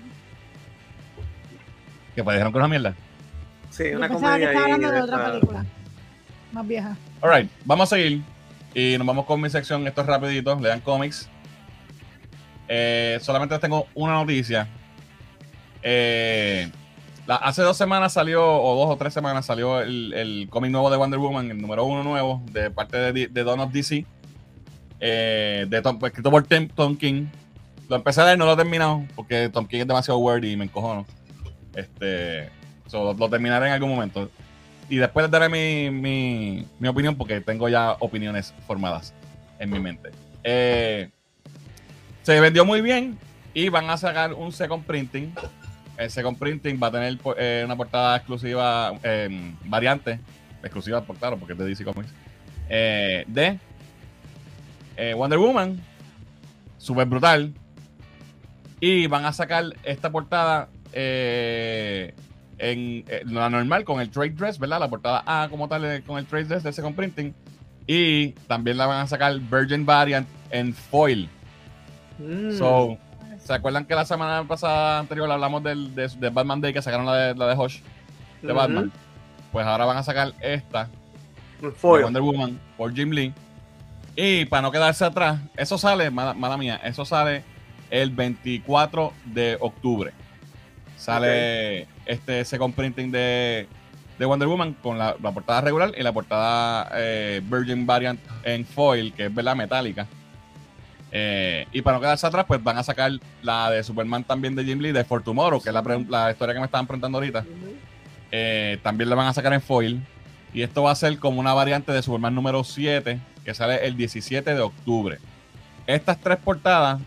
¿Que pues dijeron que es una mierda? Sí, Yo una pensaba comedia que estaba hablando ahí de de otra esta... película. Más vieja. Alright, vamos a seguir. Y nos vamos con mi sección. Esto es rapidito. Lean cómics. Eh, solamente les tengo una noticia. Eh, la, hace dos semanas salió, o dos o tres semanas salió el, el cómic nuevo de Wonder Woman, el número uno nuevo, de parte de, de Dawn of D C. Eh, de Tom, escrito por Tim, Tom King. Lo empecé a leer, no lo he terminado, porque Tom King es demasiado wordy y me encojono. Este, so, lo, lo terminaré en algún momento. Y después les daré mi, mi, mi opinión, porque tengo ya opiniones formadas en mi mente. Eh, se vendió muy bien y van a sacar un second printing. El second printing va a tener eh, una portada exclusiva, eh, variante, exclusiva, por claro, porque es de D C Comics, eh, de eh, Wonder Woman, súper brutal. Y van a sacar esta portada eh, en eh, la normal con el trade dress, ¿verdad? La portada A como tal eh, con el trade dress del second printing. Y también la van a sacar Virgin Variant en foil. Mm. So, ¿se acuerdan que la semana pasada anterior hablamos del, de, de Batman Day, que sacaron la de, la de Hush de uh-huh. Batman? Pues ahora van a sacar esta foil. De Wonder Woman por Jim Lee. Y para no quedarse atrás, eso sale, mala, mala mía, eso sale el veinticuatro de octubre. Sale okay. este second printing de, de Wonder Woman con la, la portada regular y la portada eh, Virgin Variant en foil, que es verdad metálica. Eh, y para no quedarse atrás, pues van a sacar la de Superman también de Jim Lee, de For Tomorrow, que es la, pre- la historia que me estaban preguntando ahorita. Uh-huh. Eh, también la van a sacar en foil. Y esto va a ser como una variante de Superman número siete, que sale el diecisiete de octubre. Estas tres portadas,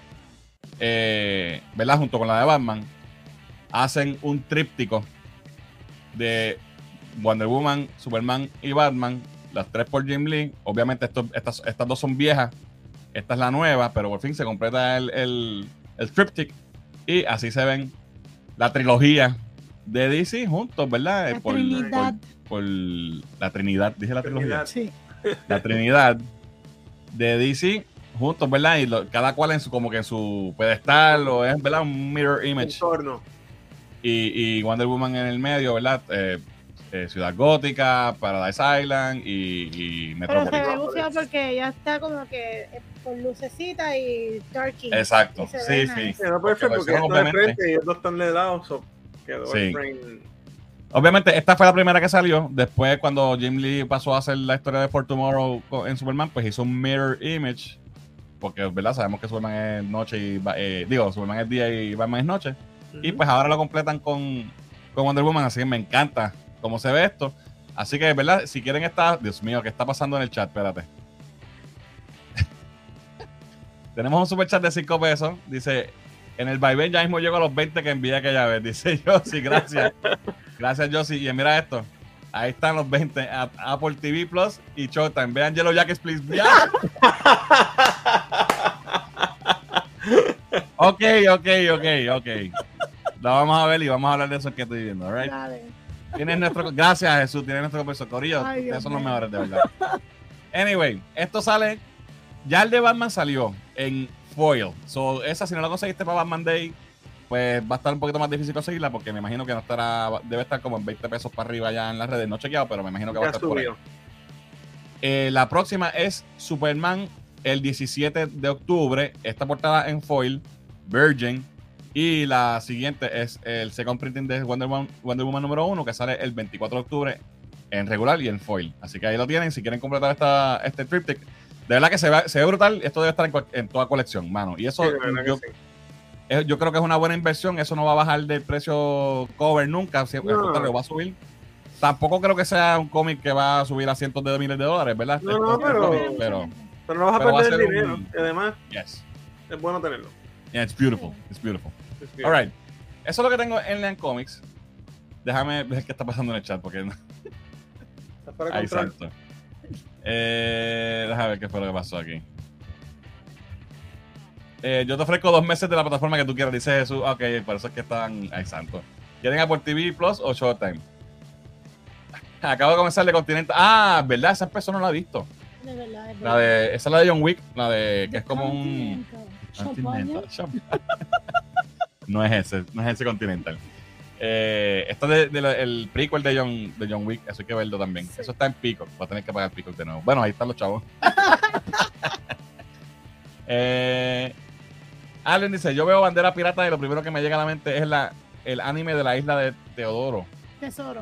eh, ¿verdad? Junto con la de Batman, hacen un tríptico de Wonder Woman, Superman y Batman las tres por Jim Lee. Obviamente esto, estas, estas dos son viejas. Esta es la nueva, pero por fin se completa el, el, el triptych. Y así se ven la trilogía de D C juntos, ¿verdad? La por, Trinidad. Por, por la Trinidad, dije la trilogía. Sí. La Trinidad de D C juntos, ¿verdad? Y lo, cada cual en su, como que en su pedestal, o es, ¿verdad? Un mirror image. Entorno. Y, y Wonder Woman en el medio, ¿verdad? Eh, eh, Ciudad Gótica, Paradise Island y, y Pero se ve Metropolis. bufiado porque ella está como que eh, con lucecita y darky. Exacto, Y se sí, ve sí. nice. Quedó perfecto porque Porque, ella está de obviamente- frente y ellos dos están de lado. So quedó Sí. el frame. Obviamente, esta fue la primera que salió. Después, cuando Jim Lee pasó a hacer la historia de For Tomorrow co- en Superman, pues hizo un mirror image. Porque, ¿verdad? Sabemos que Superman es noche y... Ba- Eh, digo, Superman es día y Batman es noche. Y pues ahora lo completan con, con Wonder Woman. Así que me encanta cómo se ve esto. Así que, ¿verdad? Si quieren estar... Dios mío, ¿qué está pasando en el chat? Espérate. Tenemos un super chat de cinco pesos. Dice... En el vaivén ya mismo llego a los veinte que envié aquella vez. Dice Josie, gracias. Gracias, Josie. Y mira esto. Ahí están los veinte. A- Apple T V Plus y Showtime. Vean Yellow Jackets, please. ¡Ya! Ok, ok, ok, ok. Lo vamos a ver y vamos a hablar de eso que estoy viendo, all right? Dale. Tienes nuestro... Gracias, Jesús. Tienes nuestro compromiso. Corillo, Ay, Dios ustedes son los mío. mejores, de verdad. Anyway, esto sale... Ya el de Batman salió en foil. So, esa, si no la conseguiste para Batman Day, pues va a estar un poquito más difícil conseguirla porque me imagino que no estará... Debe estar como en veinte pesos para arriba ya en las redes. No he chequeado, pero me imagino que va a Ya estar por ahí. subió. Eh, la próxima es Superman el diecisiete de octubre. Esta portada en foil, Virgin. Y la siguiente es el second printing de Wonder Woman, Wonder Woman número uno, que sale el veinticuatro de octubre en regular y en foil. Así que ahí lo tienen. Si quieren completar esta, este triptych, de verdad que se ve, se ve brutal. Esto debe estar en, cual- en toda colección, mano. Y eso Sí, de verdad que yo, sí. eh, yo creo que es una buena inversión. Eso no va a bajar del precio cover nunca. Si, No. al contrario, va a subir. Tampoco creo que sea un cómic que va a subir a cientos de miles de dólares, ¿verdad? No, Esto no, es un pero- cómic, pero Pero no vas a Pero va a perder el ser dinero. un- Y además, yes. es bueno tenerlo. Yeah, it's beautiful. It's beautiful. Es bien. All right. Eso es lo que tengo en Land Comics. Déjame ver qué está pasando en el chat porque no. Está para Ahí, comprar. exacto. Eh, déjame ver qué fue lo que pasó aquí. Eh, yo te ofrezco dos meses de la plataforma que tú quieras, dice Jesús. Ok, por eso es que están. Ay, santo. ¿Quieren Apple T V Plus o Showtime? Acabo de comenzar de Continental. Ah, ¿verdad? Esa persona no la ha visto. De verdad, de La verdad. de, esa es la de John Wick, la de que es como un. Continental. Continental. No es ese, no es ese Continental. Eh, esto es de, de- el prequel de John, de John Wick, eso hay que verlo también. Sí. Eso está en Peacock, va a tener que pagar Peacock de nuevo. Bueno, ahí están los chavos. eh, Allen dice, yo veo Bandera Pirata y lo primero que me llega a la mente es la, el anime de la isla de Teodoro. Tesoro.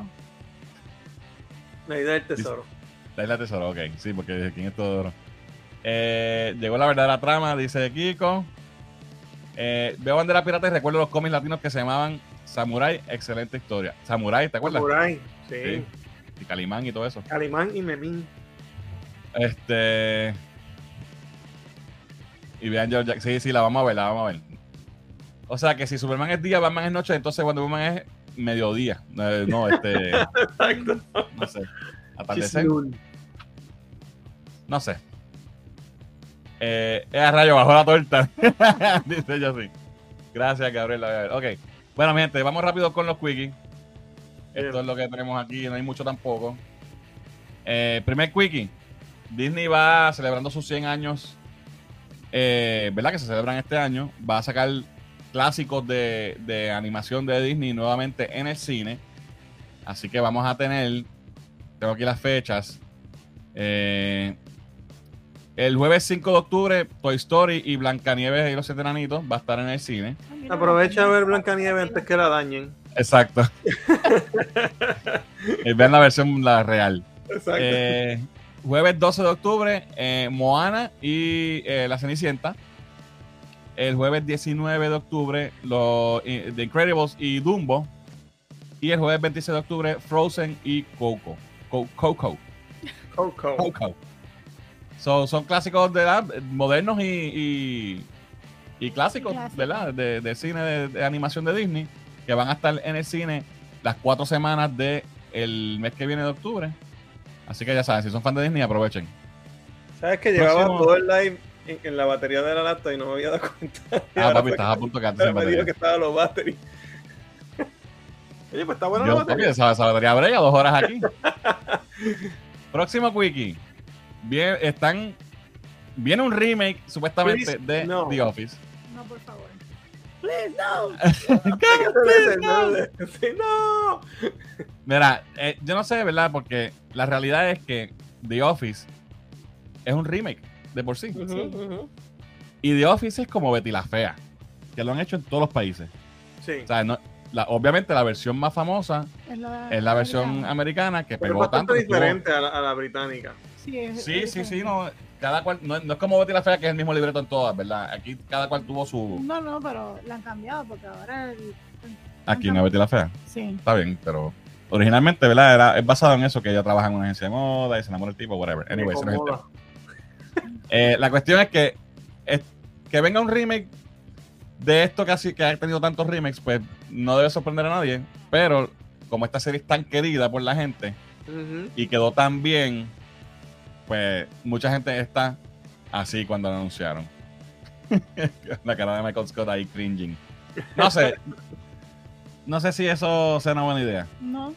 La idea del tesoro. La isla Tesoro, ok, sí, porque ¿quién es Teodoro? Eh, llegó la verdadera trama, dice Kiko. Eh, veo Bandera Pirata y recuerdo los cómics latinos que se llamaban Samurai, excelente historia. Samurai, ¿te acuerdas? Samurai, sí. Sí. Y Calimán y todo eso. Calimán y Memín. Este. Y vean George Jack- Sí, sí, la vamos a ver, la vamos a ver. O sea que si Superman es día, Batman es noche, entonces Wonder Woman es mediodía. Eh, no, este. Exacto. No sé. Atardecer. Chisnun. No sé. Eh, es a rayo bajo la torta. Dice yo sí. Gracias, Gabriel. la voy a ver. Ok. Bueno, mi gente, vamos rápido con los quickies. Esto Bien. es lo que tenemos aquí, no hay mucho tampoco. Eh, primer quickie. Disney va celebrando sus cien años, eh, ¿verdad? Que se celebran este año. Va a sacar clásicos de, de animación de Disney nuevamente en el cine. Así que vamos a tener, tengo aquí las fechas. Eh, el jueves cinco de octubre, Toy Story y Blancanieves y los Siete Enanitos va a estar en el cine. Aprovecha a ver Blancanieves antes que la dañen. Exacto. Eh, Vean la versión la real. Exacto. Eh, jueves doce de octubre, eh, Moana y eh, La Cenicienta. El jueves diecinueve de octubre, los eh, The Incredibles y Dumbo. Y el jueves veintiséis de octubre, Frozen y Coco. Co- Coco. Coco. Coco. So, son clásicos de edad, modernos y, y, y clásicos, Clásicos. ¿verdad? De, de cine de, de animación de Disney, que van a estar en el cine las cuatro semanas del mes que viene de octubre. Así que ya saben, si son fans de Disney, aprovechen. ¿Sabes que llevaba Próximo... todo el live en, en la batería de la laptop y no me había dado cuenta? Ah, papi, estás a punto de quedarte sin batería. Me dijo que estaba los batteries. Oye, pues está buena Yo, la batería. Papi, esa, esa batería brega dos horas aquí. Próximo quickie. Bien, están... Viene un remake, supuestamente, Please, de no. The Office. No, por favor. Please, no. Please, no. Sí, no. Mira, eh, yo no sé, ¿verdad? Porque la realidad es que The Office es un remake de por sí. Uh-huh, sí. Uh-huh. Y The Office es como Betty la Fea, que lo han hecho en todos los países. Sí. O sea, no, la, obviamente la versión más famosa es la, es la versión americana, americana que pero pegó es tanto. Es diferente a la, a la británica. Sí, es, sí, es sí, sí, no. Cada cual, no, no es como Betty la Fea, que es el mismo libreto en todas, ¿verdad? Aquí cada cual tuvo su... No, no, pero la han cambiado porque ahora... El, Aquí no es Betty la Fea. Sí. Está bien, pero originalmente, ¿verdad? Era, es basado en eso, que ella trabaja en una agencia de moda y se enamora del tipo, whatever. Anyway, eso no es el tema. Eh, la cuestión es que, es que venga un remake de esto que, así, que ha tenido tantos remakes, pues no debe sorprender a nadie, pero como esta serie es tan querida por la gente uh-huh. y quedó tan bien, pues mucha gente está así cuando lo anunciaron. La cara de Michael Scott ahí cringing. No sé. No sé si eso sea una buena idea. No.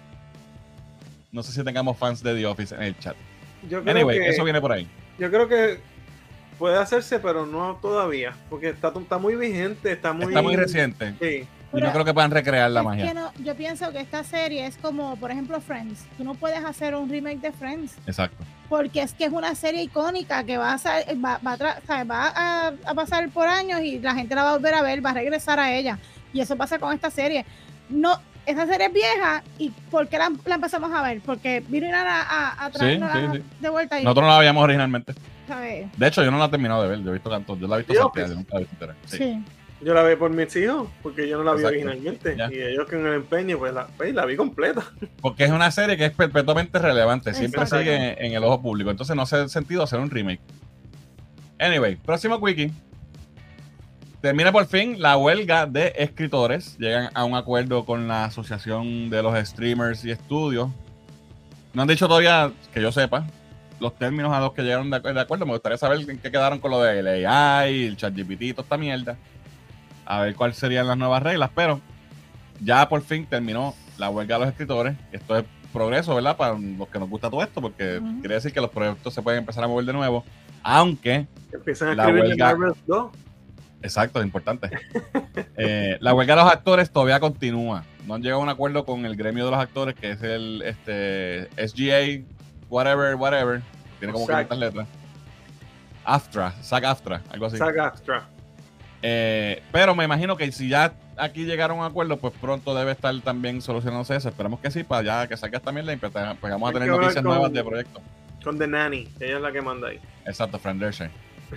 No sé si tengamos fans de The Office en el chat. Yo creo Anyway, que, eso viene por ahí. Yo creo que puede hacerse, pero no todavía. Porque está, está muy vigente, está muy... Está muy reciente. Sí. Y pero no creo que puedan recrear la magia. Que no, yo pienso que esta serie es como, por ejemplo, Friends. Tú no puedes hacer un remake de Friends. Exacto. Porque es que es una serie icónica que va a, va, va, a, va a, a pasar por años y la gente la va a volver a ver, va a regresar a ella. Y eso pasa con esta serie. No, esa serie es vieja. ¿Y por qué la, la empezamos a ver? Porque vino a, a, a traernos sí, sí, sí. de vuelta. Y, nosotros no la veíamos originalmente. ¿sabes? De hecho, yo no la he terminado de ver. Yo he visto tanto. Yo la he visto salteada, yo nunca la he visto entera. Sí. sí. Yo la vi por mis hijos, porque yo no la vi Exacto. originalmente. Ya. Y ellos con el empeño, pues la, pues la vi completa. Porque es una serie que es perpetuamente relevante. Siempre Exacto. sigue en, en el ojo público. Entonces no hace sentido hacer un remake. Anyway, próximo quickie. Termina por fin la huelga de escritores. Llegan a un acuerdo con la asociación de los streamers y estudios. No han dicho todavía, que yo sepa, los términos a los que llegaron de, de acuerdo. Me gustaría saber en qué quedaron con lo del A I, el ChatGPT y toda esta mierda. A ver cuáles serían las nuevas reglas. Pero ya por fin terminó la huelga de los escritores. Esto es progreso, ¿verdad? Para los que nos gusta todo esto, porque uh-huh. quiere decir que los proyectos se pueden empezar a mover de nuevo. Aunque empiezan a la escribir huelga... Marvel dos. Exacto, es importante. eh, la huelga de los actores todavía continúa. No han llegado a un acuerdo con el gremio de los actores, que es el este, S G A, whatever, whatever. Tiene como quinientas letras. AFTRA, SAG-AFTRA, algo así. SAG-AFTRA. Eh, pero me imagino que si ya aquí llegaron a un acuerdo, pues pronto debe estar también solucionándose eso. Esperamos que sí, para ya que salga esta mierda y pues, pues vamos a tener noticias con, nuevas de proyectos. Con The Nanny, ella es la que manda ahí. Exacto, Fran Drescher.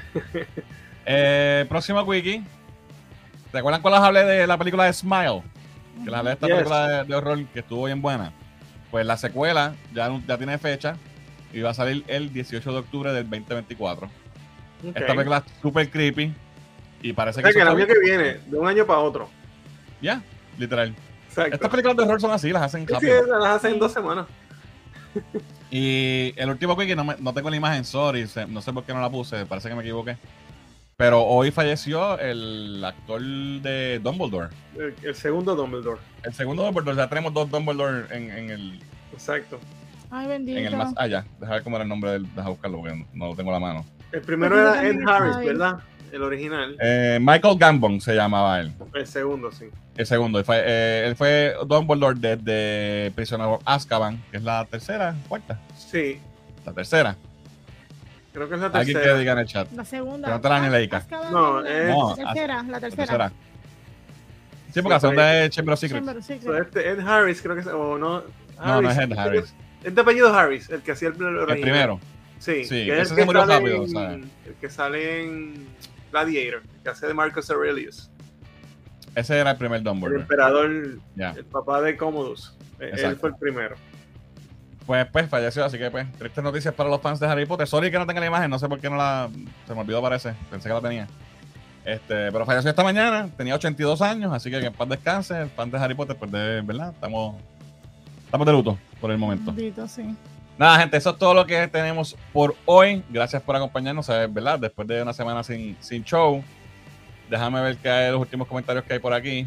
Eh, próximo wiki. ¿Te acuerdan cuando les hablé de la película de Smile? Que les hablé de esta yes. película de, de horror que estuvo bien buena. Pues la secuela ya, ya tiene fecha y va a salir el dieciocho de octubre del veinte veinticuatro. Okay. Esta película es súper creepy y parece o sea, que, que el año que viene, de un año para otro. Ya, yeah, literal. Exacto. Estas películas de horror son así, las hacen sí, rápido. Sí, las hacen en dos semanas. Y el último wiki, no, me, no tengo la imagen, sorry, no sé por qué no la puse, parece que me equivoqué. Pero hoy falleció el actor de Dumbledore. El, el segundo Dumbledore. El segundo Dumbledore. Ya tenemos dos Dumbledore en, en el... Exacto. Ay, bendito. En el más allá. Deja ver cómo era el nombre del... Deja buscarlo porque no lo tengo a la mano. El primero era Ed Harris, ¿verdad? El original. Eh, Michael Gambon se llamaba él. El segundo, sí. El segundo. Él fue, eh, él fue Dumbledore desde Prisoner of Azkaban, que es la tercera, cuarta. Sí. La tercera. Creo que es la tercera. Alguien que diga en el chat. La segunda. Que no te la Leica. No, es no, la tercera, la tercera. La tercera. Sí, porque sí, la segunda es Chamber of Secrets. Chamber of Secrets. So, este Ed Harris, creo que es. O no. Harris, no, no es Ed Harris. Es de apellido Harris, el que hacía el, el, el primero. Sí, sí que ese se murió rápido. En, ¿sabes? El que sale en Gladiator, el que hace de Marcus Aurelius. Ese era el primer Dumbledore. El emperador, yeah. el papá de Commodus. Exacto. Él fue el primero. Pues, pues falleció, así que pues, tristes noticias para los fans de Harry Potter. Sorry que no tenga la imagen, no sé por qué no la... Se me olvidó, parece, pensé que la tenía. Este, pero falleció esta mañana, tenía ochenta y dos años, así que que en paz descanse, el fan de Harry Potter, pues de verdad, estamos, estamos de luto por el momento. Bendito, sí. Nada, gente, eso es todo lo que tenemos por hoy. Gracias por acompañarnos, ¿verdad? Después de una semana sin, sin show. Déjame ver qué hay los últimos comentarios que hay por aquí.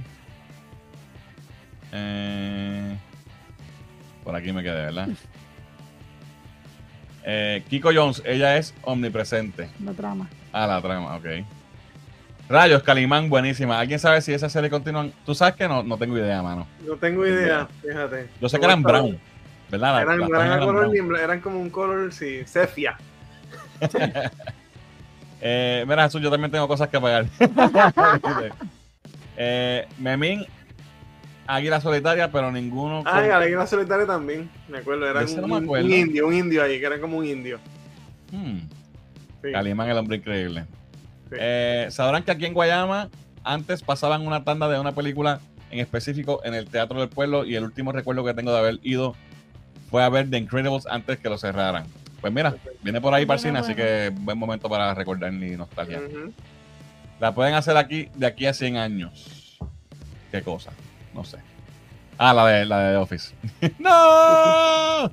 Eh, por aquí me quedé, ¿verdad? Eh, Kiko Jones, ella es omnipresente. La trama. Ah, la trama, ok. Rayos, Calimán, buenísima. ¿Alguien sabe si esa serie continúa? ¿Tú sabes que no? No tengo idea, mano. No tengo idea, fíjate. Yo sé que eran brown, ¿verdad? Eran, las eran, eran, color, brown. eran como un color, sí, sepia. eh, mira, Jesús, yo también tengo cosas que pagar. eh, Memín, Águila Solitaria, pero ninguno. Ah, con... Águila Solitaria también, me acuerdo. Era un, no me acuerdo. un indio, un indio ahí, que era como un indio. Hmm. Sí. Calimán, el hombre increíble. Sí. Eh, sabrán que aquí en Guayama antes pasaban una tanda de una película en específico en el Teatro del Pueblo y el último recuerdo que tengo de haber ido fue a ver The Incredibles antes que lo cerraran. Pues mira, viene por ahí para el cine, así que buen momento para recordar mi nostalgia. Uh-huh. La pueden hacer aquí de aquí a cien años. ¿Qué cosa? No sé. Ah, la de, la de The Office. ¡No!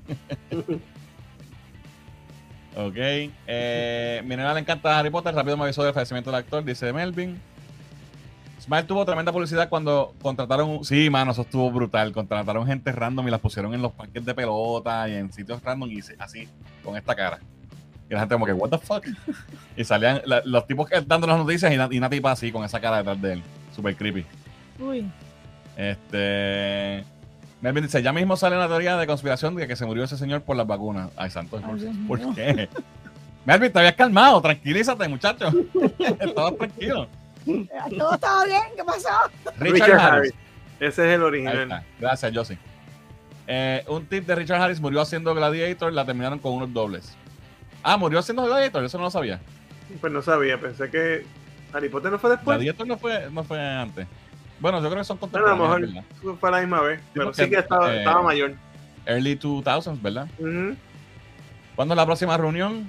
Ok. Eh, mi nena le encanta Harry Potter. Rápido me avisó del fallecimiento del actor, dice Melvin. Smile tuvo tremenda publicidad cuando contrataron. Sí, mano, eso estuvo brutal. Contrataron gente random y las pusieron en los parques de pelota y en sitios random y así, con esta cara. Y la gente, como que, ¿what the fuck? Y salían la, los tipos que dando las noticias y una, y una tipa así, con esa cara detrás de él. Super creepy. Uy. Este. Melvin dice, ya mismo sale una teoría de conspiración de que se murió ese señor por las vacunas. Ay, santo, Ay, ¿por Dios qué? Mío. Melvin, te habías calmado, tranquilízate, muchacho. Estabas tranquilo. Todo estaba bien, ¿qué pasó? Richard, Richard Harris. Harris. Ese es el original. Gracias, Josie. Eh, un tip de Richard Harris, murió haciendo Gladiator, la terminaron con unos dobles. Ah, murió haciendo Gladiator, eso no lo sabía. Pues no sabía, pensé que Harry Potter no fue después. Gladiator no fue, no fue antes. Bueno, yo creo que son contemporáneos. No, a lo mejor fue la misma vez, sí, pero sí que estaba, eh, estaba mayor. Early two thousands, ¿verdad? Uh-huh. ¿Cuándo es la próxima reunión?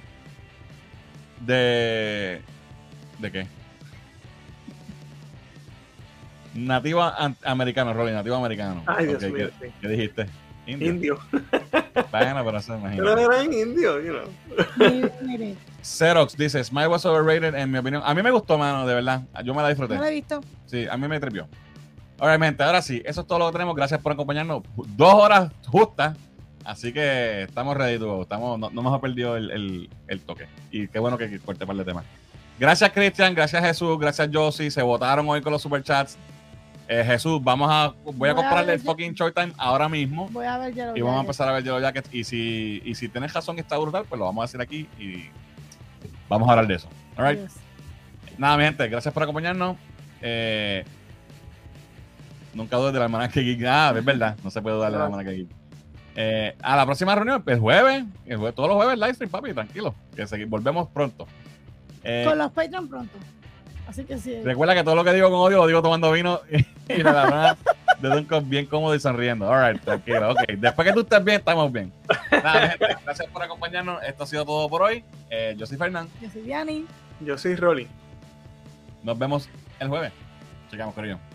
De... ¿De qué? Nativo americano, Rolly, nativo americano. Ay, Dios okay, mío, ¿qué, sí. ¿Qué dijiste? Indio. Indio. Bueno, pero eso imagino. Pero era en indio, you know. Xerox dice, Smile was overrated, en mi opinión. A mí me gustó, mano, de verdad. Yo me la disfruté. No la he visto. Sí, a mí me tripió. Obviamente, ahora sí, eso es todo lo que tenemos. Gracias por acompañarnos. Dos horas justas. Así que estamos ready to go. Estamos, no, no nos ha perdido el, el, el toque. Y qué bueno que, que corte par de temas. Gracias, Cristian. Gracias, Jesús. Gracias, Josie. Se votaron hoy con los superchats. Eh, Jesús, vamos a voy, voy a comprarle a el fucking Showtime ahora mismo. Voy a ver Yellow Y vamos Jacket. a empezar a ver Yellow Jacket. Y si, y si tienes razón y está brutal, pues lo vamos a hacer aquí y vamos a hablar de eso. All right. Yes. Nada, mi gente, gracias por acompañarnos. Eh, nunca dudes de la Almanaque Geek. Ah, es verdad, no se puede dudar de la Almanaque Geek. Eh, a la próxima reunión, el jueves, el jueves, todos los jueves live stream, papi, tranquilo. Que se, volvemos pronto. Eh, con los Patreon pronto. Así que sí. Recuerda que todo lo que digo con odio lo digo tomando vino y, y la verdad de un bien cómodo y sonriendo. All right, tranquilo. Ok, después que tú estés bien, estamos bien. Nada, gente, gracias por acompañarnos. Esto ha sido todo por hoy. Eh, yo soy Fernán. Yo soy Diani. Yo soy Rolly. Nos vemos el jueves. Checamos con ello.